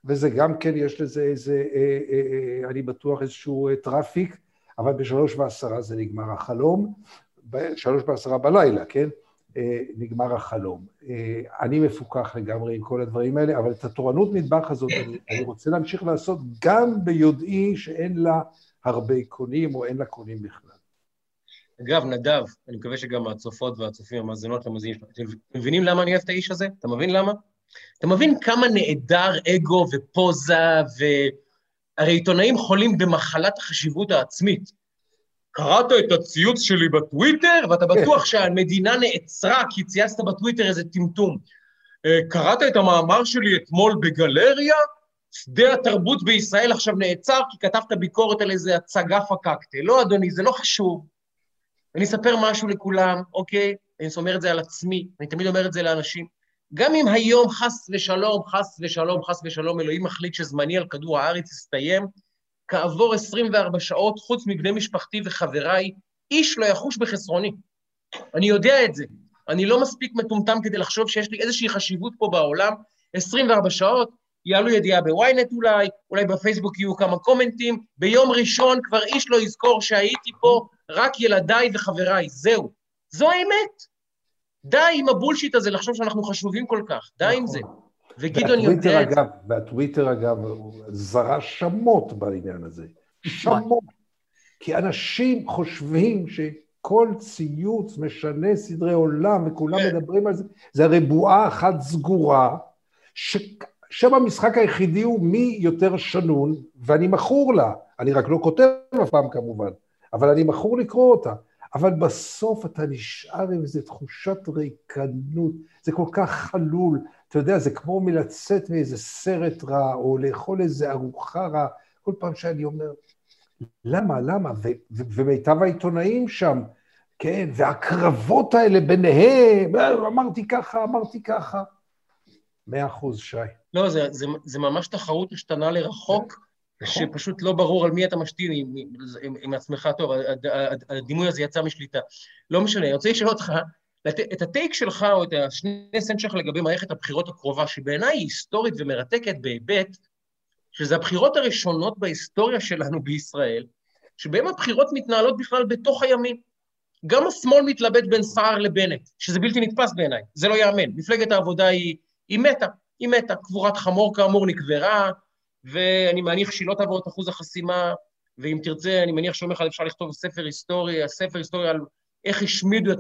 וזה גם כן, יש לזה אני בטוח איזשהו טראפיק, אבל ב3:10 זה נגמר החלום, ב3:10 בלילה, כן? נגמר החלום. אני מפוקח לגמרי עם כל הדברים האלה, אבל את התורנות מטבח הזאת אני רוצה להמשיך לעשות גם ביודעי שאין לה הרבה קונים או אין לה קונים בכלל.
אגב, נדב, אני מקווה שגם הצופות והצופים, המאזינות למאזינים, אתם מבינים למה אני אוהב את האיש הזה? אתה מבין למה? אתה מבין כמה נעדר אגו ופוזה, והרי עיתונאים חולים במחלת החשיבות העצמית. קראת את הציוץ שלי בטוויטר, ואתה בטוח שהמדינה נעצרה, כי צייצת בטוויטר איזה טמטום. קראת את המאמר שלי אתמול בגלריה, שדה התרבות בישראל עכשיו נעצר, כי כתבת ביקורת על איזה הצגה פקקטה. לא, אדוני, זה לא חשוב. אני אספר משהו לכולם, אוקיי? אני אומר את זה על עצמי, אני תמיד אומר את זה לאנשים. גם אם היום חס ושלום, חס ושלום, חס ושלום, אלוהים מחליט שזמני על כדור הארץ יסתיים, כעבור 24 שעות, חוץ מבני משפחתי וחבריי, איש לא יחוש בחסרוני. אני יודע את זה. אני לא מספיק מטומטם כדי לחשוב שיש לי איזושהי חשיבות פה בעולם. 24 שעות, יעלו ידיעה בוויינט אולי בפייסבוק יהיו כמה קומנטים, ביום ראשון כבר איש לא יזכור שהייתי פה, רק ילדיי וחבריי, זהו. זו האמת. די עם הבולשיט הזה לחשוב שאנחנו חשובים כל כך, די עם זה. וגדעון יודע את זה.
והטוויטר אגב, זרה שמות בעניין הזה. שמות. כי אנשים חושבים שכל ציוץ משנה סדרי עולם, וכולם מדברים על זה. זה הרי בועה אחת סגורה, שם המשחק היחידי הוא מי יותר שנון, ואני מכור לה. אני רק לא כותב אף פעם כמובן, אבל אני מכור לקרוא אותה. אבל בסוף אתה נשאר עם איזו תחושת ריקנות, זה כל כך חלול, אתה יודע, זה כמו מלצאת מאיזה סרט רע, או לאכול איזה ארוחה רע, כל פעם שאני אומר, למה? ומיטב העיתונאים שם, כן, והקרבות האלה ביניהם, אמרתי ככה, 100% שי.
לא, זה ממש תחרות משתנה לרחוק, שפשוט לא ברור על מי אתה משתין עם עצמך טוב, הדימוי הזה יצא משליטה. לא משנה, אני רוצה לשאול אותך, את הטייק שלך או את השני סנט שלך לגבי מערכת הבחירות הקרובה, שבעיניי היא היסטורית ומרתקת בהיבט, שזה הבחירות הראשונות בהיסטוריה שלנו בישראל, שבהן הבחירות מתנהלות בכלל בתוך הימין. גם השמאל מתלבט בין סער לבנט, שזה בלתי נתפס בעיניי, זה לא יאמן. מפלגת העבודה היא מתה, קבורת חמור כאמור נקברה, ואני מניח שהיא לא תעבור את אחוז החסימה, ואם תרצה, אני מניח שיום אחד אפשר לכתוב ספר היסטוריה על איך השמידו את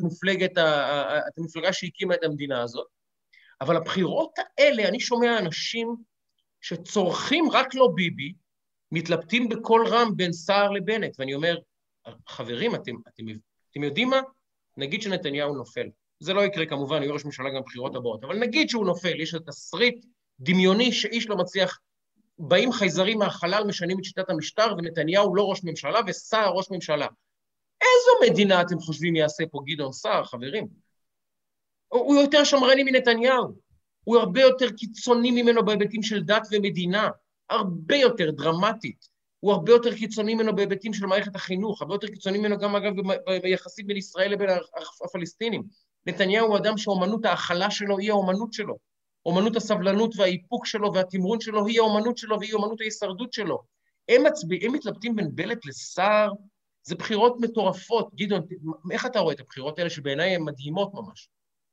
המפלגה שהקימה את המדינה הזאת. אבל הבחירות האלה, אני שומע אנשים שצורכים רק לא ביבי, מתלבטים בכל רם בין סער לבנט, ואני אומר, חברים, אתם יודעים מה? נגיד שנתניהו נופל. זה לא יקרה כמובן, הוא יהיה ראש ממשלה גם בחירות הבאות, אבל נגיד שהוא נופל, יש תסריט דמיוני שאיש לא מצליח, באים חייזרים מהחלל, משנים את שיטת המשטר, ונתניהו לא ראש ממשלה, וסער ראש ממשלה. איזו מדינה אתם חושבים יעשה פה גדעון סער, חברים? הוא יותר שמרני מנתניהו, הוא הרבה יותר קיצוני ממנו בהיבטים של דת ומדינה, הרבה יותר דרמטית, הוא הרבה יותר קיצוני ממנו בהיבטים של מערכת החינוך, הרבה יותר קיצוני ממנו גם אגב ביחסים בין ישראל לבין הפלסטינים. נתניהו הוא אדם שאומנות ההכלה שלו היא האומנות שלו, אומנות הסבלנות והאיפוק שלו והתמרון שלו היא האומנות שלו והיא אומנות ההישרדות שלו. הם מתלבטים בין בלט לסער, זה בחירות מטורפות. גדעון, איך אתה רואה את הבחירות האלה שבעיניי הן מדהימות ממש?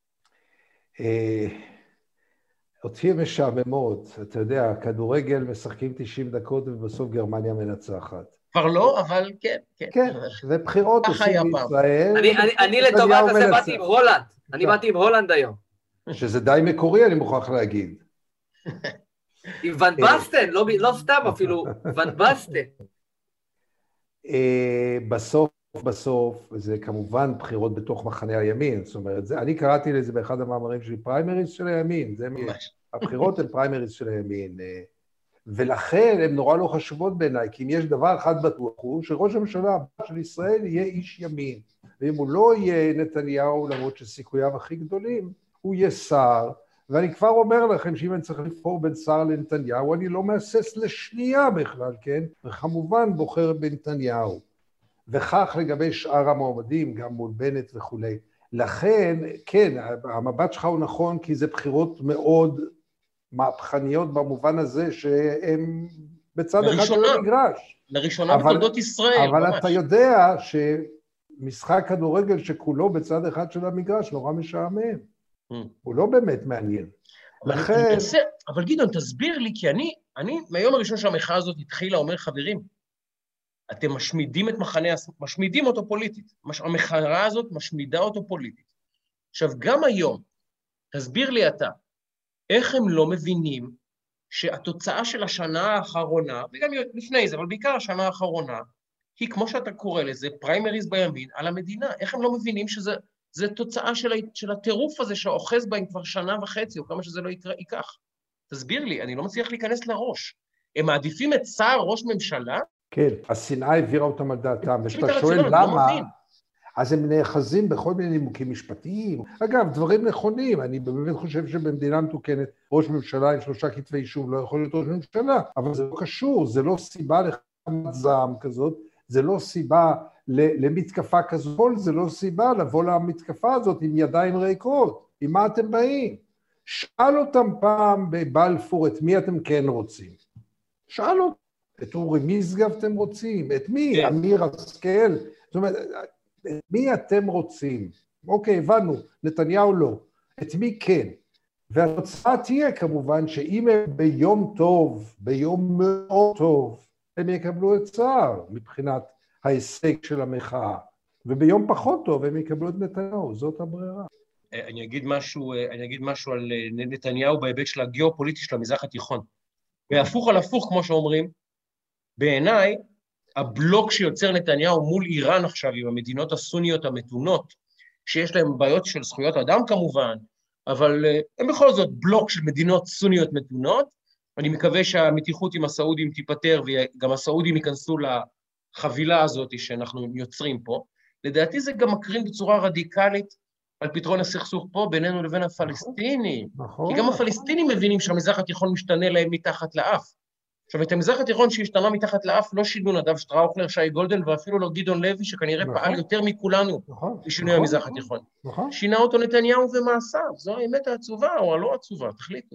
אותי משעממות, אתה יודע, כדורגל משחקים 90 דקות ובסוף גרמניה מנצחת.
כבר לא, אבל כן.
כן, זה בחירות עושים בישראל.
אני לטובת הזה באתי עם הולנד, אני באתי עם הולנד היום. שזה
די מקורי, אני מוכרח להגיד.
עם ון בסטן, לא סתם אפילו, ון בסטן.
בסוף, זה כמובן בחירות בתוך מחנה הימין, זאת אומרת, אני קראתי לזה באחד המאמרים שלי, פריימריז של הימין, הבחירות הן פריימריז של הימין, ולכן הן נורא לא חשובות בעיניי, כי אם יש דבר אחד בטוח הוא, שראש הממשלה של ישראל יהיה איש ימין, ואם הוא לא יהיה נתניהו, למרות שסיכוייו הכי גדולים, הוא יהיה שר, ואני כבר אומר לכם שאם אני צריך לבחור בין שר לנתניהו, אני לא מהסס לשנייה בכלל, כן? וכמובן בוחר בנתניהו. וכך לגבי שאר המועמדים, גם מול בנט וכו'. לכן, כן, המבט שלך הוא נכון, כי זה בחירות מאוד מהפכניות במובן הזה שהן בצד אחד של המגרש.
לראשונה בתולדות ישראל,
אבל
ממש.
אתה יודע שמשחק כדורגל שכולו בצד אחד של המגרש נורא משעמם. הוא לא באמת מעניין.
אבל גדעון, תסביר לי, כי אני מהיום הראשון שהמחאה הזאת התחילה, אומר חברים, אתם משמידים את מחנה, משמידים אותו פוליטית. המחאה הזאת משמידה אותו פוליטית. עכשיו, גם היום, תסביר לי אתה, איך הם לא מבינים שהתוצאה של השנה האחרונה, וגם לפני זה, אבל בעיקר השנה האחרונה, היא, כמו שאתה קורא לזה, פריימריז בימין על המדינה. איך הם לא מבינים שזה תוצאה של הטירוף הזה שאוחז בהם כבר שנה וחצי, או כמה שזה לא ייקח? תסביר לי, אני לא מצליח להיכנס לראש. הם מעדיפים את שר ראש ממשלה?
כן, השנאה העבירה אותם על דעתם, ושאתה שואל למה, אז הם נאחזים בכל מיני נימוקים משפטיים. אגב, דברים נכונים, אני באמת חושב שבמדינה מתוקנת ראש ממשלה עם 3 כתבי אישום לא יכול להיות ראש ממשלה, אבל זה לא קשור, זה לא סיבה לחמת זעם כזאת, זה לא סיבה למתקפה כזאת, זה לא סיבה לבוא למתקפה הזאת עם ידיים ריקות. עם מה אתם באים? שאל אותם פעם בבלפור את מי אתם כן רוצים. שאל אותם, את אורי משגב אתם רוצים? את מי? כן. אמיר השכל? זאת אומרת, את מי אתם רוצים? אוקיי, הבנו, נתניהו לא. את מי כן? והתוצאה תהיה כמובן שאם הם ביום טוב, ביום מאוד טוב, הם יקבלו את סער מבחינת ההישג של המחאה, וביום פחות טוב הם יקבלו את נתניהו, זאת הברירה.
אני אגיד משהו על נתניהו בהיבט של הגיאופוליטי של המזרח התיכון. והפוך על הפוך, כמו שאומרים, בעיניי, הבלוק שיוצר נתניהו מול איראן עכשיו, עם המדינות הסוניות המתונות, שיש להם בעיות של זכויות אדם כמובן, אבל הם בכל זאת בלוק של מדינות סוניות מתונות, אני מקווה שהמתיחות עם הסעודים תיפטר, וגם הסעודים ייכנסו לחבילה הזאת שאנחנו יוצרים פה. לדעתי זה גם מקרין בצורה רדיקלית על פתרון הסכסוך פה בינינו לבין הפלסטינים. כי גם הפלסטינים מבינים שהמזרח התיכון משתנה להם מתחת לאף. עכשיו, את המזרח התיכון שהשתנה מתחת לאף לא שינו נדב שטראוכלר, שי גולדן, ואפילו לא גדעון לוי, שכנראה פעל יותר מכולנו לשינוי המזרח התיכון. שינה אותו נתניהו ומעשיו. זו האמת העצובה או הלא עצובה, תחליטו.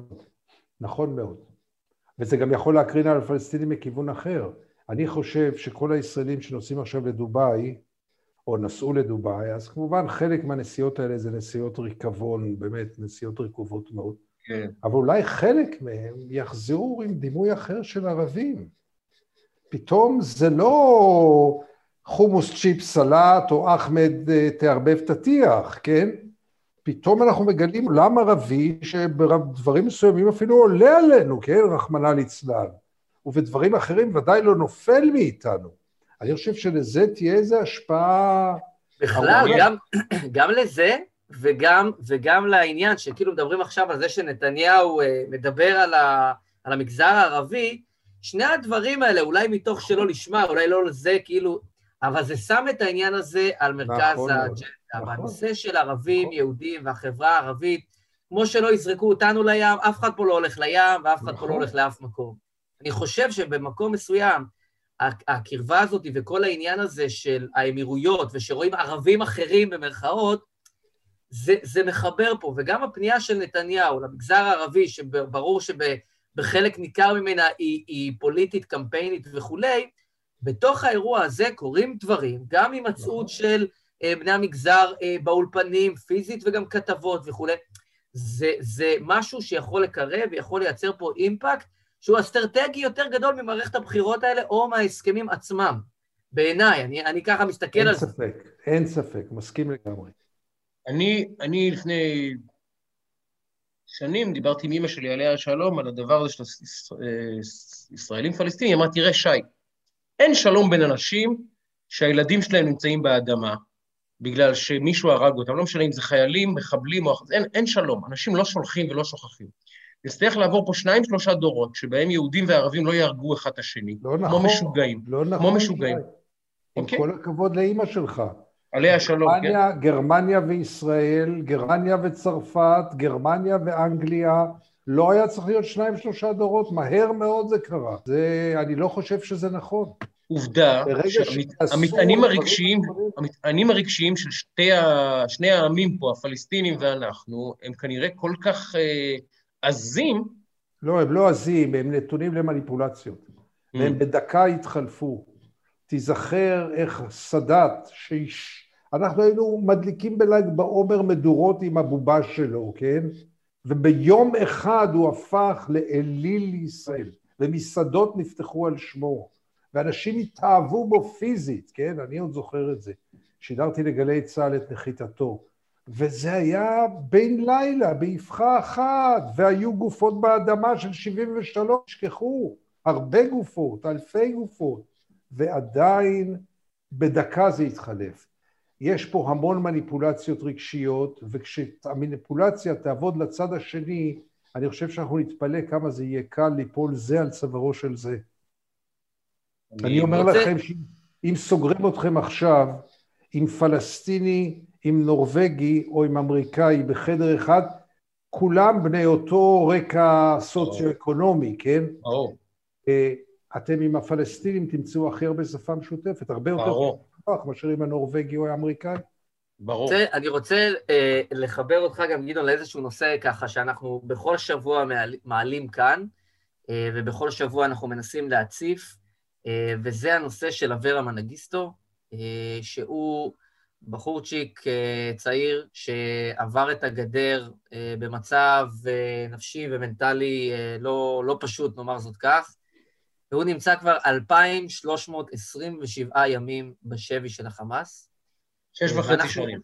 נכון מאוד. וזה גם יכול להקרין על הפלסטינים מכיוון אחר. אני חושב שכל הישראלים שנוסעים עכשיו לדובאי, או נסעו לדובאי, אז כמובן חלק מהנסיעות האלה זה נסיעות ריקבון, באמת נסיעות ריקובות מאוד. כן. אבל אולי חלק מהם יחזרו עם דימוי אחר של ערבים. פתאום זה לא חומוס צ'יפ סלט או אחמד תערבב תתיח, כן? פתאום אנחנו מגלים עולם ערבי שבדברים מסוימים אפילו עולה עלינו, כן? רחמנא ליצלן. ובדברים אחרים ודאי לא נופל מאיתנו. אני חושב שלזה תהיה איזו השפעה...
בכלל, גם לזה, וגם לעניין שכאילו מדברים עכשיו על זה שנתניהו מדבר על המגזר הערבי, שני הדברים האלה, אולי מתוך שלא לשמה, אולי לא לזה, כאילו, אבל זה שם את העניין הזה על מרכז האג'נדה. והנושא של ערבים, יהודים והחברה הערבית, כמו שלא יזרקו אותנו לים, אף אחד פה לא הולך לים, ואף אחד פה לא הולך לאף מקום. אני חושב שבמקום מסוים, הקרבה הזאת וכל העניין הזה של האמירויות, ושרואים ערבים אחרים במרכאות, זה מחבר פה, וגם הפנייה של נתניהו למגזר הערבי, שברור שבחלק ניכר ממנה היא פוליטית, קמפיינית וכולי, בתוך האירוע הזה קורים דברים, גם הימצאות של בני המגזר באולפנים, פיזית וגם כתבות וכולי, זה משהו שיכול לקרב ויכול לייצר פה אימפקט, שהוא אסטרטגי יותר גדול ממערכת הבחירות האלה, או מההסכמים עצמם. בעיניי, אני ככה מסתכל על זה.
אין ספק, מסכים לגמרי.
אני לפני שנים דיברתי עם אמא שלי עליה השלום, על הדבר הזה של ישראלים פלסטינים, אמרתי, תראה שי, אין שלום בין אנשים שהילדים שלהם נמצאים באדמה, בגלל שמישהו הרג אותם, לא משנה אם זה חיילים, מחבלים, אין שלום, אנשים לא שולחים ולא שוכחים. נצטרך לעבור פה 2-3 דורות, שבהם יהודים וערבים לא יהרגו אחד את השני, כמו משוגעים.
לא נכון. כמו משוגעים. עם כל הכבוד לאמא שלך.
עליה שלום, כן?
גרמניה וישראל, גרמניה וצרפת, גרמניה ואנגליה, לא היה צריך להיות 2-3 דורות, מהר מאוד זה קרה. אני לא חושב שזה נכון.
עובדה, המטענים הרגשיים של שני העמים פה, הפלסטינים ואנחנו, הם כנראה כל כך עזים.
לא, הם לא עזים, הם נתונים למניפולציות. והם בדקה התחלפו. תיזכר איך סאדאת, אנחנו היינו מדליקים בל"ג בעומר מדורות עם הבובה שלו, כן? וביום אחד הוא הפך לאליל לישראל, ומסעדות נפתחו על שמו, ואנשים התאהבו בו פיזית, כן? אני עוד זוכר את זה. שידרתי לגלי צה"ל את נחיתתו, וזה היה בין לילה, באבחה אחת, והיו גופות באדמה של 73, שכחו, הרבה גופות, אלפי גופות, ועדיין בדקה זה התחלף. יש פה המון מניפולציות רגשיות, וכשהמניפולציה תעבוד לצד השני, אני חושב שאנחנו נתפלא כמה זה יהיה קל ליפול זה על צווארו של זה. אני אומר לכם שאם סוגרים אתכם עכשיו, עם פלסטיני, עם נורווגי או עם אמריקאי בחדר אחד, כולם בני אותו רקע סוציו-אקונומי, כן? אתם עם הפלסטינים תמצאו הכי הרבה שפה משותפת, הרבה יותר טוב מאשר עם הנורווגי או האמריקאי.
ברור.
אני רוצה לחבר אותך גם, גדעון, לאיזשהו נושא ככה, שאנחנו בכל שבוע מעלים כאן, ובכל שבוע אנחנו מנסים להציף, וזה הנושא של אברה מנגיסטו, שהוא בחורצ'יק צעיר שעבר את הגדר במצב נפשי ומנטלי לא פשוט, נאמר זאת כך, והוא נמצא כבר 2,327 ימים בשבי של החמאס.
6.5 שנים.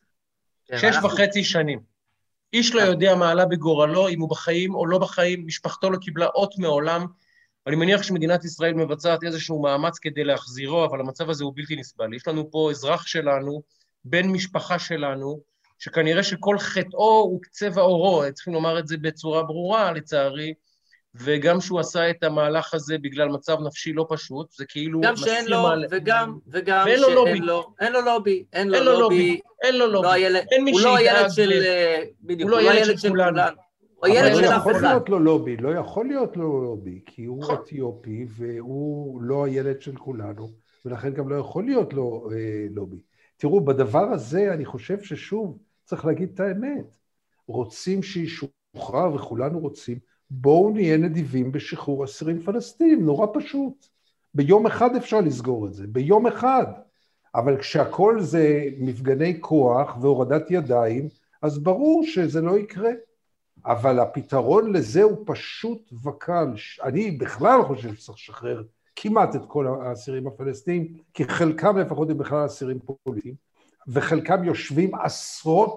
6.5 שנים. איש לא יודע מה עלה בגורלו, אם הוא בחיים או לא בחיים, משפחתו לא קיבלה אות מעולם, אני מניח שמדינת ישראל מבצעת איזשהו מאמץ כדי להחזירו, אבל המצב הזה הוא בלתי נסבל. יש לנו פה אזרח שלנו, בן משפחה שלנו, שכנראה שכל חטאו הוא צבע אורו, צריכים לומר את זה בצורה ברורה, לצערי, וגם שהוא עשה את המהלך הזה בגלל מצב נפשי לא פשוט, זה כאילו...
גם שאין לו, וגם שאין לו, אין לו לובי, אין לו לובי, הוא לא הילד של... בדיוק, הוא לא הילד של כולנו.
אבל לא יכול להיות לו לובי, לא יכול להיות לו לובי, כי הוא אתיופי והוא לא הילד של כולנו, ולכן גם לא יכול להיות לו לובי. תראו, בדבר הזה אני חושב ששוב צריך להגיד את האמת. רוצים שישוחרר וכולנו רוצים, בואו נהיה נדיבים בשחרור אסירים פלסטינים, נורא פשוט. ביום אחד אפשר לסגור את זה, ביום אחד. אבל כשהכל זה מפגני כוח והורדת ידיים, אז ברור שזה לא יקרה. אבל הפתרון לזה הוא פשוט וקל. אני בכלל חושב שצריך לשחרר כמעט את כל האסירים הפלסטינים, כי חלקם לפחות הם בכלל אסירים פוליטיים, וחלקם יושבים עשרות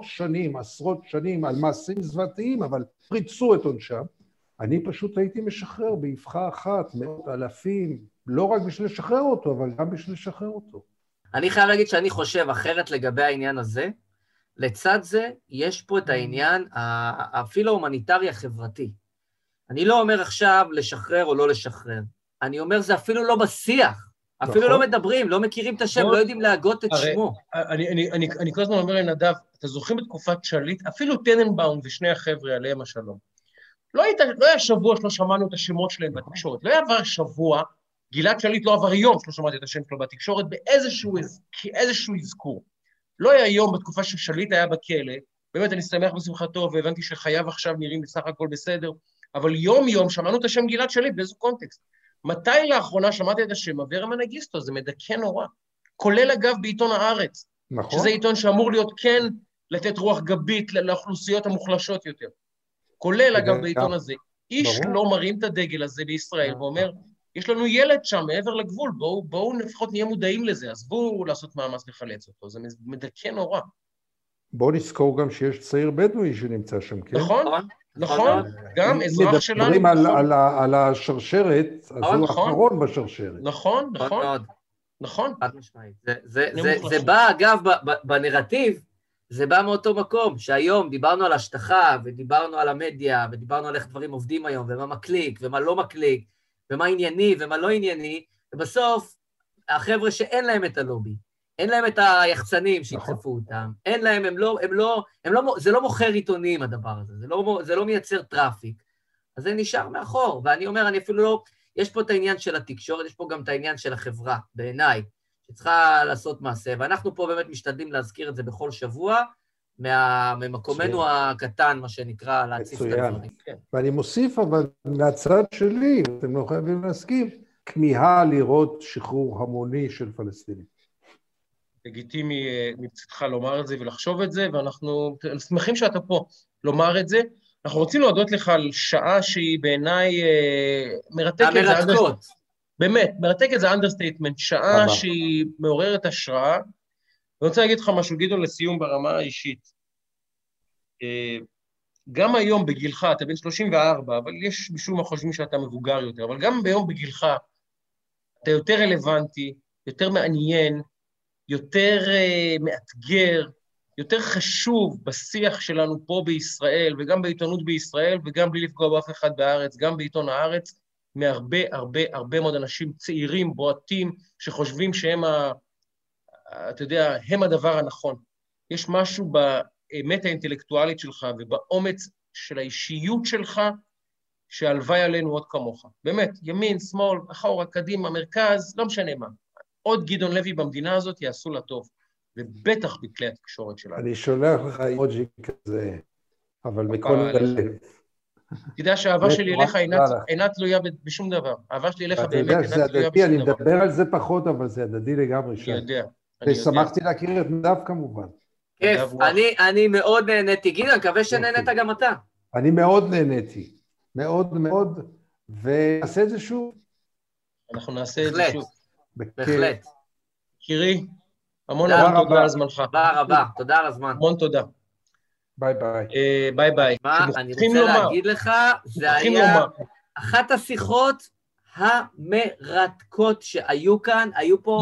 שנים על מעשים זוועתיים, אבל פריצו את עונשם. אני פשוט הייתי משחרר באבחה אחת, מאות אלפים, לא רק בשביל לשחרר אותו, אבל גם בשביל לשחרר אותו.
אני חייב להגיד שאני חושב אחרת לגבי העניין הזה, לצד זה, יש פה את העניין אפילו ההומניטרי החברתי. אני לא אומר עכשיו לשחרר או לא לשחרר. אני אומר, זה אפילו לא בשיח. אפילו לא מדברים, לא מכירים את השם, לא יודעים להגות את שמו.
אני כל הזמן אומר לנדב, אתה זוכרים בתקופת שליט, אפילו טננבאום ושני החבר'ה עליהם השלום. לא היה שבוע שלא שמענו את השמות שלהם בתקשורת. לא עבר שבוע, גלעד שליט לא עבר יום שלא שמעתי את השם שלו בתקשורת, באיזשהו אזכור. לא היה יום בתקופה ששליט היה בכלא, באמת אני שמח בשמחתו, והבנתי שחייו עכשיו נראים בסך הכל בסדר, אבל יום שמענו את השם גלעד שליט, באיזו קונטקסט. מתי לאחרונה שמעתי את השם אברה מנגיסטו? זה מדכא נורא. כולל אגב בעיתון הארץ,
נכון.
שזה עיתון שאמור להיות כן לתת רוח גבית לאוכלוסיות המוחלשות יותר. כולל אגב בעיתון הזה. איש לא מרים את הדגל הזה בישראל ואומר, יש לנו ילד שם מעבר לגבול, בואו לפחות נהיה מודעים לזה, אז בואו לעשות מאמץ לחלץ אותו, זה מדכא נורא.
בואו נזכור גם שיש צעיר בדואי שנמצא שם, כן?
נכון, גם אזרח שלנו.
מדברים על השרשרת, אז הוא האחרון בשרשרת.
נכון.
זה בא, אגב, בנרטיב, זה בא מאותו מקום, שהיום דיברנו על השטחה, ודיברנו על המדיה, ודיברנו על איך דברים עובדים היום, ומה מקליק, ומה לא מקליק, ומה ענייני ומה לא ענייני, ובסוף, החבר'ה שאין להם את הלובי, אין להם את היחצנים שיצפו אותם, אין להם, זה לא מוכר עיתונים הדבר הזה, זה לא מייצר טראפיק, אז זה נשאר מאחור, ואני אומר, אני אפילו לא, יש פה את העניין של התקשורת, יש פה גם את העניין של החברה, בעיניי, שצריכה לעשות מעשה, ואנחנו פה באמת משתדלים להזכיר את זה בכל שבוע, ממקומנו הקטן, מה שנקרא, להציף את הדברים.
ואני מוסיף, אבל מהצד שלי, אתם לא חייבים להסכים, כמיהה לראות שחרור המוני של פלסטינים.
לגיטימי מצדך לומר את זה ולחשוב את זה, ואנחנו שמחים שאתה פה לומר את זה. אנחנו רוצים להודות לך על שעה שהיא בעיניי מרתקת.
המרתקות.
באמת, מרתקת זה אנדרסטייטמנט, שעה שהיא מעוררת השראה. אני רוצה להגיד לך משהו, גדעון, לסיום ברמה האישית. גם היום בגילך, אתה בן 34, אבל יש משום מה חושבים שאתה מבוגר יותר, אבל גם ביום בגילך, אתה יותר רלוונטי, יותר מעניין, יותר מאתגר, יותר חשוב בשיח שלנו פה בישראל, וגם בעיתונות בישראל, וגם בלי לפגוע באף אחד בארץ, גם בעיתון הארץ, מהרבה הרבה הרבה מאוד אנשים צעירים, בועטים, שחושבים שהם אתה יודע, הם הדבר הנכון. יש משהו באמת האינטלקטואלית שלך ובאומץ של האישיות שלך, שהלוואי עלינו עוד כמוך. באמת, ימין, שמאל, אחורה, קדימה, מרכז, לא משנה מה. עוד גדעון לוי במדינה הזאת יעשו לה טוב, ובטח בכלי התקשורת שלנו.
אני שולח לך אימוג'י כזה, אבל מכל הלב.
תדע שהאהבה שלי אליך אינה תלויה בשום דבר. האהבה שלי אליך באמת אינה תלויה בשום דבר.
אני מדבר על זה פחות, אבל זה הדדי לגמרי.
אני יודע.
ושמחתי להכיר את נדב כמובן.
כיף, אני מאוד נהניתי. גדעון, אני מקווה שנהנית גם אתה.
אני מאוד נהניתי. מאוד מאוד, ונעשה את זה שוב.
אנחנו נעשה את זה שוב.
בהחלט.
קירי, המון תודה על זמנך.
תודה רבה, תודה על הזמן.
המון תודה.
ביי ביי.
ביי ביי.
מה, אני רוצה להגיד לך, זה היה אחת השיחות המרתקות שהיו כאן, היו פה...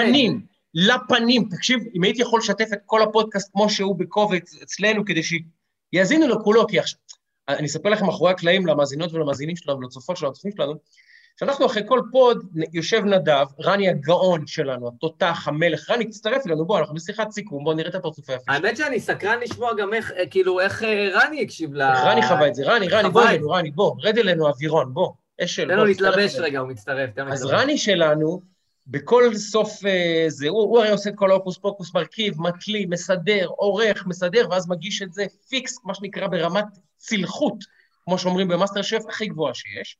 לפנים. תקשיב, אם הייתי יכול לשתף את כל הפודקאסט כמו שהוא בקובץ אצלנו, כדי שיאזינו לכולו, כי עכשיו, אני אספר לכם אחורי הקלעים למאזינות ולמאזינים שלנו, ולצופות שלנו, לצופים שלנו, שאנחנו אחרי כל פוד יושב נדב, רני הגאון שלנו, התותח, המלך, רני, תצטרף אלינו, בוא, אנחנו בשיחת סיכום, בוא נראה את הפרצופי היפה.
האמת שאני סקרן לשמוע גם איך רני הקשיב
רני חווה את זה, רני, בוא אלינו, רני, בוא, רד אלינו אווירון, בוא, אשל, בוא.
תן לו להתלבש רגע, הוא מצטרף.
אז רני שלנו, בכל סוף זה, הוא הרי עושה את כל האופוס פוקוס, מרכיב, מקלי, מסדר, עורך, מסדר, ואז מגיש את זה פיקס, מה שנקרא ברמת צלחות, כמו שאומרים במאסטר שף, הכי גבוהה שיש.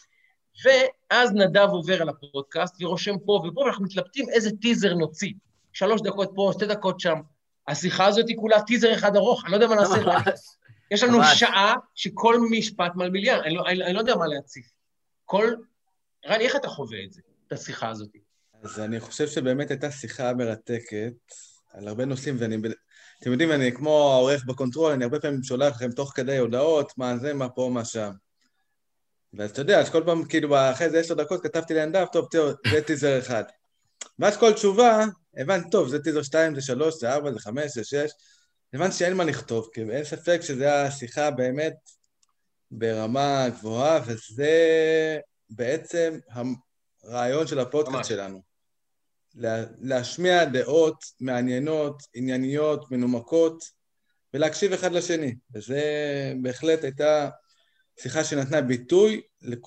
ואז נדב עובר על הפודקאסט, ורושם פה ופה, ואנחנו מתלבטים איזה טיזר נוציא. 3 דקות פה, 2 דקות שם. השיחה הזאת היא כולה טיזר אחד ארוך, אני לא יודע מה נעשה. יש לנו שעה שכל משפט מלמיליאן, אני לא יודע מה להציף. רני, איך אתה חווה את זה, את השיחה הזאת?
אז אני חושב שבאמת הייתה שיחה מרתקת על הרבה נושאים, אתם יודעים, אני כמו העורך בקונטרול, אני הרבה פעמים שולח לכם תוך כדי הודעות, מה זה, מה פה, מה שם. ואז אתה יודע, שכל פעם, כאילו, אחרי זה 10 דקות כתבתי לנדב, טוב, זה טיזר 1. ואז כל תשובה, הבנתי, טוב, זה טיזר 2, זה 3, זה 4, זה 5, זה 6. הבנתי שאין מה לכתוב, כי אין ספק שזה השיחה באמת ברמה גבוהה, וזה בעצם הרעיון של הפודקאסט שלנו. להשמיע דעות מעניינות, ענייניות, מנומקות, ולהקשיב אחד לשני. וזה בהחלט הייתה שיחה שנתנה ביטוי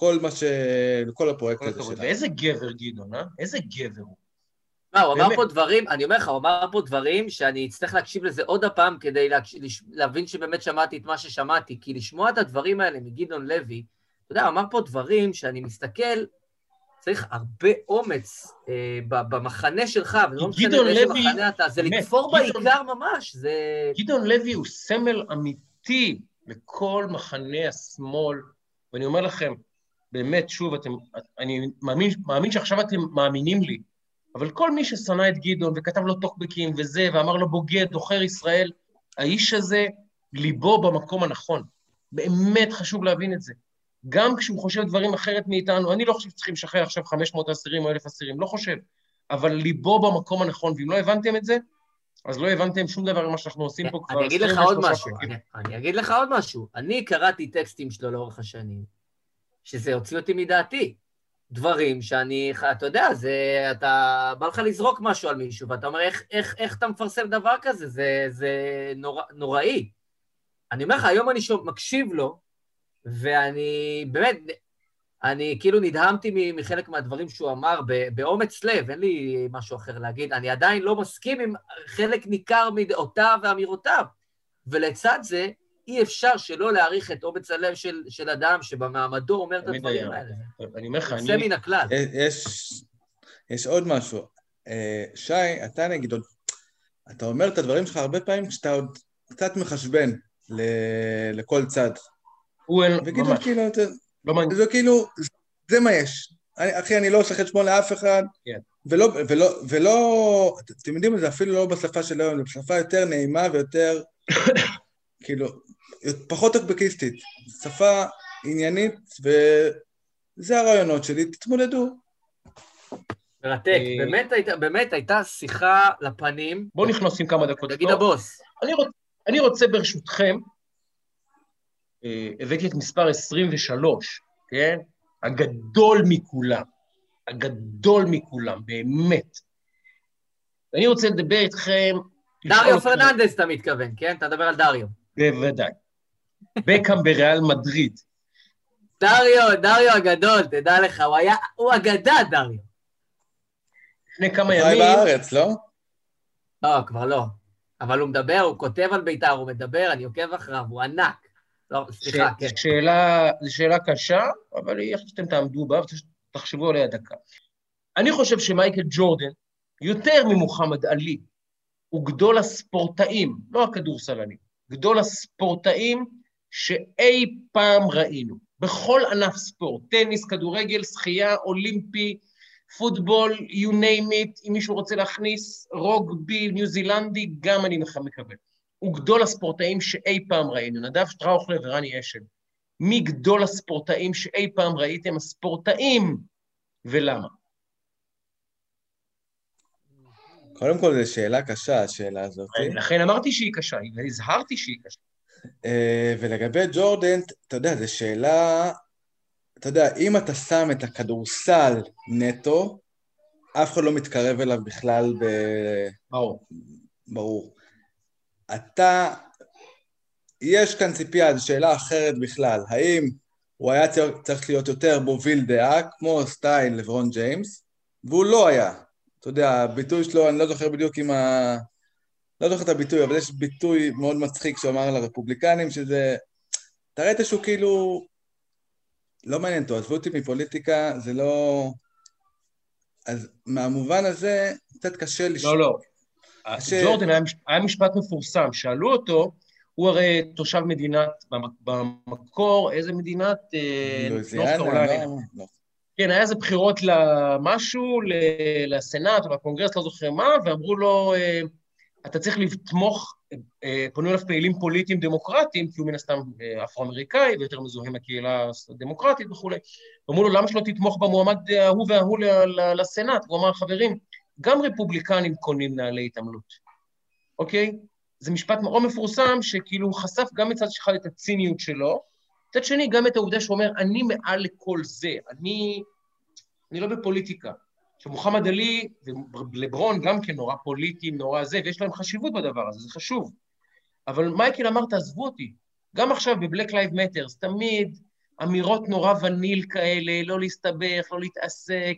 לכל הפרויקט הזה שלנו.
ואיזה גבר גדעון, איזה גבר הוא.
הוא אמר פה דברים, אני אומר לך, הוא אמר פה דברים שאני אצטרך להקשיב לזה עוד הפעם כדי להבין שבאמת שמעתי את מה ששמעתי, כי לשמוע את הדברים האלה מגדעון לוי, אתה יודע, הוא אמר פה דברים שאני מסתכל, צריך הרבה אומץ במחנה שלך, ולא משנה באיזה מחנה אתה, זה לתפור בעיקר ממש, זה...
גדעון לוי הוא סמל אמיתי לכל מחנה השמאל, ואני אומר לכם, באמת, שוב, אני מאמין שעכשיו אתם מאמינים לי, אבל כל מי ששנא את גדעון וכתב לו טוקבקים וזה, ואמר לו בוגד, דוחר ישראל, האיש הזה ליבו במקום הנכון. באמת חשוב להבין את זה. גם כשהוא חושב דברים אחרת מאיתנו, אני לא חושב שצריכים לשחרר עכשיו 500 אסירים או 1,000 אסירים, לא חושב, אבל ליבו במקום הנכון, ואם לא הבנתם את זה, אז לא הבנתם שום דבר מה שאנחנו עושים פה כבר.
אני אגיד לך עוד משהו. אני קראתי טקסטים שלו לאורך השנים, שזה הוציא אותי מדעתי. דברים שאני, אתה יודע, אתה בא לך לזרוק משהו על מישהו, ואתה אומר, איך אתה מפרסם דבר כזה? זה נוראי. אני אומר לך, היום אני מקשיב לו, ואני, באמת, אני כאילו נדהמתי מחלק מהדברים שהוא אמר באומץ לב, אין לי משהו אחר להגיד, אני עדיין לא מסכים עם חלק ניכר מדעותיו ואמירותיו, ולצד זה, אי אפשר שלא להעריך את אומץ הלב של אדם שבמעמדו אומר את הדברים האלה.
אני אומר לך,
זה מן הכלל.
יש עוד משהו. שי, אתה נגיד, אתה אומר את הדברים שלך הרבה פעמים כשאתה עוד קצת מחשבן לכל צד. וגידול כאילו, זה כאילו, זה מה יש. אחי, אני לא עושה חשבון לאף אחד, ולא, אתם יודעים, זה אפילו לא בשפה של היום, זה בשפה יותר נעימה ויותר, כאילו, פחות טוקבקיסטית. שפה עניינית, וזה הרעיונות שלי, תתמודדו.
מרתק, באמת הייתה שיחה לפנים.
בואו נכנס עם כמה דקות.
תגיד הבוס.
אני רוצה ברשותכם, הבאתי את מספר 23, כן? הגדול מכולם, באמת. אני רוצה לדבר איתכם...
דריו פרננדס אתה מתכוון, כן? אתה מדבר על דריו.
בוודאי. בקאם בריאל מדריד.
דריו הגדול, תדע לך, הוא אגדה, דריו.
לפני כמה ימים...
חי בארץ, לא?
לא, כבר לא. אבל הוא מדבר, הוא כותב על בית"ר, הוא מדבר, אני עוקב אחריו, הוא ענק. לא, סליחה, כן.
זו שאלה קשה, אבל איך שאתם תעמדו בה, ותחשבו עליה דקה. אני חושב שמייקל ג'ורדן, יותר ממוחמד עלי, הוא גדול הספורטאים, לא הכדורסלנים, גדול הספורטאים שאי פעם ראינו. בכל ענף ספורט, טניס, כדורגל, שחייה, אולימפי, פוטבול, you name it, אם מישהו רוצה להכניס, רוגבי, ניו זילנדי, גם אני מקבל. הוא גדול הספורטאים שאי פעם ראינו, נדב שטראוכלר ורני אשל. מי גדול הספורטאים שאי פעם ראיתם הספורטאים, ולמה?
קודם כל, זו שאלה קשה, השאלה הזאת.
לכן אמרתי שהיא קשה, והזהרתי שהיא קשה.
ולגבי ג'ורדן, אתה יודע, זו שאלה... אתה יודע, אם אתה שם את הכדורסל נטו, אף אחד לא מתקרב אליו בכלל ברור. יש כאן ציפייה, זו שאלה אחרת בכלל. האם הוא היה צריך להיות יותר מוביל דעה, כמו סטייל לברון ג'יימס, והוא לא היה. אתה יודע, הביטוי שלו, אני לא זוכר בדיוק לא זוכר את הביטוי, אבל יש ביטוי מאוד מצחיק שהוא אמר לרפובליקנים, שזה... אתה ראית שהוא כאילו... לא מעניין אותו, עזבו אותי מפוליטיקה, זה לא... אז מהמובן הזה, קצת קשה לשאול.
לא. ג'ורדן היה משפט מפורסם, שאלו אותו, הוא הרי תושב מדינת, במקור, איזה מדינת?
לואיזיאנה, לא.
כן, היה איזה בחירות למשהו, לסנאט או לקונגרס, לא זוכר מה, ואמרו לו, אתה צריך לתמוך, פנו אליו פעילים פוליטיים דמוקרטיים, כי הוא מן הסתם אפרו-אמריקאי, ויותר מזוהה מהקהילה הדמוקרטית וכו'. ואמרו לו, למה שלא תתמוך במועמד ההוא וההוא לסנאט? הוא אמר, חברים, גם רפובליקנים קונים נעלי התעמלות, אוקיי? זה משפט מאוד מפורסם, שכאילו הוא חשף גם מצד אחד את הציניות שלו, מצד שני גם את העובדה שהוא אומר, אני מעל לכל זה, אני לא בפוליטיקה. שמוחמד עלי ולברון גם כן נורא פוליטיים, נורא זה, ויש להם חשיבות בדבר הזה, זה חשוב. אבל מייקל אמר, תעזבו אותי. גם עכשיו ב-Black Lives Matter, תמיד אמירות נורא וניל כאלה, לא להסתבך, לא להתעסק.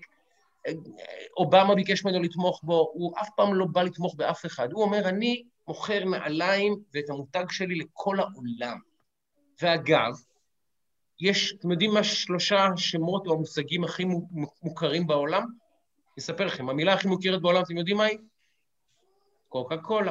אובמה ביקש ממנו לתמוך בו, הוא אף פעם לא בא לתמוך באף אחד. הוא אומר, אני מוכר נעליים ואת המותג שלי לכל העולם. ואגב, אתם יודעים מה 3 שמות או המושגים הכי מוכרים בעולם? אספר לכם, המילה הכי מוכרת בעולם, אתם יודעים מה היא? קוקה קולה.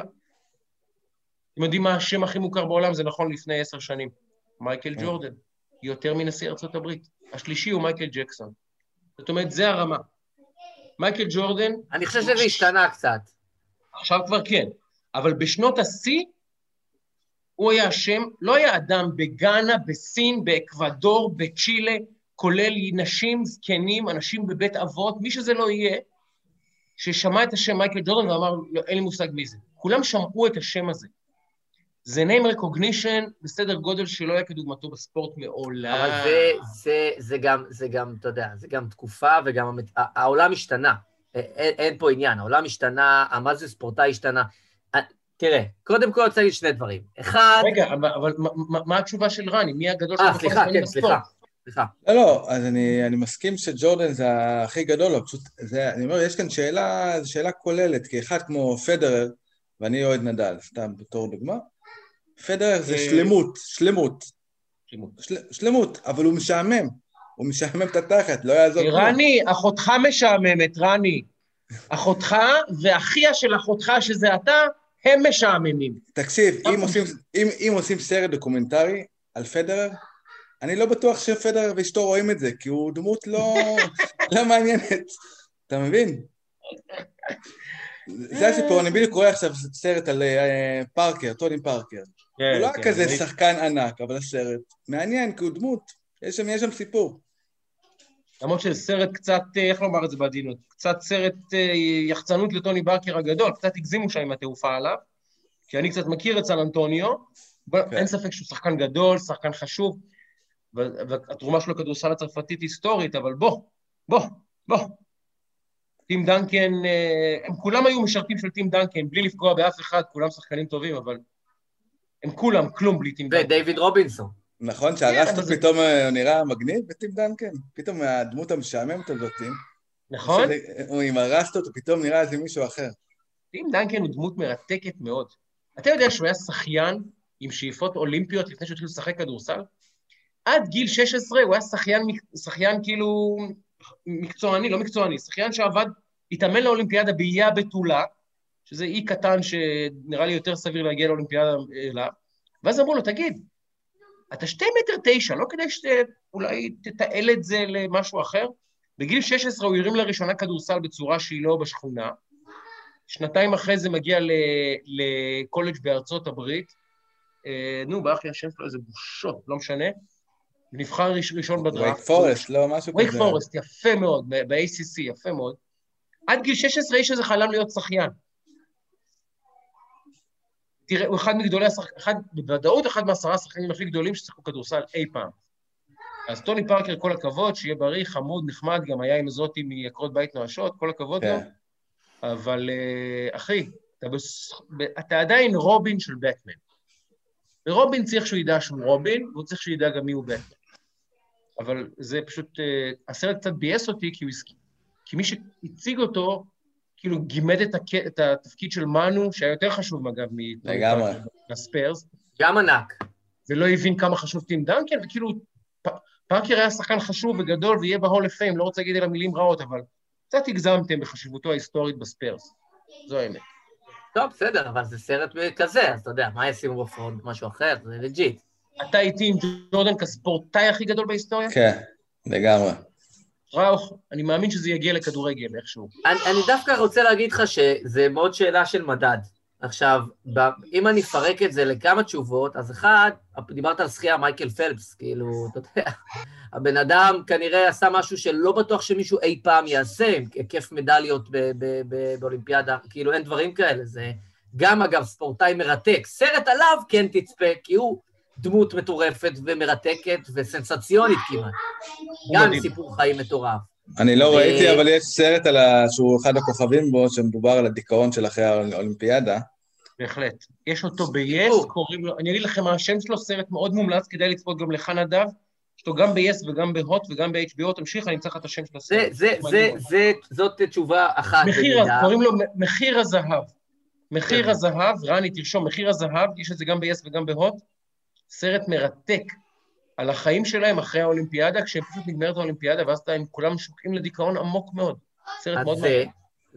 אתם יודעים מה השם הכי מוכר בעולם? זה נכון לפני 10 שנים. מייקל ג'ורדן. יותר מנשיא ארצות הברית. השלישי הוא מייקל ג'קסון. זאת אומרת, זה הרמה. מייקל ג'ורדן...
אני חושב שזה השתנה קצת.
עכשיו כבר כן. אבל בשנות השיא, הוא היה השם, לא היה אדם בגאנה, בסין, באקוודור, בצ'ילה, כולל נשים, זקנים, אנשים בבית אבות, מי שזה לא יהיה, ששמע את השם מייקל ג'ורדן ואמר, לא, אין לי מושג מי זה. כולם שמעו את השם הזה. זה name recognition בסדר גודל שלא היה כדוגמתו בספורט מעולם.
אבל זה גם, אתה יודע, זה גם תקופה וגם העולם השתנה. אין פה עניין, העולם השתנה, מה זה ספורטאי השתנה. תראה, קודם כל רוצה להגיד 2 דברים. אחד...
רגע, אבל מה התשובה של רני? מי הגדול של
סליחה.
לא, אז אני מסכים שג'ורדן זה הכי גדול, אבל פשוט, אני אומר, יש כאן שאלה כוללת, כי אחד כמו פדרר, ואני אוהד נדל, סתם בתור דוגמה, פדרר זה שלמות, אבל הוא משעמם את התחת, לא יעזור.
רני, אחותך משעממת, רני. אחותך ואחיה של אחותך, שזה אתה, הם משעממים.
תקשיב, אם עושים סרט דוקומנטרי על פדרר, אני לא בטוח שפדרר ואשתו רואים את זה, כי הוא דמות לא מעניינת. אתה מבין? זה הסיפור, אני בדיוק רואה עכשיו סרט על פארקר, טוני פארקר. הוא לא כזה שחקן ענק, אבל הסרט מעניין, כי הוא דמות. יש שם סיפור.
למרות שזה סרט קצת, איך לומר את זה בעדינות, קצת סרט יחצנות לטוני פארקר הגדול, קצת הגזימו שם עם התעופה עליו, כי אני קצת מכיר את סן אנטוניו, אין ספק שהוא שחקן גדול, שחקן חשוב, והתרומה שלו כדורסל הצרפתית היסטורית, אבל בוא. טים דנקן, הם כולם היו משרתים של טים דנקן, בלי לפגוע באף אחד, כולם שחקנים טובים, אבל הם כולם כלום בלי טים דנקן.
ודייוויד רובינסון.
נכון, שהרסטו פתאום נראה מגניב בטים דנקן, פתאום הדמות המשעממת הזאת,
נכון?
אם הרסטו אותו פתאום נראה איזה מישהו אחר.
טים דנקן הוא דמות מרתקת מאוד. אתה יודע שהוא היה שחיין עם שאיפות אולימפיות לפני שהוא התחיל לשחק כדורסל? עד גיל 16 הוא היה שחיין כאילו מקצועני, לא מקצועני, שחיין שעבד, התאמן לאולימפיאדה באייה בתולה, שזה אי קטן שנראה לי יותר סביר להגיע לאולימפיאדה אליו, ואז אמרו לו, תגיד, אתה 2.9 מטר, לא כדי שאולי תתעל את זה למשהו אחר? בגיל 16 הוא הרים לראשונה כדורסל בצורה שהיא לא בשכונה, שנתיים אחרי זה מגיע לקולג' בארצות הברית, באחי השם שלו איזה בושות, לא משנה, נבחר ראשון בדראפט.
וייק פורסט, לא משהו כזה.
וייק פורסט, יפה מאוד, ב-ACC, יפה מאוד. עד גיל 16 איש הזה חלם להיות שחיין. תראה, הוא בוודאות אחד מה10 השחקנים הכי גדולים ששיחקו כדורסל אי פעם. אז טוני פארקר, כל הכבוד, שיהיה בריא, חמוד, נחמד, גם היה עם זאתי מעקרות בית נואשות, כל הכבוד לו. אבל אחי, אתה עדיין רובין של בטמן. ורובין צריך שהוא ידע שהוא רובין, והוא צריך שהוא ידע גם מי הוא בטמן. אבל זה פשוט, הסרט קצת בייס אותי, כי מי שהציג אותו, כאילו גימד את התפקיד של מנו, שהיה יותר חשוב, אגב, מהספיירס.
גם ענק.
ולא הבין כמה חשוב טים דנקן, וכאילו, פארקר היה שחקן חשוב וגדול, ויהיה בהול לפיים, לא רוצה להגיד אלה מילים רעות, אבל קצת הגזמתם בחשיבותו ההיסטורית בספיירס. זו האמת.
טוב, בסדר, אבל זה סרט כזה, אז אתה יודע, מה ישימו בפרונט, משהו אחר, זה לג'יט.
אתה איתי עם ג'ורדן כספורטאי הכי גדול בהיסטוריה?
כן, לגמרי.
ראוך, אני מאמין שזה יגיע לכדורגל איכשהו.
אני דווקא רוצה להגיד לך שזה מאוד שאלה של מדד. עכשיו, אם אני אפרק את זה לכמה תשובות, אז אחד, דיברת על שחייה מייקל פלפס, כאילו, אתה יודע, הבן אדם כנראה עשה משהו שלא בטוח שמישהו אי פעם יעשה, היקף מדליות באולימפיאדה, כאילו אין דברים כאלה, זה גם אגב ספורטאי מרתק, סרט עליו כן תצפה, כי הוא דמות מטורפת ומרתקת וסנסציונית כמעט, גם סיפור חיים מטורף.
אני לא ראיתי, אבל יש סרט שהוא אחד הכוכבים בו, שמדובר על הדיכאון של אחרי האולימפיאדה.
בהחלט. יש אותו ב-yes, קוראים לו, אני אגיד לכם, השם שלו סרט מאוד מומלץ, כדאי לצפות גם לך נדב, יש לו גם ב-yes וגם בהוט וגם ב-HBO, תמשיך, אני צריך את השם של הסרט.
זאת תשובה אחת.
קוראים לו מחיר הזהב. מחיר הזהב, רני תרשום, מחיר הזהב, יש את זה גם ב-yes וגם בהוט, סרט מרתק על החיים שלהם אחרי האולימפיאדה, כשהם פשוט נגמרת האולימפיאדה, ואז הם כולם שוקעים לדיכאון עמוק מאוד. סרט מאוד מעניין.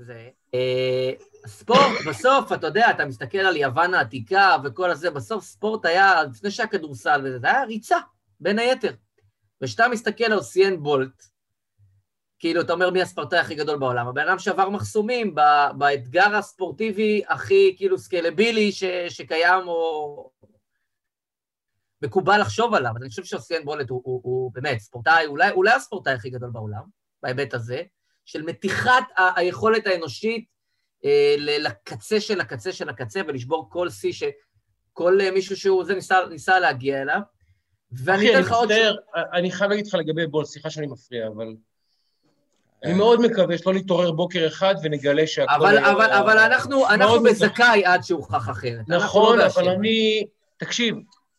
ספורט, בסוף, אתה יודע, אתה מסתכל על יוון העתיקה וכל הזה, בסוף ספורט היה, לפני שהיה כדורסל וזה, זה היה ריצה, בין היתר. ושאתה מסתכל על סיין בולט, כאילו, אתה אומר מי הספורטאי הכי גדול בעולם, הבן אדם שעבר מחסומים באתגר הספורטיבי הכי, כאילו, סקלבילי שקיים או מקובל לחשוב עליו. אז אני חושב שסיין בולט הוא באמת ספורטאי, אולי הספורטאי הכי גדול בעולם, בהיבט הזה, של מתיחת היכולת האנושית לקצה של הקצה של הקצה, ולשבור כל שיא שכל מישהו שהוא זה ניסה להגיע אליו.
אחי, אני מצטער, אני חייב להגיד לך לגבי בול, סליחה שאני מפריע, אבל אני מאוד מקווה שלא נתעורר בוקר אחד ונגלה שהכל...
אבל אנחנו בזכאי עד שהוכח אחרת.
נכון, אבל תקשיב,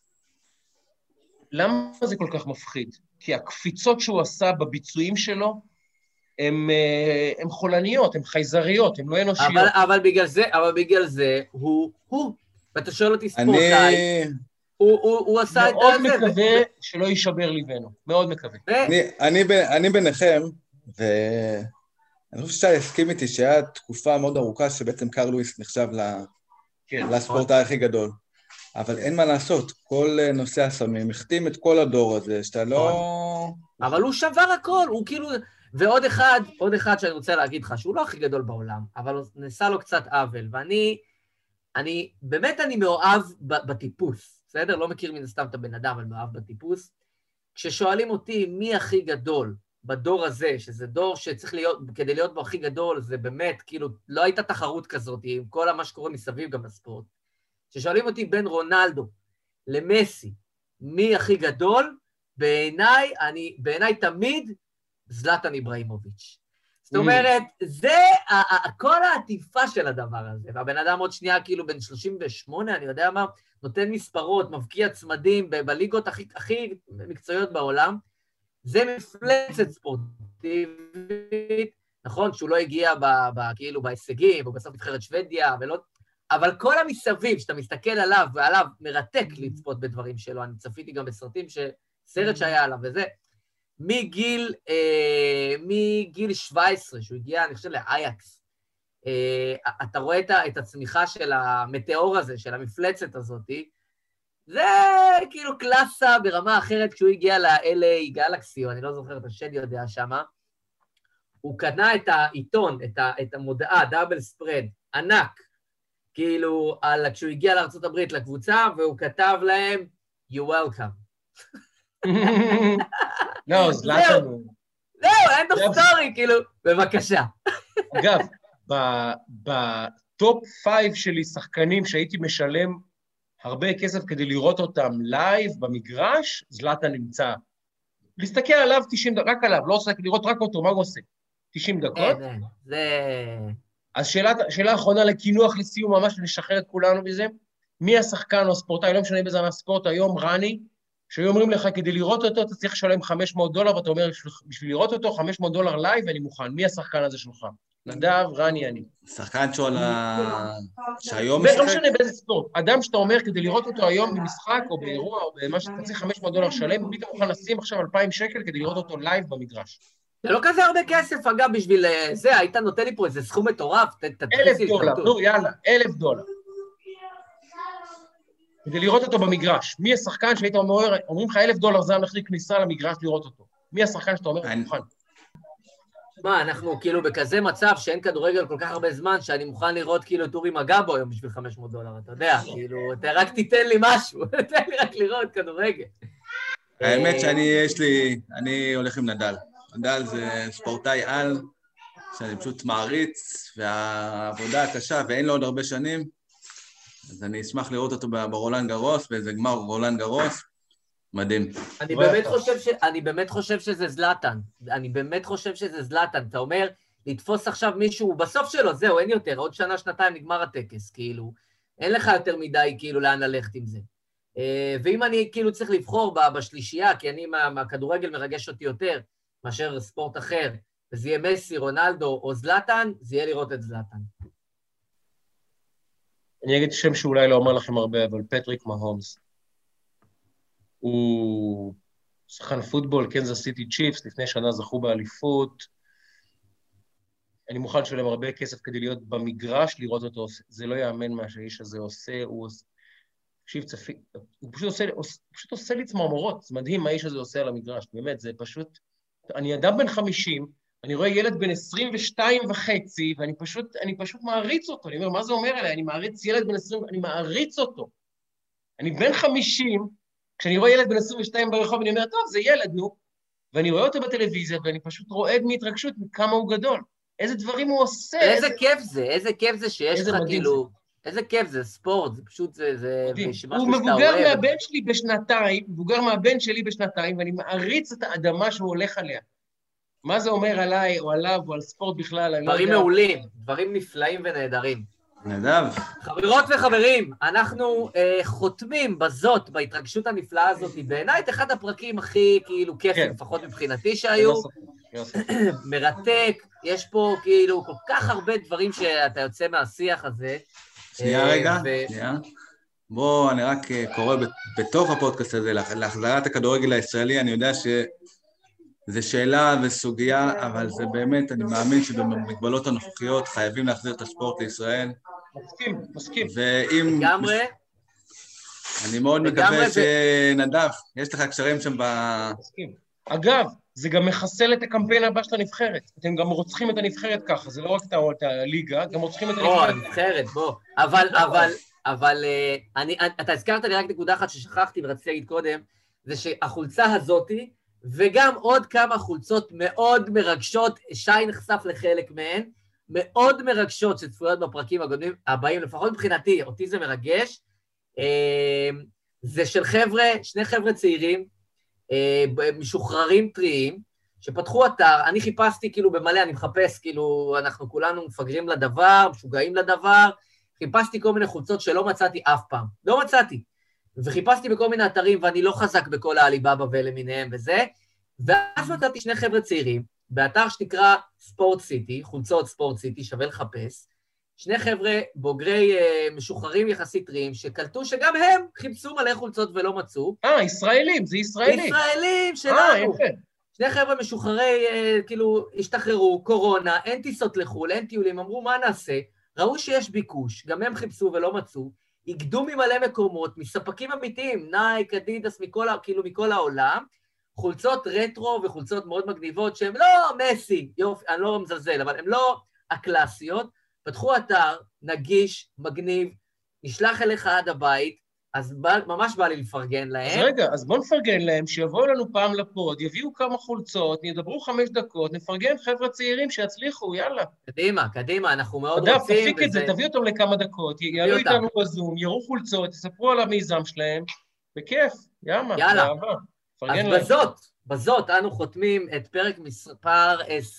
למה זה כל כך מפחיד? כי הקפיצות שהוא עשה בביצועים שלו, הן חולניות, הן חייזריות, הן לא אנושיות.
אבל בגלל זה הוא. ואתה שואל אותי ספורטאי, הוא עשה את זה.
מאוד מקווה שלא יישבר ליבנו, מאוד מקווה.
אני ביניכם, ואני חושב שאתה יסכים איתי שהיה תקופה מאוד ארוכה שבעצם קארל לואיס נחשב לספורטאי הכי גדול. אבל אין מה לעשות, כל נושא הסמים החתים את כל הדור הזה, שאתה לא...
אבל הוא שבר הכל, הוא כאילו... ועוד אחד שאני רוצה להגיד לך, שהוא לא הכי גדול בעולם, אבל נעשה לו קצת עוול, ואני באמת אני מאוהב בטיפוס, בסדר? לא מכיר מן הסתם את הבן אדם, אבל מאוהב בטיפוס. כששואלים אותי מי הכי גדול בדור הזה, שזה דור שצריך להיות, כדי להיות בו הכי גדול, זה באמת, כאילו, לא הייתה תחרות כזאת, עם כל מה שקורה מסביב גם בספורט. כששואלים אותי בין רונלדו למסי, מי הכי גדול, בעיניי תמיד זלאטן איברהימוביץ'. זאת אומרת, זה כל העטיפה של הדבר הזה, והבן אדם עוד שנייה, כאילו בן 38, אני יודע מה, נותן מספרות, מבקיע צמדים בליגות הכי מקצועיות בעולם, זה מפלצת ספורטיבית, נכון, שהוא לא הגיע כאילו בהישגים, או בסוף נבחרת שוודיה, אבל כל המסביב, שאתה מסתכל עליו, ועליו מרתק לצפות בדברים שלו, אני צפיתי גם בסרטים, סרט שהיה עליו, וזה, מגיל 17, שהוא הגיע, אני חושב, לאייקס, אתה רואה את הצמיחה של המטאור הזה, של המפלצת הזאת, זה כאילו קלאסה ברמה אחרת, כשהוא הגיע ל-LA גלקסי, או אני לא זוכר את השד יודע שמה, הוא קנה את העיתון, את המודעה, דאבל ספרד, ענק, כאילו, כשהוא הגיע לארצות הברית לקבוצה, והוא כתב להם, you welcome.
לא, זלאטן.
זהו, end of story, כאילו, בבקשה.
אגב, בטופ 5 שלי שחקנים שהייתי משלם הרבה כסף כדי לראות אותם לייב במגרש, זלאטן נמצא. להסתכל עליו 90 דקות, רק עליו, לא עושה לראות רק אותו, מה הוא עושה? 90 דקות?
זה...
אז שאלה האחרונה לכינוח לסיום, ממש לשחרר את כולנו בזה, מי השחקן או הספורטאי, לא משנה בזה מהספורט היום, רני, שהיו אומרים לך, כדי לראות אותו, אתה צריך לשלם $500, ואתה אומר, בשביל לראות אותו, $500 לייב, אני מוכן. מי השחקן הזה שלך? נדב, רני, אני.
שחקן שהיום
לא משנה באיזה ספורט. אדם שאתה אומר, כדי לראות אותו היום במשחק, או באירוע, או במה שאתה צריך $500 שלם, מי אתה מוכן לשים עכשיו 2,000 שקל כדי לראות אותו לייב במגרש?
זה לא כזה הרבה כסף, אגב, בשביל זה, היית נותן לי פה איזה סכום מטורף,
$1,000, נו, יאללה, $1,000. כדי לראות אותו במגרש. מי השחקן שהיית אומרים לך $1,000 זה המחיר כניסה למגרש לראות אותו? מי השחקן שאתה אומר, אני מוכן?
מה, אנחנו כאילו בכזה מצב שאין כדורגל כל כך הרבה זמן, שאני מוכן לראות כאילו את אורי מגבו היום בשביל $500, אתה יודע, כאילו, אתה רק תיתן לי משהו, תן לי רק לראות כדורגל.
האמת אני הולך עם נדל. נדל זה ספורטאי על, שאני פשוט מעריץ, והעבודה הקשה, ואין לו עוד הרבה שנים, אז אני אשמח לראות אותו ברולנד גרוס, באיזה גמר רולנד גרוס, מדהים.
אני באמת חושב שזה זלאטן, אתה אומר, לתפוס עכשיו מישהו, בסוף שלו, זהו, אין יותר, עוד שנה, שנתיים נגמר הטקס, כאילו, אין לך יותר מדי, כאילו, לאן ללכת עם זה. ואם אני כאילו צריך לבחור בשלישייה, כי אני מהכדורגל מרגש אותי יותר, מאשר ספורט אחר, וזה יהיה מסי, רונלדו או זלאטן, זה יהיה לראות את זלאטן.
אני אגיד שם שאולי לא אומר לכם הרבה, אבל פטריק מהומס. הוא שחקן פוטבול, קנזס סיטי צ'יפס, לפני שנה זכו באליפות. אני מוכן לשלם הרבה כסף כדי להיות במגרש, לראות אותו. זה לא יאמן מה שהאיש הזה עושה. הוא פשוט עושה לי צמרמורות. זה מדהים מה האיש הזה עושה על המגרש. באמת, זה פשוט... אני אדם בן 50, אני רואה ילד בן 22 וחצי, ואני פשוט מעריץ אותו. אני אומר, מה זה אומר עליי? אני מעריץ ילד בן 20, אני מעריץ אותו. אני בן 50, כשאני רואה ילד בן 22 ברחוב, אני אומר, טוב, זה ילד, נו. ואני רואה אותו בטלוויזיה, ואני פשוט רועד מהתרגשות מכמה הוא גדול. איזה דברים הוא עושה.
איזה כיף זה שיש לך כאילו... איזה כיף זה, ספורט, זה פשוט, זה...
הוא מבוגר מהבן שלי בשנתיים, ואני מעריץ את האדמה שהוא הולך עליה. מה זה אומר עליי, או עליו, או על ספורט בכלל?
דברים מעולים, דברים נפלאים ונהדרים.
נדב.
חברות וחברים, אנחנו חותמים בזאת, בהתרגשות הנפלאה הזאת, בעיניי את אחד הפרקים הכי כאילו כיפים, לפחות מבחינתי שהיו. מרתק, יש פה כאילו כל כך הרבה דברים שאתה יוצא מהשיח הזה.
שנייה רגע, שנייה. בוא, אני רק קורא בתוך הפודקאסט הזה, להחזרת הכדורגל הישראלי, אני יודע שזה שאלה וסוגיה, אבל זה באמת, אני מאמין שבמגבלות הנוכחיות חייבים להחזיר את הספורט לישראל.
מסכים.
לגמרי.
אני מאוד מקווה שנדב, יש לך קשרים שם
מסכים. אגב, זה גם מחסל את הקמפיין הבא של הנבחרת. אתם גם רוצחים את הנבחרת ככה, זה לא רק את הליגה, גם רוצחים את הנבחרת.
הנבחרת, בוא. אבל אתה הזכרת לי רק נקודה אחת ששכחתי ורציתי להגיד קודם, זה שהחולצה הזאתי, וגם עוד כמה חולצות מאוד מרגשות, שי נחשף לחלק מהן, מאוד מרגשות שצפויות בפרקים הבאים, לפחות מבחינתי, אותי זה מרגש, זה של שני חבר'ה צעירים, משוחררים טריים, שפתחו אתר, אני חיפשתי כאילו במלא, אני מחפש כאילו, אנחנו כולנו מפגרים לדבר, משוגעים לדבר, חיפשתי כל מיני חולצות שלא מצאתי אף פעם, לא מצאתי, וחיפשתי בכל מיני אתרים, ואני לא חזק בכל העליבאבא ולמיניהם וזה, ואז מצאתי שני חבר'ה צעירים, באתר שנקרא ספורט סיטי, חולצות ספורט סיטי, שווה לחפש, שני חבר'ה בוגרי משוחררים יחסית טריים, שקלטו שגם הם חיפשו מלא חולצות ולא מצאו.
ישראלים, זה ישראלים.
ישראלים שלנו.
יפה.
שני חבר'ה משוחררי, כאילו, השתחררו, קורונה, אין טיסות לחו"ל, אין טיולים, אמרו מה נעשה, ראו שיש ביקוש, גם הם חיפשו ולא מצאו, הגדו ממלא מקומות, מספקים אמיתיים, נייק, אדידס, מכל העולם, חולצות רטרו וחולצות מאוד מגניבות, שהן לא מסי, יופי, אני לא מזלזל, אבל הן לא הקלאסיות, פתחו אתר, נגיש, מגניב, נשלח אליך עד הבית, אז ממש בא לי לפרגן להם.
אז רגע, אז בוא נפרגן להם, שיבואו לנו פעם לפוד, יביאו כמה חולצות, נדברו 5 דקות, נפרגן חבר'ה צעירים שיצליחו, יאללה.
קדימה, אנחנו מאוד רוצים.
תפיק את זה, תביא אותם לכמה דקות, יעלו איתנו בזום, יראו חולצות, תספרו על המיזם שלהם, בכיף,
יאללה.
אז
בזאת אנו חותמים את פרק מספר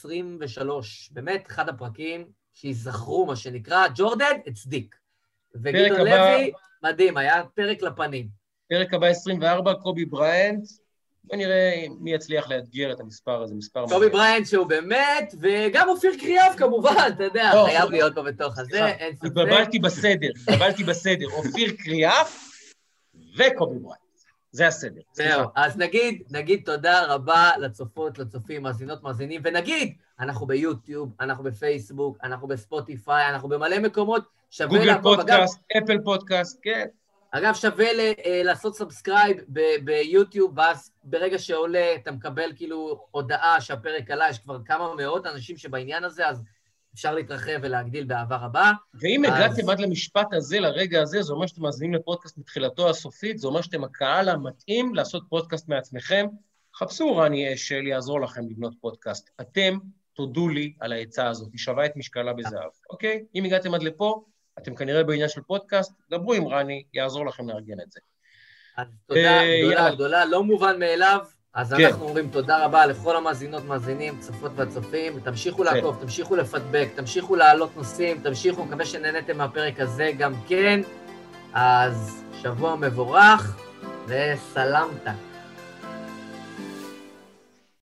23, באמת אחד הפרקים שיזכרו מה שנקרא, ג'ורדן הצדיק. וגדעון לוי, מדהים, היה פרק לפנים.
פרק הבא 24, קובי בריינט, בוא נראה מי יצליח לאתגר את המספר הזה, מספר
קובי בריינט שהוא באמת, וגם אופיר קריאף כמובן, אתה יודע, חייב להיות פה בתוך הזה, אין ספק.
התבלבלתי בסדר, אופיר קריאף וקובי בריינט. זה הסדר.
זהו, אז נגיד תודה רבה לצופות, לצופים, מאזינות, מאזינים, ונגיד, אנחנו ביוטיוב, אנחנו בפייסבוק, אנחנו בספוטיפיי, אנחנו במלא מקומות,
גוגל פודקאסט, אפל פודקאסט, כן.
אגב, שווה לעשות סאבסקרייב ביוטיוב, ואז ברגע שעולה, אתה מקבל כאילו הודעה שהפרק עלה, יש כבר כמה מאות אנשים שבעניין הזה, אז אפשר להתרחב ולהגדיל באהבה רבה.
ואם הגעתם עד למשפט הזה, לרגע הזה, זה אומר שאתם מאזינים לפודקאסט מתחילתו הסופית, זה אומר שאתם הקהל המתאים לעשות פודקאסט מעצמכם. חפשו רני אשל, יעזור לכם לבנות פודקאסט. אתם תודו לי על העצה הזאת, היא שווה את משקלה בזהב, אוקיי? אם הגעתם עד לפה, אתם כנראה בעניין של פודקאסט, דברו עם רני, יעזור לכם לארגן את זה.
אז תודה גדולה, לא מובן מאליו, אז אנחנו אומרים תודה רבה לכל המאזינות, מאזינים, צופות והצופים, תמשיכו לעקוב, תמשיכו לפדבק, תמשיכו להעלות נושאים, תמשיכו, מקווה שנהנתם מהפרק הזה גם כן, אז שבוע מבורך וסלמת.